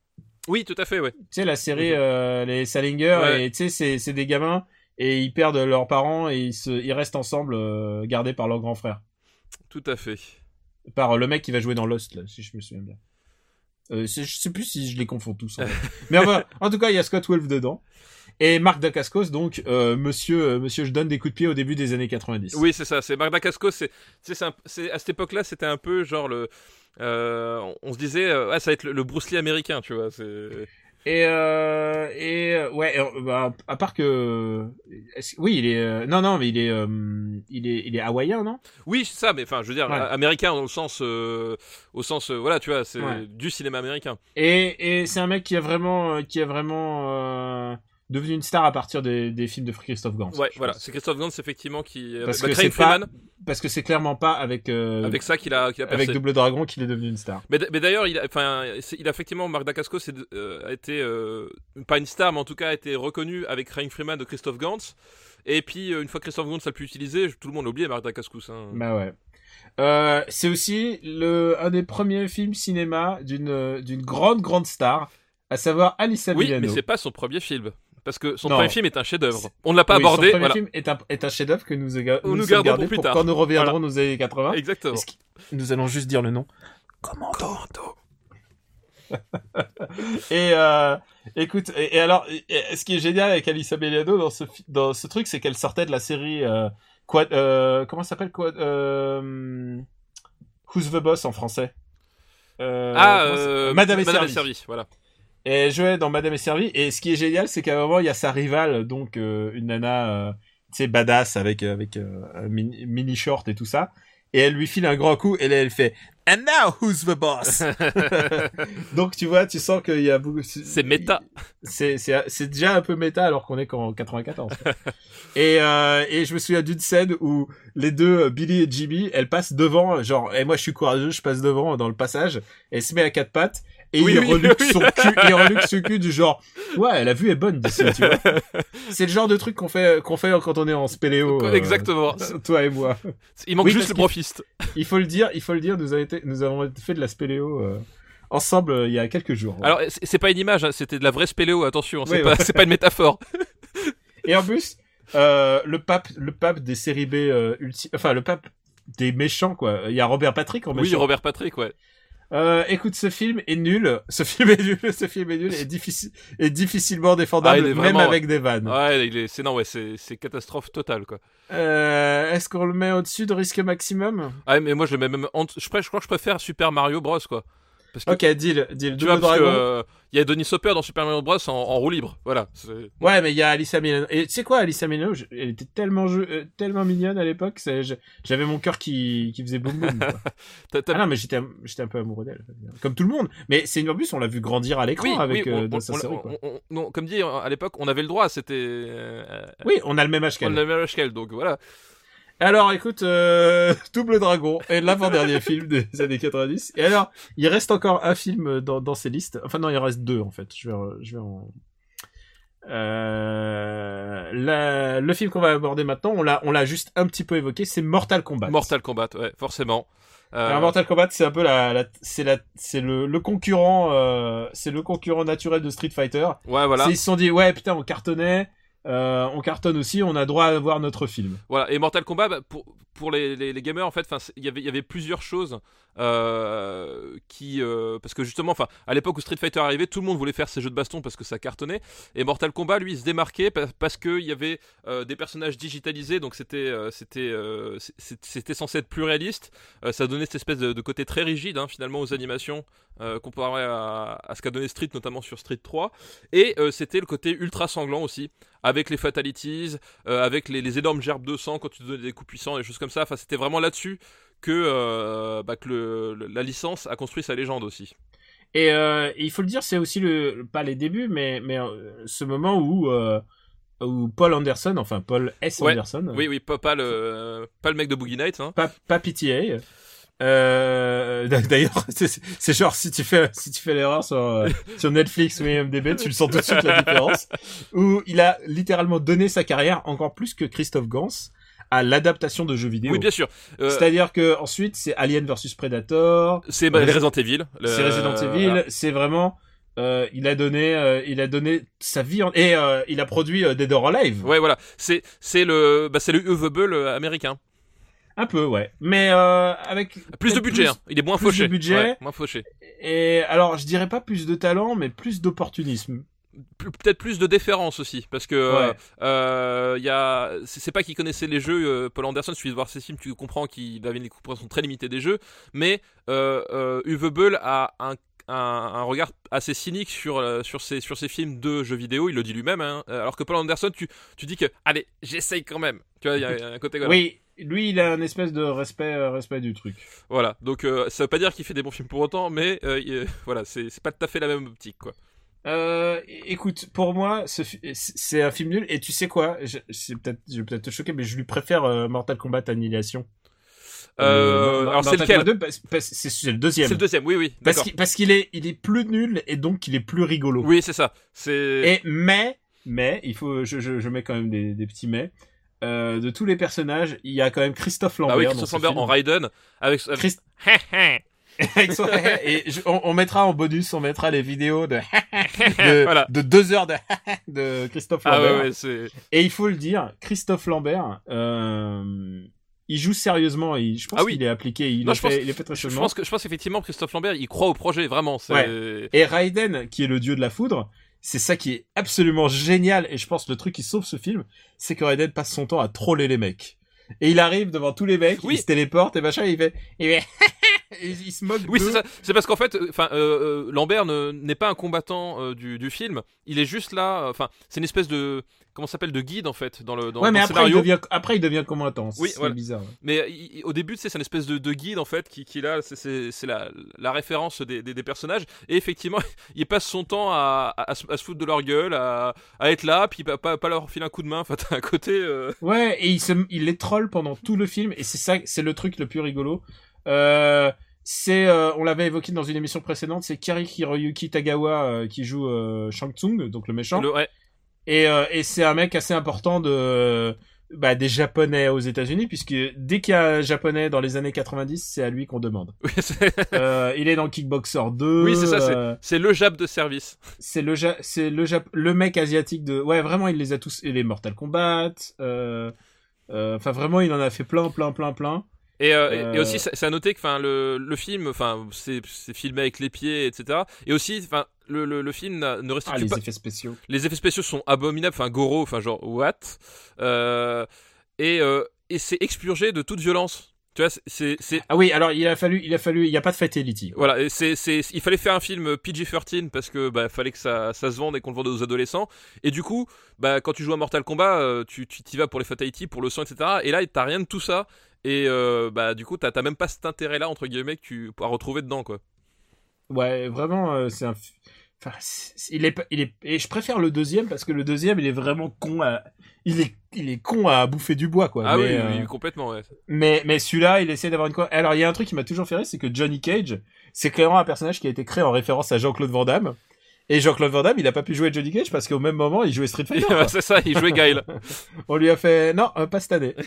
Oui, tout à fait, ouais. Tu sais, la série euh, les Salinger, ouais. Et tu sais, c'est c'est des gamins et ils perdent leurs parents et ils se ils restent ensemble, euh, gardés par leur grand frère. Tout à fait. Par le mec qui va jouer dans Lost, là, si je me souviens bien. Euh, je sais plus si je les confonds tous. En fait. Mais enfin, en tout cas, il y a Scott Wolf dedans. Et Mark Dacascos, donc, euh, monsieur, euh, monsieur, je donne des coups de pied au début des années quatre-vingt-dix. Oui, c'est ça. C'est Mark Dacascos. C'est, c'est, c'est, un, c'est à cette époque-là, c'était un peu genre le. Euh, on se disait, euh, ah, ça va être le, le Bruce Lee américain, tu vois. C'est... Et euh, et euh, ouais, euh, bah, à part que, oui, il est, euh, non, non, mais il est, euh, il est, il est hawaïen, non? Oui, c'est ça. Mais enfin, je veux dire, ouais. américain au sens, euh, au sens, euh, voilà, tu vois, c'est ouais. du cinéma américain. Et et c'est un mec qui a vraiment, qui a vraiment. Euh... devenu une star à partir des, des films de Christophe Gans. Ouais, voilà, pense. C'est Christophe Gans effectivement qui. Parce bah, que Craig c'est Freeman. Pas, parce que c'est clairement pas avec. Euh, avec ça qu'il a, qu'il a percé. Avec Double Dragon qu'il est devenu une star. Mais, mais d'ailleurs, il a, enfin, il a effectivement Mark Dacascos euh, a été euh, pas une star, mais en tout cas a été reconnu avec Craig Freeman de Christophe Gans. Et puis une fois que Christophe Gans a pu utiliser, tout le monde a oublié Mark Dacascos. Hein. Bah ouais. Euh, c'est aussi le un des premiers films cinéma d'une d'une grande grande star, à savoir Alyssa oui, Milano. Oui, mais c'est pas son premier film. Parce que son non. premier film est un chef-d'œuvre. On ne l'a pas oui, abordé. Son premier voilà. film est un, est un chef-d'œuvre que nous, nous, nous, nous gardons pour plus pour tard. Quand nous reviendrons voilà. nos années quatre-vingts. Exactement. Nous allons juste dire le nom. Commando. Commando. et euh, écoute, et, et alors, et, ce qui est génial avec Alyssa Milano dans ce dans ce truc, c'est qu'elle sortait de la série euh, quoi, euh, comment ça s'appelle quoi, euh, Who's the Boss en français. Euh, ah, euh, Madame et Madame Servie. Servie, voilà. Et elle jouait dans Madame et Servie. Et ce qui est génial, c'est qu'à un moment, il y a sa rivale, donc euh, une nana, euh, tu sais, badass avec avec euh, un mini, mini short et tout ça. Et elle lui file un grand coup et là, elle fait And now who's the boss? Donc tu vois, tu sens qu'il y a beaucoup. C'est méta. C'est c'est c'est déjà un peu méta alors qu'on est qu'en quatre-vingt-quatorze. et euh, et je me souviens d'une scène où les deux, Billy et Jimmy, elles passent devant, genre, et moi je suis courageux, je passe devant dans le passage. Et elle se met à quatre pattes. Et oui, il oui, reluque oui. son cul, il reluque son cul du genre, ouais, la vue est bonne d'ici, tu vois. C'est le genre de truc qu'on fait, qu'on fait quand on est en spéléo. Euh, Exactement. Toi et moi. Il manque oui, juste le profiste. Il faut le dire, il faut le dire, nous avons été, nous avons fait de la spéléo, euh, ensemble, euh, il y a quelques jours. Ouais. Alors, c'est, c'est pas une image, hein, c'était de la vraie spéléo, attention, c'est oui, pas, ouais. c'est pas une métaphore. Et en plus, euh, le pape, le pape des séries B, euh, ulti... enfin, le pape des méchants, quoi. Il y a Robert Patrick en méchant. Oui, Robert Patrick, ouais. Euh, écoute, ce film est nul. Ce film est nul. Ce film est nul et difficile, et difficilement défendable, ah, même vraiment, avec des vannes. Ouais, il est, c'est non, ouais, c'est, c'est catastrophe totale, quoi. Euh, est-ce qu'on le met au-dessus de Risque Maximum? Ah, mais moi, je le mets même, en... je, je crois que je préfère Super Mario Bros, quoi. Parce que, ok, deal, deal. Tu vois, parce que, euh, y a Denis Hopper dans Super Mario Bros en, en roue libre, voilà. C'est... Ouais, mais il y a Alyssa Milano. Et tu sais quoi, Alyssa Milano, je... elle était tellement jeu... euh, tellement mignonne à l'époque, c'est... Je... j'avais mon cœur qui qui faisait boum boum. t'as, t'as... Ah non, mais j'étais j'étais un peu amoureux d'elle, comme tout le monde. Mais c'est une en plus, on l'a vu grandir à l'écran oui, avec oui, on, euh, dans on, sa on, série. Quoi. On, on, non, comme dit à l'époque, on avait le droit, c'était. Euh, oui, on a le même âge qu'elle. On a le même âge qu'elle, donc voilà. Alors, écoute, euh, Double Dragon est l'avant-dernier film des années quatre-vingt-dix. Et alors, il reste encore un film dans, dans ces listes. Enfin, non, il en reste deux, en fait. Je vais, je vais en... Euh, la, le film qu'on va aborder maintenant, on l'a, on l'a juste un petit peu évoqué, c'est Mortal Kombat. Mortal Kombat, ouais, forcément. Euh... Alors, Mortal Kombat, c'est un peu la, la c'est la, c'est le, le concurrent, euh, c'est le concurrent naturel de Street Fighter. Ouais, voilà. C'est, ils se sont dit, ouais, putain, on cartonnait. Euh, on cartonne aussi, on a droit à voir notre film. Voilà, et Mortal Kombat, bah, pour, pour les, les, les gamers, en fait, il y avait, y avait plusieurs choses euh, qui... Euh, parce que justement, à l'époque où Street Fighter arrivait, tout le monde voulait faire ces jeux de baston parce que ça cartonnait. Et Mortal Kombat, lui, il se démarquait parce qu'il y avait euh, des personnages digitalisés, donc c'était, euh, c'était, euh, c'était censé être plus réaliste. Euh, ça donnait cette espèce de, de côté très rigide, hein, finalement, aux animations, euh, comparé à, à ce qu'a donné Street, notamment sur Street trois. Et euh, c'était le côté ultra sanglant aussi, avec les fatalities, euh, avec les, les énormes gerbes de sang quand tu te donnais des coups puissants, des choses comme ça. Enfin, c'était vraiment là-dessus que, euh, bah, que le, le, la licence a construit sa légende aussi. Et euh, il faut le dire, c'est aussi le pas les débuts, mais mais euh, ce moment où euh, où Paul Anderson, enfin Paul S. Ouais, Anderson, oui oui, pas, pas le pas le mec de Boogie Nights, hein. Pas pas P T A. Euh, d'ailleurs, c'est, c'est genre si tu fais si tu fais l'erreur sur euh, sur Netflix ou I M D B, tu le sens tout de suite la différence. Où il a littéralement donné sa carrière encore plus que Christophe Gans à l'adaptation de jeux vidéo. Oui, bien sûr. Euh, C'est-à-dire que ensuite c'est Alien versus Predator. C'est bah, Resident Evil. Le... C'est Resident Evil. Voilà. C'est vraiment Euh, il a donné, euh, il a donné sa vie en... et euh, il a produit euh, Dead or Alive. Ouais, voilà. C'est c'est le bah c'est le Uwe Boll américain. Un peu, ouais. Mais euh, avec plus de budget. Plus, hein. Il est moins plus fauché. de budget. Ouais, moins fauché. Et alors, je dirais pas plus de talent, mais plus d'opportunisme. Peut-être plus de déférence aussi, parce que ouais. euh, y a, c'est pas qu'il connaissait les jeux. Euh, Paul Anderson, si tu voir ses films, tu comprends qu'il avait une compréhension très limitée des jeux, mais euh, euh, Uwe Boll a un Un, un regard assez cynique sur euh, sur ces sur ces films de jeux vidéo, il le dit lui-même, hein, alors que Paul Anderson, tu tu dis que allez, j'essaye quand même, tu vois, il y, y a un côté comme oui, lui il a un espèce de respect euh, respect du truc. Voilà, donc euh, ça veut pas dire qu'il fait des bons films pour autant, mais euh, euh, voilà, c'est c'est pas tout à fait la même optique, quoi. Euh, écoute, pour moi, ce fi- c'est un film nul, et tu sais quoi, je, c'est peut-être je vais peut-être te choquer, mais je lui préfère euh, Mortal Kombat Annihilation. Euh, euh, alors c'est lequel deux, parce, parce, c'est, c'est le deuxième. C'est le deuxième, oui, oui. Parce d'accord. qu'il, parce qu'il est, il est plus nul et donc il est plus rigolo. Oui, c'est ça. C'est. Et mais, mais, il faut, je, je, je mets quand même des, des petits mais. Euh, de tous les personnages, il y a quand même Christophe Lambert. Ah oui, Christophe Lambert en Raiden avec. avec... Christ... avec son... et je, on, on mettra en bonus, on mettra les vidéos de de, voilà. de deux heures de de Christophe Lambert. Ah ouais, ouais, c'est. Et il faut le dire, Christophe Lambert. Euh... Il joue sérieusement, il, je pense ah oui. qu'il est appliqué, il, non, est je fait, pense, il est fait très je sérieusement. pense que je pense effectivement Christophe Lambert, il croit au projet vraiment. C'est... Ouais. Et Raiden, qui est le dieu de la foudre, c'est ça qui est absolument génial. Et je pense que le truc qui sauve ce film, c'est que Raiden passe son temps à troller les mecs. Et il arrive devant tous les mecs, oui. il se téléporte et machin, et il fait, il fait et il se moque. Oui, d'eux. c'est ça. C'est parce qu'en fait, enfin, euh, euh, Lambert ne, n'est pas un combattant euh, du, du film. Il est juste là. Enfin, c'est une espèce de comment ça s'appelle de guide en fait dans le dans, ouais, dans mais le après scénario. il devient après il devient combattant. Oui, c'est voilà. bizarre. Ouais. Mais il, au début, c'est, c'est une espèce de, de guide en fait qui, qui là, c'est, c'est, c'est la, la référence des, des, des personnages. Et effectivement, il passe son temps à, à, à, se, à se foutre de leur gueule, à, à être là, puis pas, pas, pas leur filer un coup de main. Enfin, t'as un côté. Euh... Ouais, et il se, il les troll pendant tout le film, et c'est ça, c'est le truc le plus rigolo. Euh, c'est, euh, on l'avait évoqué dans une émission précédente, c'est Kari Hiroyuki Tagawa euh, qui joue euh, Shang Tsung, donc le méchant. Le, ouais. Et, euh, et c'est un mec assez important de, bah, des Japonais aux États-Unis, puisque dès qu'il y a un Japonais dans les années quatre-vingt-dix, c'est à lui qu'on demande. Oui, c'est... euh, il est dans Kickboxer deux. Oui, c'est ça, c'est, euh, c'est le Jap de service. C'est le, ja- c'est le, Jap- le mec asiatique de, ouais, vraiment, il les a tous, et les Mortal Kombat, euh, euh, enfin, vraiment, il en a fait plein, plein, plein, plein. Et, euh, euh... et aussi, c'est à noter que, enfin, le, le film, enfin, c'est, c'est filmé avec les pieds, et cetera. Et aussi, enfin, le, le, le film ne restitue ah, les pas. Les effets spéciaux. Les effets spéciaux sont abominables, enfin, Goro, enfin, genre, what? Euh, et, euh, et c'est expurgé de toute violence. Tu vois, c'est, c'est... Ah oui, alors il a fallu, il a fallu, il y a pas de fatality. Voilà, et c'est, c'est, il fallait faire un film P G treize parce que bah fallait que ça, ça se vende et qu'on le vende aux adolescents. Et du coup, bah quand tu joues à Mortal Kombat, euh, tu, tu t'y vas pour les fatalities, pour le sang, et cetera. Et là, t'as rien de tout ça. Et euh, bah du coup, t'as, t'as même pas cet intérêt-là entre guillemets que tu pourras retrouver dedans, quoi. Ouais, vraiment, euh, c'est un. Enfin, c'est, il est, il est, et je préfère le deuxième parce que le deuxième, il est vraiment con à, il est, il est con à bouffer du bois, quoi. Ah mais, oui, euh... oui, complètement, ouais. Mais, mais celui-là, il essaie d'avoir une quoi. Alors, il y a un truc qui m'a toujours fait rire, c'est que Johnny Cage, c'est clairement un personnage qui a été créé en référence à Jean-Claude Van Damme. Et Jean-Claude Van Damme, il a pas pu jouer Johnny Cage parce qu'au même moment, il jouait Street Fighter. Ouais, c'est ça, il jouait Guile. On lui a fait, non, euh, pas cette année.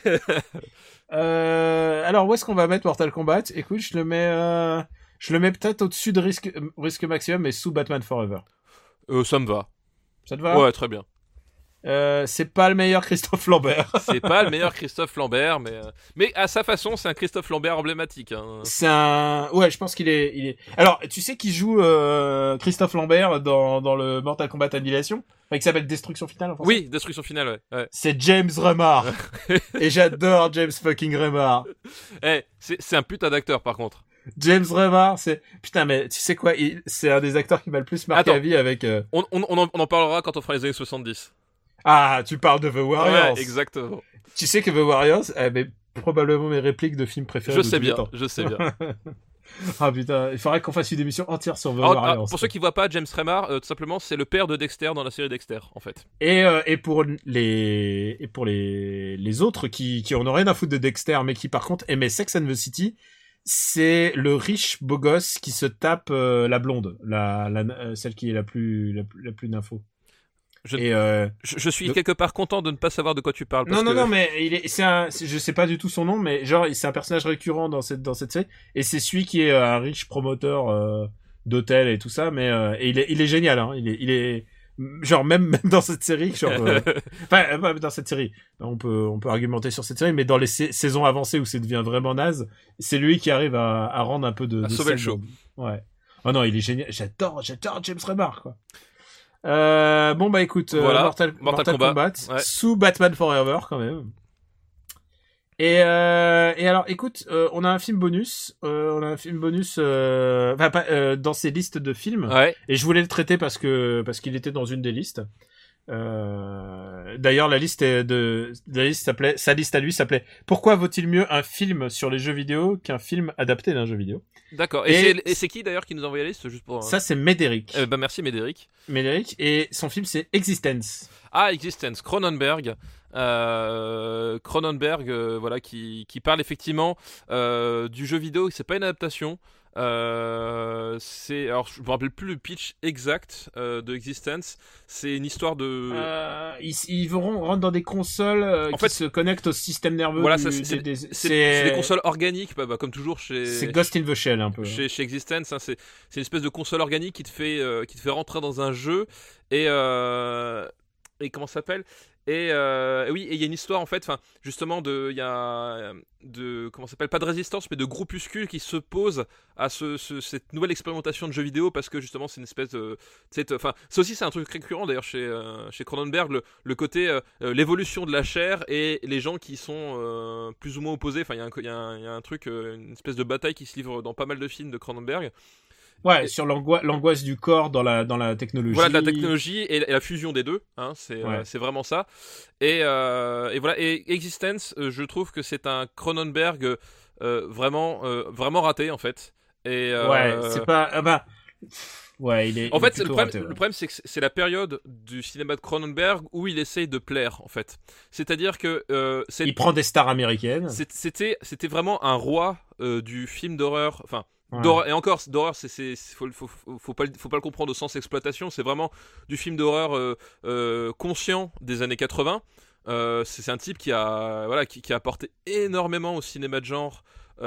euh, alors, où est-ce qu'on va mettre Mortal Kombat? Écoute, je le mets, euh, je le mets peut-être au-dessus de risque, risque maximum, mais sous Batman Forever. Euh, ça me va. Ça te va? Ouais, très bien. Euh, c'est pas le meilleur Christophe Lambert. C'est pas le meilleur Christophe Lambert, mais euh... mais à sa façon, c'est un Christophe Lambert emblématique. Hein. C'est un, ouais, je pense qu'il est, il est. Alors, tu sais qui joue euh, Christophe Lambert dans dans le Mortal Kombat Annihilation, enfin, qui s'appelle Destruction Finale en français. Oui, Destruction Finale, ouais. ouais. C'est James Remar. Et j'adore James fucking Remar. Eh, hey, c'est c'est un putain d'acteur par contre. James Remar, c'est putain, mais tu sais quoi, il... c'est un des acteurs qui m'a le plus marqué Attends, à vie avec. Euh... On, on, on, en, on en parlera quand on fera les années soixante-dix. Ah, tu parles de The Warriors. Ouais, exactement. Tu sais que The Warriors, eh ben, probablement mes répliques de films préférés. Je de sais tous bien, les temps. je sais bien. Ah putain, il faudrait qu'on fasse une émission entière sur The Alors, Warriors. ah, pour ceux qui voient pas, James Remar, euh, tout simplement, c'est le père de Dexter dans la série Dexter, en fait. Et euh, et pour les et pour les les autres qui qui en ont rien à foutre de Dexter, mais qui par contre aimaient Sex and the City, c'est le riche beau gosse qui se tape euh, la blonde, la, la euh, celle qui est la plus la, la plus d'infos. Je, et euh, je, je suis de... quelque part content de ne pas savoir de quoi tu parles. Parce non, non, que... non, mais il est, c'est un, c'est, je sais pas du tout son nom, mais genre, c'est un personnage récurrent dans cette, dans cette série, et c'est celui qui est euh, un riche promoteur euh, d'hôtel et tout ça, mais euh, et il est il est génial, hein. Il est il est genre même, même dans cette série, genre euh, enfin pas dans cette série. On peut on peut argumenter sur cette série, mais dans les sa- saisons avancées où ça devient vraiment naze, c'est lui qui arrive à, à rendre un peu de, À de sauver le sel show. dans- Ouais. Oh non, il est génial. J'adore j'adore James Remar, quoi. Euh, bon bah écoute, euh, Voilà, Mortal, Mortal Mortal Kombat. Kombat, Ouais. sous Batman Forever quand même. Et euh, et alors écoute, euh, on a un film bonus, euh, on a un film bonus, euh, enfin pas, euh, dans ces listes de films. Ouais. Et je voulais le traiter parce que parce qu'il était dans une des listes. Euh, d'ailleurs, la liste est de la liste s'appelait sa liste à lui s'appelait Pourquoi vaut-il mieux un film sur les jeux vidéo qu'un film adapté d'un jeu vidéo? D'accord. Et, Et- c'est, et c'est qui d'ailleurs qui nous a envoyé la liste juste pour. Ça c'est Médéric. Euh, bah merci Médéric. Médéric et son film c'est Existence. Ah, Existence, Cronenberg. Euh, Cronenberg, euh, voilà, qui, qui parle effectivement euh, du jeu vidéo. C'est pas une adaptation. Euh, c'est, alors, je me rappelle plus le pitch exact euh, de Existence. C'est une histoire de. Euh, ils, ils vont rentrer dans des consoles euh, En qui fait, se connectent au système nerveux. voilà, du- ça, c'est, c'est, des- des- c'est- c'est des consoles organiques, bah, bah, comme toujours chez. C'est Ghost in the Shell un peu. Chez, chez Existence, hein, c'est, c'est une espèce de console organique qui te fait, euh, qui te fait rentrer dans un jeu et euh, et comment ça s'appelle et euh, oui, et il y a une histoire en fait, enfin justement de, il y a de comment ça s'appelle, pas de résistance mais de groupuscules qui se posent à ce, ce- cette nouvelle expérimentation de jeux vidéo parce que justement c'est une espèce de, c'est, enfin ça aussi c'est un truc récurrent d'ailleurs chez euh, chez Cronenberg, le, le côté euh, euh, l'évolution de la chair et les gens qui sont euh, plus ou moins opposés. Enfin il y a un, il y a un, il y a un truc, euh, une espèce de bataille qui se livre dans pas mal de films de Cronenberg. Ouais, Et- sur l'angoisse, l'angoisse du corps dans la dans la technologie. Voilà, de la technologie et la, et la fusion des deux, hein, c'est, Ouais. euh, c'est vraiment ça. Et, euh, et voilà, et Existence, euh, je trouve que c'est un Cronenberg euh, vraiment, euh, vraiment raté en fait. Et, euh, Ouais, c'est pas. Ah bah. Ouais, il est. En il est fait, le plutôt problème, raté, ouais. le problème, c'est que c'est la période du cinéma de Cronenberg où il essaye de plaire, en fait. C'est-à-dire que euh, c'est- Il prend des stars américaines. c'est- c'était, c'était vraiment un roi euh, du film d'horreur. Enfin, Ouais. d'horreur- et encore, d'horreur, c'est, c'est, c'est- faut, faut, faut, faut pas, le- faut pas le comprendre au sens exploitation. C'est vraiment du film d'horreur euh, euh, conscient des années quatre-vingts. Euh, c'est, c'est un type qui a, voilà, qui, qui a apporté énormément au cinéma de genre.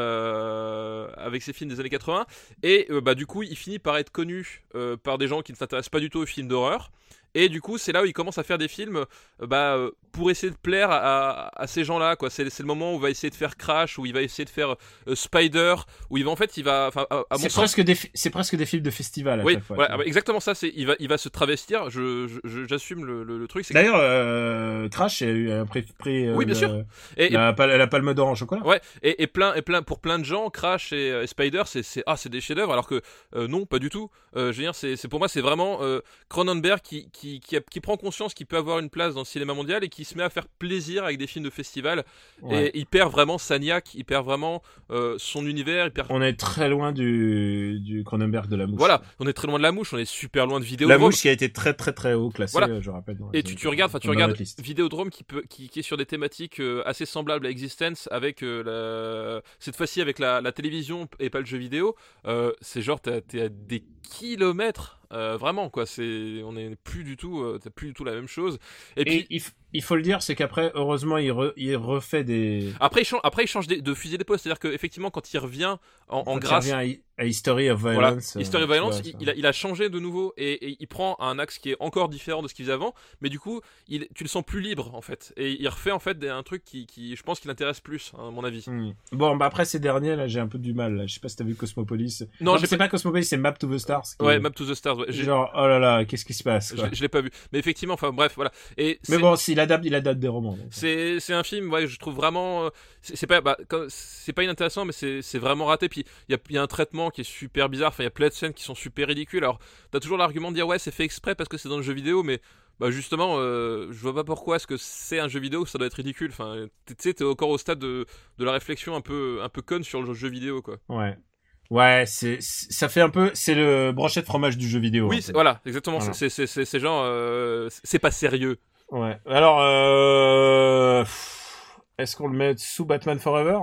Euh, avec ses films des années quatre-vingts et euh, bah du coup il finit par être connu euh, par des gens qui ne s'intéressent pas du tout aux films d'horreur et du coup c'est là où il commence à faire des films euh, bah, euh, pour essayer de plaire à, à, à ces gens là quoi. C'est, c'est le moment où il va essayer de faire Crash, où il va essayer de faire euh, Spider, où il va en fait il va enfin à, à mon C'est sens presque des fi- c'est presque des films de festival à oui chaque fois. voilà, tu vois. exactement ça, c'est il va il va se travestir. je, je- je- j'assume le, le, le truc c'est que- D'ailleurs, euh, Crash a eu un prix. prix euh, Oui, bien le- sûr. et, et- La, pal- la palme d'or en chocolat. Ouais, et, et plein, et plein, pour plein de gens, Crash et, euh, et Spider, c'est, c'est, ah, c'est des chefs-d'œuvre, alors que euh, non, pas du tout. Euh, je veux dire, c'est, c'est pour moi, c'est vraiment euh, Cronenberg qui, qui, qui, a- qui prend conscience qu'il peut avoir une place dans le cinéma mondial et qui se met à faire plaisir avec des films de festival. Ouais. Et il perd vraiment sa niaque, il perd vraiment euh, son univers, il perd. On est très loin du, du Cronenberg de la mouche. Voilà, on est très loin de la mouche, on est super loin de La Vidéodrome. mouche qui a été très très très haut classé, Voilà. euh, je rappelle. dans Et les- tu, tu regardes, enfin tu dans regardes notre liste. Vidéodrome qui peut, qui, qui est sur des thématiques euh, assez semblables à Existence, avec euh, la, cette fois-ci avec la, la télévision et pas le jeu vidéo. Euh, c'est genre t'es, t'es à des kilomètres, euh, vraiment quoi. C'est, on est plus du tout, euh, t'as plus du tout la même chose. Et, Et puis il, f- il faut le dire, c'est qu'après, heureusement, il, re- il refait des. après il change, après il change de, de fusil d'épaule, c'est-à-dire qu'effectivement quand il revient en, en Quand il grâce. revient à, I- à History of Voilà, Violence. History euh, of Violence, tu il, vois, il a, il a changé de nouveau et, et il prend un axe qui est encore différent de ce qu'il faisait avant, mais du coup, il, tu le sens plus libre en fait, et il refait en fait des- un truc qui, qui je pense, qui l'intéresse plus, hein, à mon avis. Hmm. Bon, bah après ces derniers, là, j'ai un peu du mal. Là. Je sais pas si t'as vu Cosmopolis. Non, Non, j'ai c'est pas Cosmopolis, c'est Map to the Stars. qui Ouais, est- Map to the Stars. Ouais. J'ai- Genre, oh là là, qu'est-ce qui se passe, quoi. Je, je l'ai pas vu, mais effectivement, enfin bref, voilà. Et Mais c'est, bon, s'il adapte, il adapte des romans. donc. c'est, c'est un film, ouais, je trouve vraiment, euh, c'est, c'est pas, bah, quand- c'est pas inintéressant, mais c'est, c'est vraiment raté. Puis il y a, il y a un traitement qui est super bizarre. Enfin, il y a plein de scènes qui sont super ridicules. Alors, t'as toujours l'argument de dire ouais, c'est fait exprès parce que c'est dans le jeu vidéo, mais bah justement, euh, je vois pas pourquoi est-ce que c'est un jeu vidéo, ça doit être ridicule. Enfin, tu sais, t'es encore au stade de, de la réflexion un peu, un peu conne sur le jeu vidéo, quoi. Ouais. Ouais, c'est, c'est- ça fait un peu, c'est le brochette fromage du jeu vidéo. Oui, en c'est- fait. voilà, exactement. Voilà. C'est, c'est, c'est, c'est genre, euh, c'est pas sérieux. Ouais. Alors, euh... est-ce qu'on le met sous Batman Forever?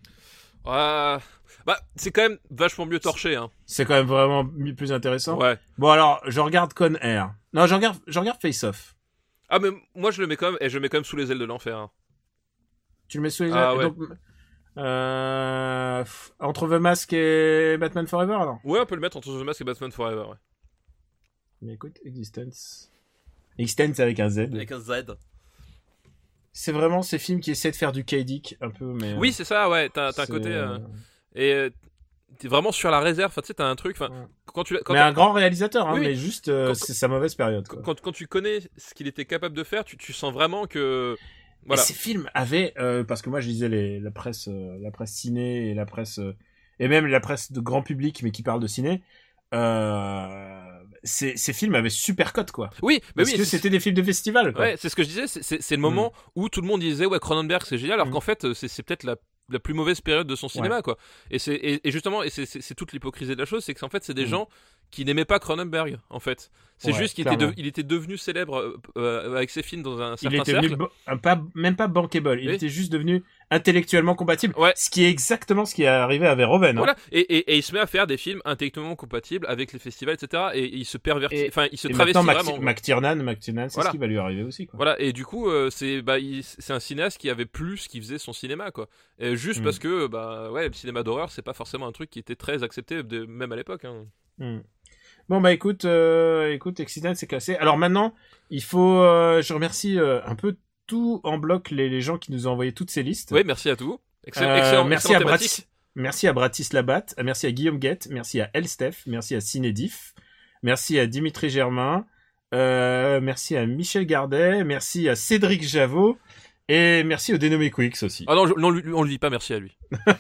Ah, bah, c'est quand même vachement mieux torché, hein. C'est quand même vraiment mi- plus intéressant. Ouais. Bon, alors, je regarde Con Air. Non, je regarde, je regarde Face Off. Ah, mais moi je le mets quand même, et je le mets quand même sous les ailes de l'enfer, hein. Tu le mets sous les Ah, ailes. ouais. Donc, Euh, pff, entre The Mask et Batman Forever, alors. Ouais, on peut le mettre entre The Mask et Batman Forever, ouais. Mais écoute, Existence. Existence avec un Z. Avec un Z. C'est vraiment ces films qui essaient de faire du K-Dick un peu, mais. Oui, c'est ça, ouais. T'as, t'as un côté. Euh... Et euh, t'es vraiment sur la réserve. Enfin, tu sais, t'as un truc. Enfin, ouais. quand tu. Quand mais un grand réalisateur, hein, oui, mais juste, euh, quand, c'est sa mauvaise période. Quoi. Quand, quand tu connais ce qu'il était capable de faire, tu, tu sens vraiment que. Voilà. Et ces films avaient, euh, parce que moi je lisais les, la presse, euh, la presse ciné et la presse, euh, et même la presse de grand public, mais qui parle de ciné. Euh, ces, ces films avaient super cote, quoi. Oui, mais parce oui, que c'est... c'était des films de festival, quoi. Ouais, c'est ce que je disais. C'est, c'est, c'est le moment mm. où tout le monde disait ouais, Cronenberg c'est génial, alors mm. qu'en fait c'est, c'est peut-être la la plus mauvaise période de son cinéma, ouais. quoi. Et c'est et, et justement, et c'est, c'est, c'est toute l'hypocrisie de la chose, c'est que en fait c'est des mm. gens qui n'aimaient pas Cronenberg, en fait. C'est ouais, juste qu'il était, de, il était devenu célèbre euh, avec ses films dans un certain il était cercle. Bo- pas, même pas bankable, il oui. était juste devenu intellectuellement compatible. Ouais. Ce qui est exactement ce qui est arrivé à Verhoeven. Voilà. Hein. Et, et, et il se met à faire des films intellectuellement compatibles avec les festivals, et cetera. Et, et il se pervertit, enfin il se et travestit Mac- vraiment. McTiernan, McTiernan, c'est voilà. ce qui va lui arriver aussi, quoi. Voilà. Et du coup, euh, c'est bah il, c'est un cinéaste qui avait plus qui faisait son cinéma, quoi. Et juste mm. parce que bah ouais, le cinéma d'horreur, c'est pas forcément un truc qui était très accepté de, même à l'époque. Hein. Mm. Bon bah écoute, euh, écoute, Accident c'est classé. Alors maintenant, il faut, euh, je remercie euh, un peu tout en bloc les, les gens qui nous ont envoyé toutes ces listes. Oui, merci à tous. Excellent, euh, excellent, merci excellent à Bratis, merci à Bratis Labatte, merci à Guillaume Guette, merci à Elstef, merci à Cinédif, merci à Dimitri Germain, euh, merci à Michel Gardet, merci à Cédric Javot. Et merci au dénommé Quicks aussi. Ah non, je, non, on lui dit pas merci à lui.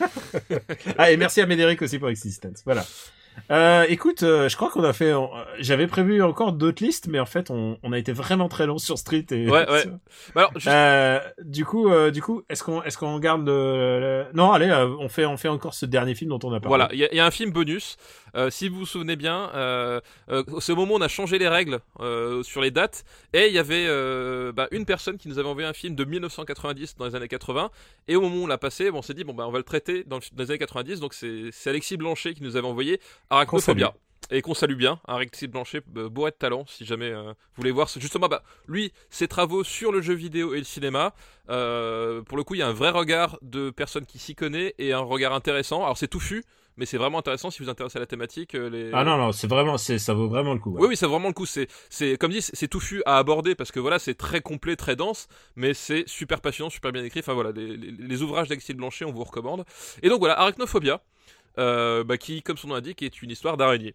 Ah et merci à Médéric aussi pour Existence. Voilà. Euh, écoute, euh, je crois qu'on a fait. Euh, j'avais prévu encore d'autres listes, mais en fait, on, on a été vraiment très long sur Street. Et, ouais, ouais. Bah alors, juste... euh, du coup, euh, du coup, est-ce qu'on, est-ce qu'on garde le, le... Non, allez, euh, on fait, on fait encore ce dernier film dont on a parlé. Voilà, il y, y a un film bonus. Euh, si vous vous souvenez bien, euh, euh, c'est au moment où on a changé les règles euh, sur les dates, et il y avait euh, bah, une personne qui nous avait envoyé un film de dix-neuf cent quatre-vingt-dix dans les années quatre-vingts, et au moment où on l'a passé, bon, on s'est dit bon bah on va le traiter dans, le, dans les années quatre-vingt-dix, donc c'est, c'est Alexis Blanchet qui nous avait envoyé Arachnophobia. Et qu'on salue bien, hein, Alexis Blanchet, euh, bourré de talent, si jamais euh, vous voulez voir. Justement, bah, lui, ses travaux sur le jeu vidéo et le cinéma, euh, pour le coup, il y a un vrai regard de personne qui s'y connaît et un regard intéressant. Alors, c'est touffu, mais c'est vraiment intéressant si vous vous intéressez à la thématique. Euh, les... Ah non, non, c'est vraiment, c'est, ça vaut vraiment le coup. Ouais. Oui, oui, ça vaut vraiment le coup. C'est, c'est, comme dit, c'est, c'est touffu à aborder parce que voilà, c'est très complet, très dense, mais c'est super passionnant, super bien écrit. Enfin voilà, les, les, les ouvrages d'Alexis Blanchet, on vous recommande. Et donc voilà, Arachnophobia, euh, bah, qui, comme son nom l'indique, est une histoire d'araignée.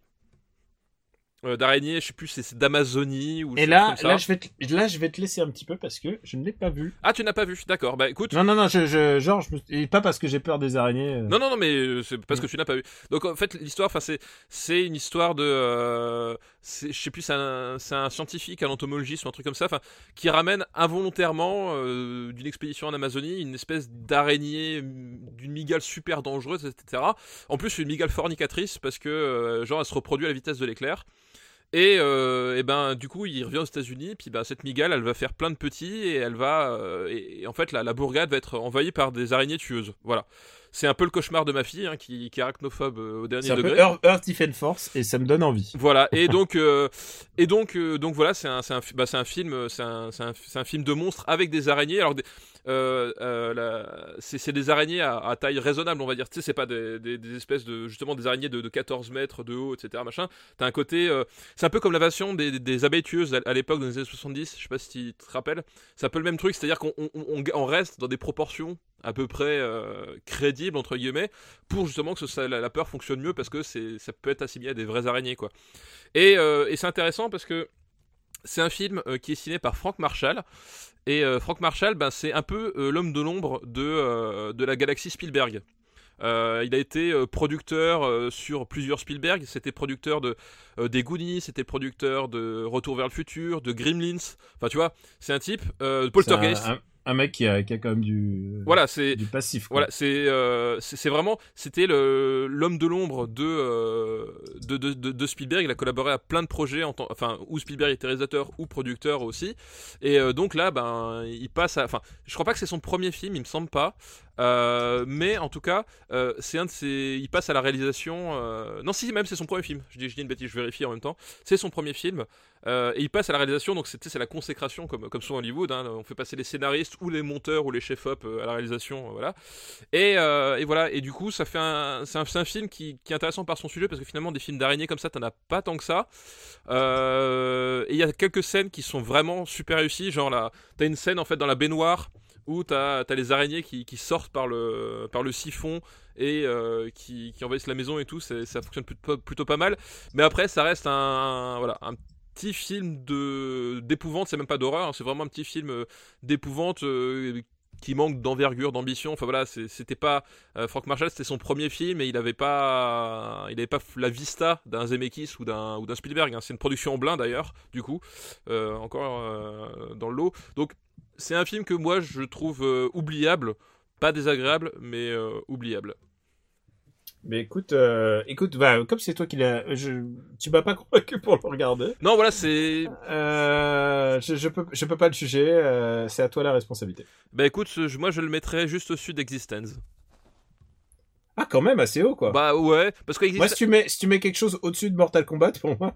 Euh, d'araignée, je sais plus, c'est, c'est d'Amazonie ou. Et là, là, je vais te, là, je vais te laisser un petit peu parce que je ne l'ai pas vu. Ah, tu n'as pas vu, d'accord. Bah, écoute. Non, non, non, je, je, genre, je me... et pas parce que j'ai peur des araignées. Euh... Non, non, non, mais c'est parce que tu n'as pas vu. Donc, en fait, l'histoire, enfin, c'est, c'est une histoire de, euh, c'est, je sais plus, c'est un, c'est un scientifique, un entomologiste ou un truc comme ça, enfin, qui ramène involontairement euh, d'une expédition en Amazonie une espèce d'araignée, d'une mygale super dangereuse, et cetera. En plus, une mygale fornicatrice parce que, euh, genre, elle se reproduit à la vitesse de l'éclair. Et, euh, et ben du coup il revient aux États-Unis, puis ben cette mygale elle va faire plein de petits et elle va euh, et, et en fait la, la bourgade va être envahie par des araignées tueuses. Voilà. C'est un peu le cauchemar de ma fille hein, qui, qui est arachnophobe euh, au dernier c'est un degré. Peu Earth, Earth Defense Force et ça me donne envie. Voilà et donc euh, et donc euh, donc voilà c'est un c'est un bah, c'est un film c'est un c'est un c'est un film de monstres avec des araignées. Alors des, euh, euh, la, c'est c'est des araignées à, à taille raisonnable on va dire. Tu sais c'est pas des, des, des espèces de justement des araignées de, de quatorze mètres de haut et cetera machin. T'as un côté euh, c'est un peu comme l'invasion des, des, des abeilles tueuses à, à l'époque dans les années soixante-dix. Je sais pas si tu te rappelles. C'est un peu le même truc, c'est-à-dire qu'on on, on, on reste dans des proportions à peu près euh, crédible entre guillemets pour justement que ça, la, la peur fonctionne mieux parce que c'est, ça peut être assimilé à des vraies araignées quoi. Et, euh, et c'est intéressant parce que c'est un film euh, qui est signé par Frank Marshall et euh, Frank Marshall ben, c'est un peu euh, l'homme de l'ombre de, euh, de la galaxie Spielberg. Euh, il a été euh, producteur euh, sur plusieurs Spielberg, c'était producteur de, euh, des Goonies, c'était producteur de Retour vers le futur, de Gremlins, enfin tu vois, c'est un type, euh, de Poltergeist. Un, un, un mec qui a, qui a quand même du, voilà, c'est, du passif. Quoi. Voilà, c'est, euh, c'est, c'est vraiment, c'était le, l'homme de l'ombre de, euh, de, de, de, de Spielberg, il a collaboré à plein de projets, en temps, enfin, où Spielberg était réalisateur ou producteur aussi, et euh, donc là, ben, il passe à, enfin, je crois pas que c'est son premier film, il me semble pas, Euh, mais en tout cas, euh, c'est un de ses. Il passe à la réalisation. Euh... Non, si, même c'est son premier film. Je dis, je dis une bêtise, je vérifie en même temps. C'est son premier film. Euh, et il passe à la réalisation, donc c'est, c'est la consécration, comme, comme souvent Hollywood. Hein, on fait passer les scénaristes ou les monteurs ou les chefs-op euh, à la réalisation. Euh, voilà. Et, euh, et voilà. Et du coup, ça fait un, c'est, un, c'est un film qui, qui est intéressant par son sujet, parce que finalement, des films d'araignées comme ça, t'en as pas tant que ça. Euh, et il y a quelques scènes qui sont vraiment super réussies. Genre là, t'as une scène en fait dans la baignoire où t'as, t'as les araignées qui, qui sortent par le, par le siphon et euh, qui, qui envahissent la maison et tout. C'est, ça fonctionne plutôt, plutôt pas mal. Mais après, ça reste un, un voilà, un petit film de, d'épouvante. C'est même pas d'horreur, hein, c'est vraiment un petit film d'épouvante euh, qui manque d'envergure, d'ambition. Enfin voilà, c'est, c'était pas euh, Frank Marshall, c'était son premier film et il avait pas, il avait pas la vista d'un Zemeckis ou d'un ou d'un Spielberg. Hein. C'est une production en blind d'ailleurs, du coup, euh, encore euh, dans le lot. Donc c'est un film que moi je trouve euh, oubliable, pas désagréable, mais euh, oubliable. Mais écoute, euh, écoute, bah, comme c'est toi qui l'as, je, tu m'as pas convaincu pour le regarder. Non, voilà, c'est. Euh, je, je peux, je peux pas le juger. Euh, c'est à toi la responsabilité. Bah écoute, je, moi je le mettrais juste au-dessus d'Existence. Ah, quand même assez haut, quoi. Bah ouais, parce que. Moi, si tu mets, si tu mets quelque chose au-dessus de Mortal Kombat, pour moi.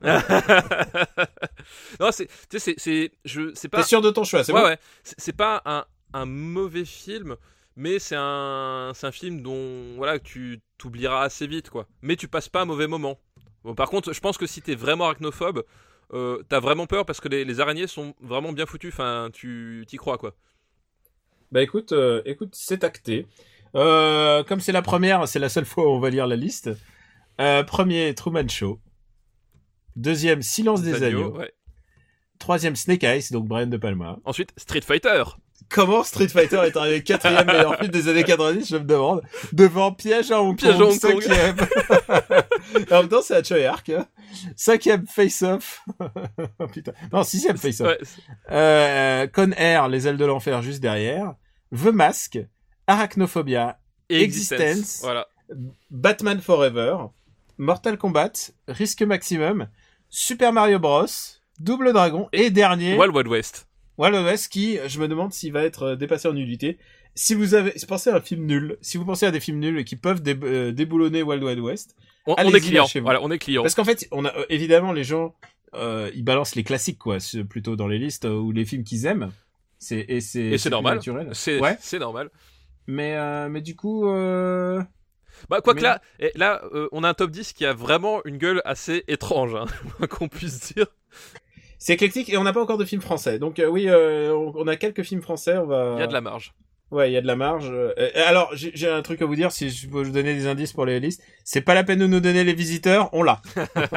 Non, c'est, tu sais, c'est, c'est, je, c'est pas. T'es sûr de ton choix, c'est ouais, bon. Ouais, c'est, c'est pas un, un mauvais film. Mais c'est un, c'est un film dont voilà, tu t'oublieras assez vite, quoi. Mais tu passes pas un mauvais moment. Bon, par contre, je pense que si t'es vraiment arachnophobe, euh, t'as vraiment peur parce que les, les araignées sont vraiment bien foutues. Enfin, tu t'y crois, quoi. Bah écoute, euh, écoute, c'est acté. Euh, comme c'est la première, c'est la seule fois où on va lire la liste. Euh, premier, Truman Show. Deuxième, Silence des, des agneaux. agneaux. Ouais. Troisième, Snake Eyes, donc Brian De Palma. Ensuite, Street Fighter. Comment Street Fighter est arrivé quatrième meilleur film des années quatre-vingt-dix, je me demande. Devant Piège à Hong Kong, cinquième. En même temps, c'est à Choi Ark. Hein. Cinquième Face Off. Oh, putain. Non, sixième Face Off. Ouais. Euh, Con Air, Les ailes de l'enfer, juste derrière. The Mask, Arachnophobia, et Existence. Existence. Voilà. Batman Forever, Mortal Kombat, Risque Maximum, Super Mario Bros, Double Dragon et dernier Wild Wild West. Wild Wild West qui, je me demande s'il va être dépassé en nullité. Si vous avez pensé à un film nul, si vous pensez à des films nuls qui peuvent dé- euh, déboulonner Wild Wild West, on, on est client. Voilà, on est client. Parce qu'en fait, on a euh, évidemment les gens, euh, ils balancent les classiques quoi, plutôt dans les listes euh, ou les films qu'ils aiment. C'est et c'est, et c'est, c'est normal. Naturel. C'est ouais. c'est normal. Mais euh, mais du coup. Euh... Bah, quoique mais... là, et là euh, on a un top dix qui a vraiment une gueule assez étrange, hein, qu'on puisse dire. C'est éclectique et on n'a pas encore de films français. Donc euh, oui, euh, on, on a quelques films français. On va. Il y a de la marge. Ouais, il y a de la marge. Euh, alors j'ai, j'ai un truc à vous dire. Si je peux vous donner des indices pour les listes, c'est pas la peine de nous donner les visiteurs. On l'a.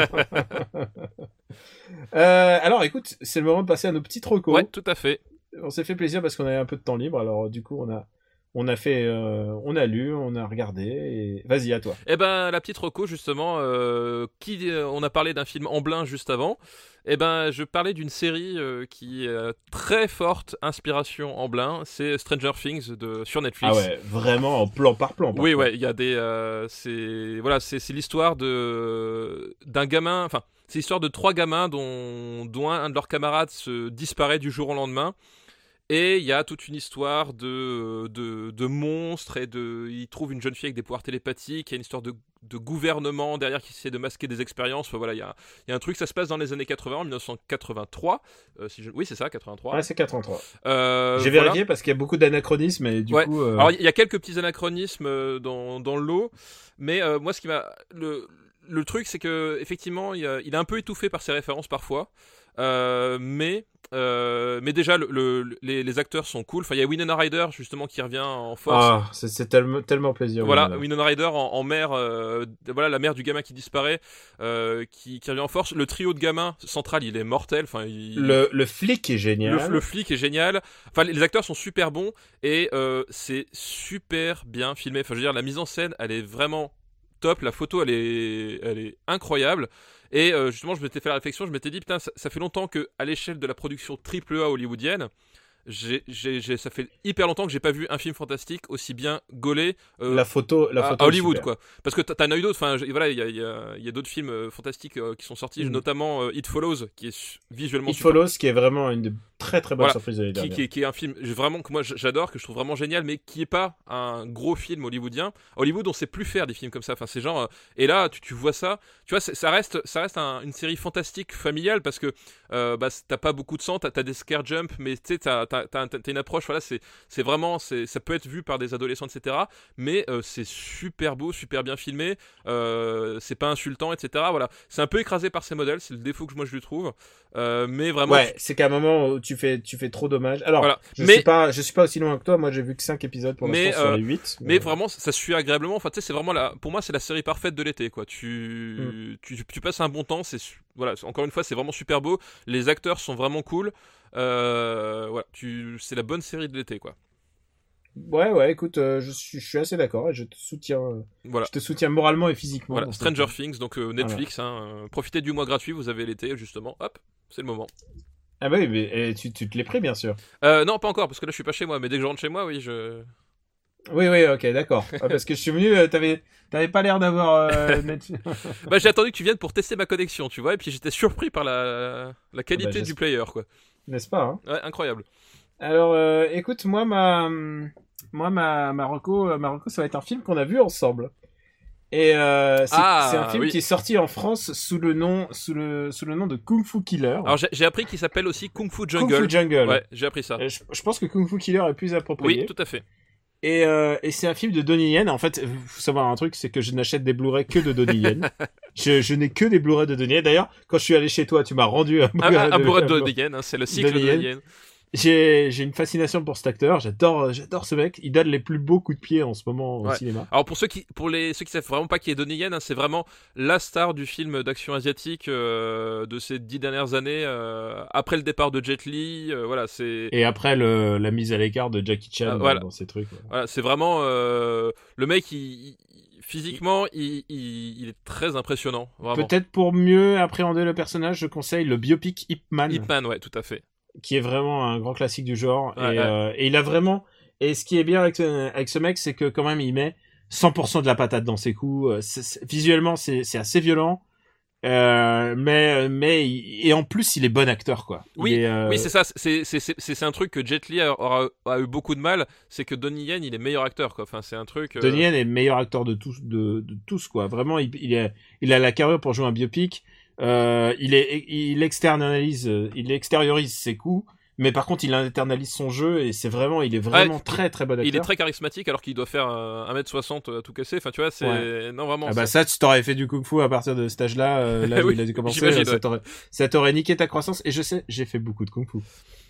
euh, alors écoute, c'est le moment de passer à nos petites recos. Ouais, tout à fait. On s'est fait plaisir parce qu'on avait un peu de temps libre. Alors du coup, on a. On a fait, euh, on a lu, on a regardé. Et... Vas-y, à toi. Eh ben, la petite reco justement. Euh, qui, euh, on a parlé d'un film Amblin juste avant. Eh ben, je parlais d'une série euh, qui a très forte inspiration Amblin. C'est Stranger Things de sur Netflix. Ah ouais, vraiment en plan par plan. Par oui, plan. ouais, il y a des, euh, c'est, voilà, c'est, c'est l'histoire de d'un gamin. Enfin, c'est l'histoire de trois gamins dont, dont un, un de leurs camarades se disparaît du jour au lendemain. Et il y a toute une histoire de, de, de monstres et de. Il trouve une jeune fille avec des pouvoirs télépathiques. Il y a une histoire de, de gouvernement derrière qui essaie de masquer des expériences. Enfin, voilà, il y a, il y a un truc. Ça se passe dans les années quatre-vingts, en dix-neuf cent quatre-vingt-trois. Euh, si je... Oui, c'est ça, quatre-vingt-trois. Ouais, c'est quatre-vingt-trois. Euh, J'ai voilà. vérifié parce qu'il y a beaucoup d'anachronismes et du ouais. coup. Euh... Alors, il y a quelques petits anachronismes dans, dans le lot. Mais euh, moi, ce qui m'a. Le, le truc, c'est que effectivement, il, a, il est un peu étouffé par ses références parfois. Euh, mais. Euh, mais déjà le, le, les, les acteurs sont cool. Enfin, il y a Winona Ryder justement qui revient en force. Ah, c'est, c'est tellement, tellement plaisir. Voilà, Winona, Winona Ryder en, en mère, euh, voilà la mère du gamin qui disparaît, euh, qui, qui revient en force. Le trio de gamins central, il est mortel. Enfin, il... le, le flic est génial. Le, le flic est génial. Enfin, les, les acteurs sont super bons et euh, c'est super bien filmé. Enfin, je veux dire, la mise en scène, elle est vraiment top. La photo, elle est, elle est incroyable. Et euh, justement, je m'étais fait la réflexion, je m'étais dit, putain, ça, ça fait longtemps qu'à l'échelle de la production triple A hollywoodienne, j'ai, j'ai, j'ai, ça fait hyper longtemps que j'ai pas vu un film fantastique aussi bien gaulé euh, la photo, la photo à Hollywood, quoi. Parce que t'as un œil d'autre, enfin, voilà, il y a, y, a, y a d'autres films euh, fantastiques euh, qui sont sortis, mmh. notamment euh, It Follows, qui est su- visuellement It super. Follows, qui est vraiment une des très très bonne Voilà, surprise de l'année qui, dernière. qui, est, qui est un film vraiment que moi j'adore, que je trouve vraiment génial, mais qui est pas un gros film hollywoodien. Hollywood, on sait plus faire des films comme ça. Enfin, c'est genre. Euh, et là, tu, tu vois ça. Tu vois, ça reste, ça reste un, une série fantastique familiale parce que euh, bah, t'as pas beaucoup de sang, t'as, t'as des scare jumps, mais tu sais, t'as, t'as, t'as, t'as une approche. Voilà, c'est, c'est vraiment, c'est, ça peut être vu par des adolescents, et cetera. Mais euh, c'est super beau, super bien filmé. Euh, c'est pas insultant, et cetera. Voilà, c'est un peu écrasé par ses modèles. C'est le défaut que moi je lui trouve. Euh, mais vraiment. Ouais, c'est qu'à un moment où tu fais, tu fais trop dommage. Alors, voilà. je mais, suis pas, je suis pas aussi loin que toi. Moi, j'ai vu que cinq épisodes pour mais, l'instant euh, sur les huit. Mais, mais vraiment, ça suit agréablement. Enfin, tu sais, c'est vraiment la, pour moi, c'est la série parfaite de l'été, quoi. Tu, mm. tu, tu passes un bon temps. C'est, voilà, encore une fois, c'est vraiment super beau. Les acteurs sont vraiment cool. Euh, voilà, tu, c'est la bonne série de l'été, quoi. Ouais, ouais, écoute, euh, je, suis, je suis assez d'accord et je te soutiens, euh, voilà. je te soutiens moralement et physiquement. Voilà, Stranger Things, donc euh, Netflix, voilà. hein, euh, profitez du mois gratuit, vous avez l'été, justement, hop, c'est le moment. Ah bah oui, mais et tu, tu te l'es pris, bien sûr. Euh, non, pas encore, parce que là je suis pas chez moi, mais dès que je rentre chez moi, oui, je... Oui, oui, ok, d'accord. Ah, parce que je suis venu, euh, t'avais, t'avais pas l'air d'avoir euh, Netflix. Bah j'ai attendu que tu viennes pour tester ma connexion, tu vois, et puis j'étais surpris par la, la qualité ah bah, du player, quoi. N'est-ce pas, hein? Ouais, incroyable. Alors, euh, écoute, moi, ma... Moi, ma, ma reco, ma reco, ça va être un film qu'on a vu ensemble. Et euh, c'est, ah, c'est un film oui. qui est sorti en France sous le nom, sous le, sous le nom de Kung Fu Killer. Alors j'ai, j'ai appris qu'il s'appelle aussi Kung Fu Jungle. Kung Fu Jungle. Ouais, j'ai appris ça. Je, je pense que Kung Fu Killer est plus approprié. Oui, tout à fait. Et, euh, et c'est un film de Donnie Yen. En fait, faut savoir un truc, c'est que je n'achète des Blu-ray que de Donnie Yen. je, je n'ai que des Blu-ray de Donnie Yen. D'ailleurs, quand je suis allé chez toi, tu m'as rendu un Blu-ray, un, un de, Blu-ray de Donnie Yen. Hein, c'est le cycle de Donnie Yen. J'ai, j'ai une fascination pour cet acteur. J'adore, j'adore ce mec. Il donne les plus beaux coups de pied en ce moment au ouais. cinéma. Alors pour ceux qui, pour les ceux qui savent vraiment pas qui est Donnie Yen, hein, c'est vraiment la star du film d'action asiatique euh, de ces dix dernières années. Euh, après le départ de Jet Li, euh, voilà, c'est. Et après le, la mise à l'écart de Jackie Chan euh, voilà. dans ces trucs. Voilà, voilà c'est vraiment euh, le mec. Il, il, physiquement, il, il, il est très impressionnant. Vraiment. Peut-être pour mieux appréhender le personnage, je conseille le biopic Ip Man. Ip Man, ouais, tout à fait. Qui est vraiment un grand classique du genre. Ouais, et, ouais. Euh, et il a vraiment... Et ce qui est bien avec ce, avec ce mec, c'est que quand même, il met cent pour cent de la patate dans ses coups. C'est, c'est, visuellement, c'est, c'est assez violent. Euh, mais, mais, et en plus, il est bon acteur, quoi. Oui, est, euh... oui, c'est ça. C'est, c'est, c'est, c'est un truc que Jet Li a, a, a eu beaucoup de mal. C'est que Donnie Yen, il est meilleur acteur, quoi. Enfin, c'est un truc. Euh... Donnie Yen est le meilleur acteur de tous, de, de tous, quoi. Vraiment, il, il, est, il a la carrure pour jouer un biopic. Euh, il est, il externalise, il extériorise ses coups. Mais par contre, il internalise son jeu et c'est vraiment, il est vraiment ouais, très très bon acteur. Il est très charismatique alors qu'il doit faire euh, un mètre soixante à tout casser. Enfin, tu vois, c'est ouais. non vraiment. Ah bah ça, tu t'aurais fait du kung-fu à partir de cet âge-là, euh, là où oui, il a dû commencer, ça, ouais. t'aurait, ça t'aurait niqué ta croissance. Et je sais, j'ai fait beaucoup de kung-fu.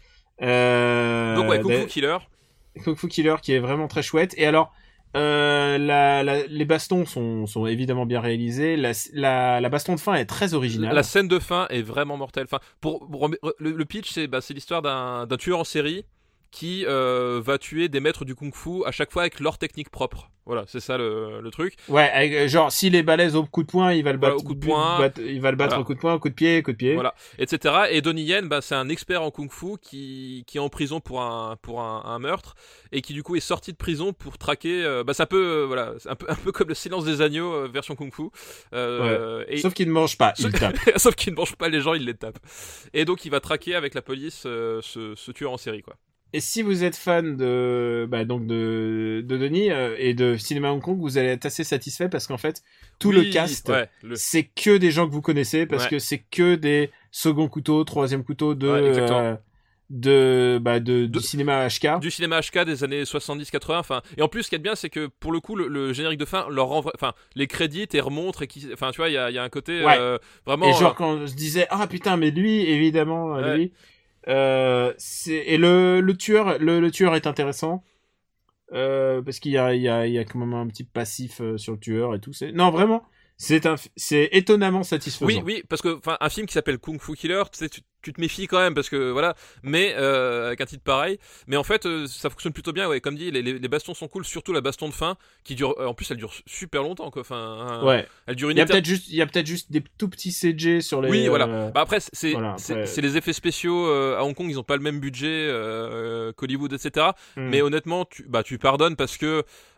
Euh, Donc ouais, Kung Fu Killer. Kung Fu Killer qui est vraiment très chouette. Et alors, euh, la, la, les bastons sont, sont évidemment bien réalisés. La, la, la baston de fin est très originale. La scène de fin est vraiment mortelle. Enfin, pour, pour le, le pitch, c'est, bah, c'est l'histoire d'un, d'un tueur en série qui euh, va tuer des maîtres du kung-fu à chaque fois avec leur technique propre. Voilà, c'est ça le, le truc. Ouais, avec, genre s'il est balèze au coup de poing, il va le battre voilà, au coup de poing, bat, il va le battre voilà. au coup de poing, au coup de pied, coup de pied. Voilà, et cetera. Et Donnie Yen, bah, c'est un expert en kung-fu qui qui est en prison pour un pour un, un meurtre et qui du coup est sorti de prison pour traquer. Euh, bah, ça peut euh, voilà, c'est un peu un peu comme le Silence des agneaux euh, version kung-fu. Euh, ouais. et... Sauf qu'il ne mange pas, il tape. Sauf qu'il ne mange pas les gens, il les tape. Et donc il va traquer avec la police euh, ce, ce tueur en série, quoi. Et si vous êtes fan de, bah, donc de, de Denis euh, et de cinéma Hong Kong, vous allez être assez satisfait parce qu'en fait, tout oui, le cast, ouais, le... c'est que des gens que vous connaissez parce ouais. que c'est que des second couteaux, troisième couteau de, ouais, euh, de, bah, de, de, du cinéma H K. Du cinéma H K des années soixante-dix quatre-vingts, enfin, et en plus, ce qui est bien, c'est que pour le coup, le, le générique de fin leur renvoie, enfin, les crédits et remontre et qui, enfin, tu vois, il y a, il y a un côté, ouais. euh, vraiment. Et genre, quand je disais, ah putain, mais lui, évidemment, ouais. lui. Euh, c'est et le le tueur le, le tueur est intéressant euh, parce qu'il y a il y a il y a quand même un petit passif euh, sur le tueur et tout. C'est non vraiment c'est un c'est étonnamment satisfaisant. Oui oui parce que enfin un film qui s'appelle Kung Fu Killer, tu sais tu, tu te méfies quand même parce que voilà mais euh, avec un titre pareil mais en fait euh, ça fonctionne plutôt bien ouais comme dit les, les les bastons sont cool surtout la baston de fin qui dure euh, en plus elle dure super longtemps quoi enfin ouais elle dure une il y a éter... peut-être juste il y a peut-être juste des tout petits C G sur les oui voilà euh... bah après c'est voilà, c'est, après... c'est les effets spéciaux euh, à Hong Kong ils ont pas le même budget euh, qu'Hollywood etc mm. mais honnêtement tu bah tu pardonnes parce que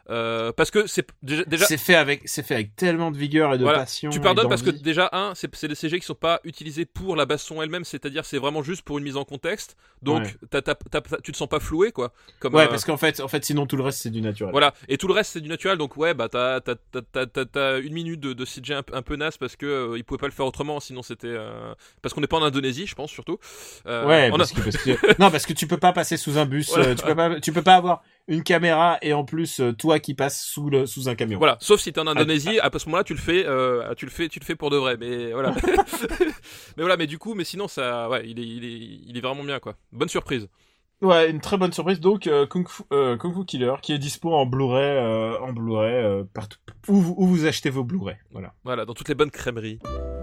Euh, parce que c'est déjà, déjà... c'est fait avec c'est fait avec tellement de vigueur et de voilà. passion. Tu pardonnes parce que déjà un, c'est, c'est des C G qui sont pas utilisés pour la baston elle-même, c'est-à-dire c'est vraiment juste pour une mise en contexte. Donc ouais. t'as, t'as, t'as, t'as, tu te sens pas floué quoi. Comme, ouais, euh... parce qu'en fait, en fait, sinon tout le reste c'est du naturel. Voilà, et tout le reste c'est du naturel. Donc ouais, bah t'as t'as t'as t'as, t'as, t'as une minute de, de C G un, un peu naze parce que euh, ils pouvaient pas le faire autrement, sinon c'était euh... parce qu'on n'est pas en Indonésie, je pense surtout. Euh, ouais, on parce, a... que, parce que non, parce que tu peux pas passer sous un bus, voilà. euh, tu peux pas, tu peux pas avoir une caméra et en plus euh, toi qui passes sous le sous un camion. Voilà, sauf si t'es en Indonésie, à ce moment-là tu le fais, euh, tu le fais, tu le fais pour de vrai. Mais voilà. mais voilà, mais du coup, mais sinon ça, ouais, il est, il est, il est vraiment bien quoi. Bonne surprise. Ouais, une très bonne surprise. Donc euh, Kung Fu, euh, Kung Fu Killer qui est dispo en Blu-ray, euh, en Blu-ray euh, partout où, où vous achetez vos Blu-ray. Voilà. Voilà, dans toutes les bonnes crèmeries.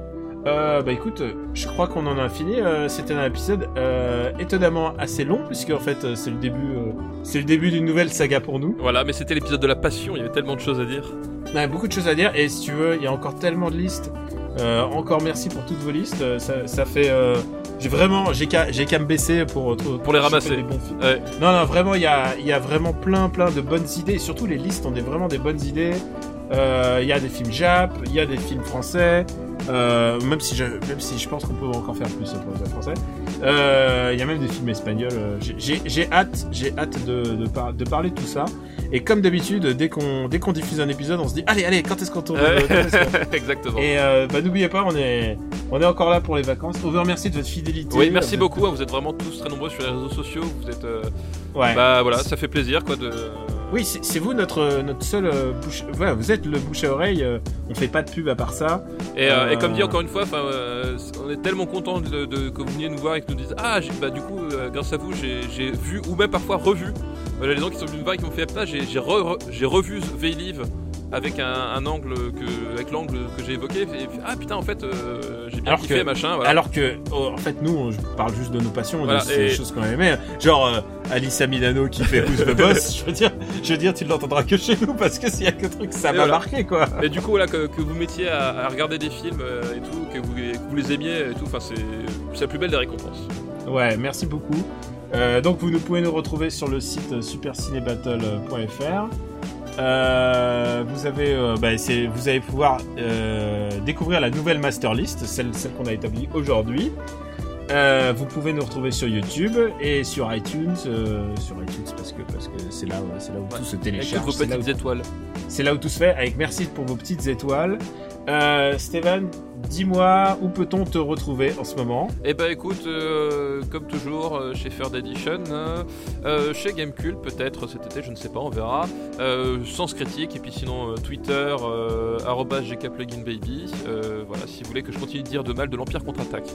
Euh, bah écoute, je crois qu'on en a fini. Euh, c'était un épisode euh, étonnamment assez long puisque en fait c'est le début, euh, c'est le début d'une nouvelle saga pour nous. Voilà, mais c'était l'épisode de la passion. Il y avait tellement de choses à dire. On a beaucoup de choses à dire et si tu veux, il y a encore tellement de listes. Euh, encore merci pour toutes vos listes. Ça, ça fait. Euh, j'ai vraiment, j'ai qu'à, j'ai qu'à me baisser pour pour, pour les ramasser. Des bons films. Ouais. Non, non, vraiment, il y a, il y a vraiment plein, plein de bonnes idées. Et surtout, les listes ont des, vraiment des bonnes idées. Euh, Il y a des films Jap, il y a des films français. Euh, même si je, même si je pense qu'on peut encore faire plus pour les français. Euh, Il y a même des films espagnols. J'ai, j'ai, j'ai hâte, j'ai hâte de, de, par, de parler de tout ça. Et comme d'habitude, dès qu'on, dès qu'on diffuse un épisode, on se dit, allez, allez, quand est-ce qu'on tourne? Exactement. Et euh, bah n'oubliez pas, on est, on est encore là pour les vacances. On vous remercie de votre fidélité. Oui, merci vous beaucoup. êtes... Hein, vous êtes vraiment tous très nombreux sur les réseaux sociaux. Vous êtes, euh... ouais. Bah voilà, ça fait plaisir quoi de. Oui, c'est, c'est vous notre notre seul euh, bouche. Voilà, vous êtes le bouche à oreille. Euh, on fait pas de pub à part ça. Et, euh, euh... et comme dit encore une fois, enfin, euh, on est tellement content de, de que vous veniez nous voir et que nous dites ah, j'ai, bah du coup, euh, grâce à vous, j'ai, j'ai vu ou même parfois revu. Il y a des gens qui sont venus nous voir et qui m'ont fait putain, j'ai j'ai, re, re, j'ai revu Veilive avec un, un angle que avec l'angle que j'ai évoqué. Et, ah putain, en fait, euh, j'ai bien alors kiffé que, machin. Voilà. Alors que, oh, en fait, nous, on parle juste de nos passions, voilà, de ces et... choses qu'on aimait. Genre euh, Alissa Milano qui fait Who's the Boss. Je veux dire, je veux dire, tu l'entendras que chez nous parce que s'il y a que truc, ça et m'a voilà. marqué quoi. Mais du coup, voilà, que, que vous mettiez à, à regarder des films euh, et tout, que vous, que vous les aimiez et tout, enfin, c'est, c'est la plus belle des récompenses. Ouais, merci beaucoup. Euh, donc, vous nous pouvez nous retrouver sur le site super ciné battle point f r. Euh, vous avez, euh, bah, c'est, vous allez pouvoir euh, découvrir la nouvelle master list, celle, celle qu'on a établie aujourd'hui. Euh, vous pouvez nous retrouver sur YouTube et sur iTunes, euh, sur iTunes parce que parce que c'est là, c'est là où ouais. tout se télécharge. Avec vos c'est petites où, étoiles. C'est là où tout se fait. Avec merci pour vos petites étoiles. Euh, Stéphane, dis-moi où peut-on te retrouver en ce moment? Eh ben écoute, euh, comme toujours euh, chez Third Edition, euh, euh, chez Gamecult peut-être cet été, je ne sais pas, on verra. Euh, Sens Critique et puis sinon euh, Twitter euh, arobase gkpluginbaby. Euh, voilà, si vous voulez que je continue de dire de mal de l'Empire contre-attaque.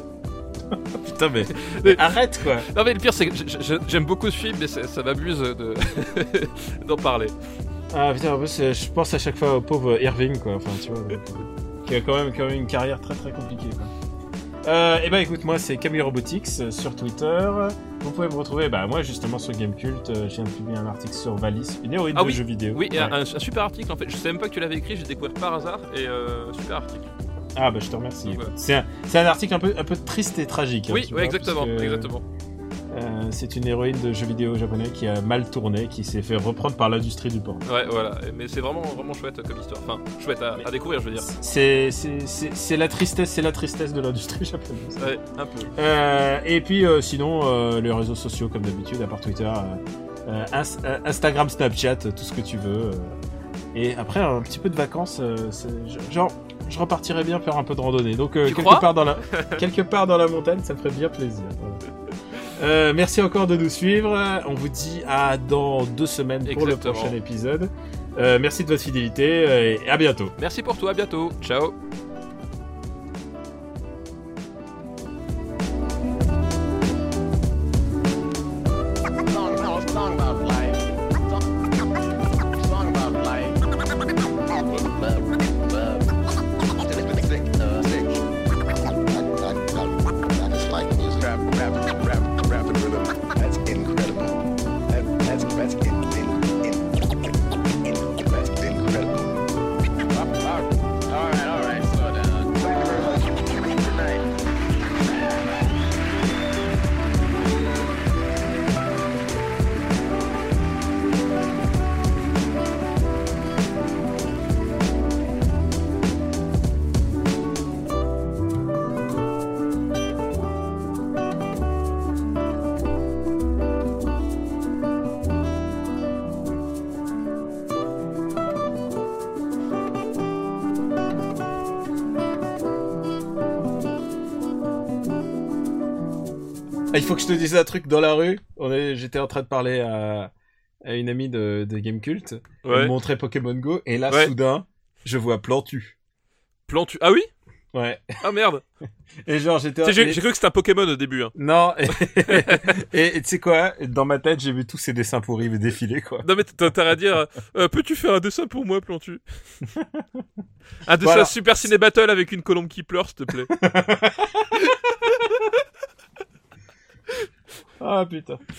Putain mais, mais arrête quoi. Non mais le pire c'est que j'aime beaucoup ce film mais ça, ça m'abuse de d'en parler. Ah putain en plus je pense à chaque fois au pauvre Irving quoi, enfin tu vois, qui a quand même, quand même une carrière très très compliquée quoi. Euh, et bah écoute, moi c'est Camille Robotics euh, sur Twitter. Vous pouvez me retrouver, bah moi justement sur Gamecult, euh, je viens de publier un article sur Valis, une héroïne ah, de oui. jeux vidéo. Oui, ouais. un, un super article en fait. Je savais même pas que tu l'avais écrit, j'ai découvert par hasard et euh, super article. Ah bah je te remercie. Donc, voilà. C'est un, c'est un article un peu, un peu triste et tragique. Oui, hein, tu ouais, vois, exactement, que, exactement. Euh, c'est une héroïne de jeux vidéo japonais qui a mal tourné, qui s'est fait reprendre par l'industrie du porno. Ouais, voilà. Mais c'est vraiment, vraiment chouette comme histoire. Enfin, chouette à, à découvrir, je veux dire. C'est, c'est, c'est, c'est la tristesse, c'est la tristesse de l'industrie japonaise. Ouais, un peu. Euh, et puis euh, sinon, euh, les réseaux sociaux comme d'habitude, à part Twitter, euh, euh, Instagram, Snapchat, tout ce que tu veux. Euh, et après un petit peu de vacances, euh, c'est, genre. Je repartirais bien faire un peu de randonnée. Donc euh, quelque part dans la quelque part dans la montagne, ça me ferait bien plaisir. Voilà. Euh, merci encore de nous suivre. On vous dit à dans deux semaines pour Exactement. le prochain épisode. Euh, merci de votre fidélité et à bientôt. Merci pour tout, à bientôt. Ciao. All right, all right. Ah, il faut que je te dise un truc dans la rue. On est, j'étais en train de parler à, à une amie de, de Gamecult. Ouais. Elle me montrait Pokémon Go et là, ouais. soudain, je vois Plantu. Plantu. Ah oui? Ouais. Ah merde. Et genre j'étais. J'ai, et... j'ai cru que c'était un Pokémon au début. Hein. Non. Et tu sais quoi? Dans ma tête, j'ai vu tous ces dessins pourris défiler quoi. Non mais t'as intérêt à dire, euh, peux-tu faire un dessin pour moi, Plantu? Un dessin voilà. Super Ciné Battle avec une colombe qui pleure, s'il te plaît. Ah putain.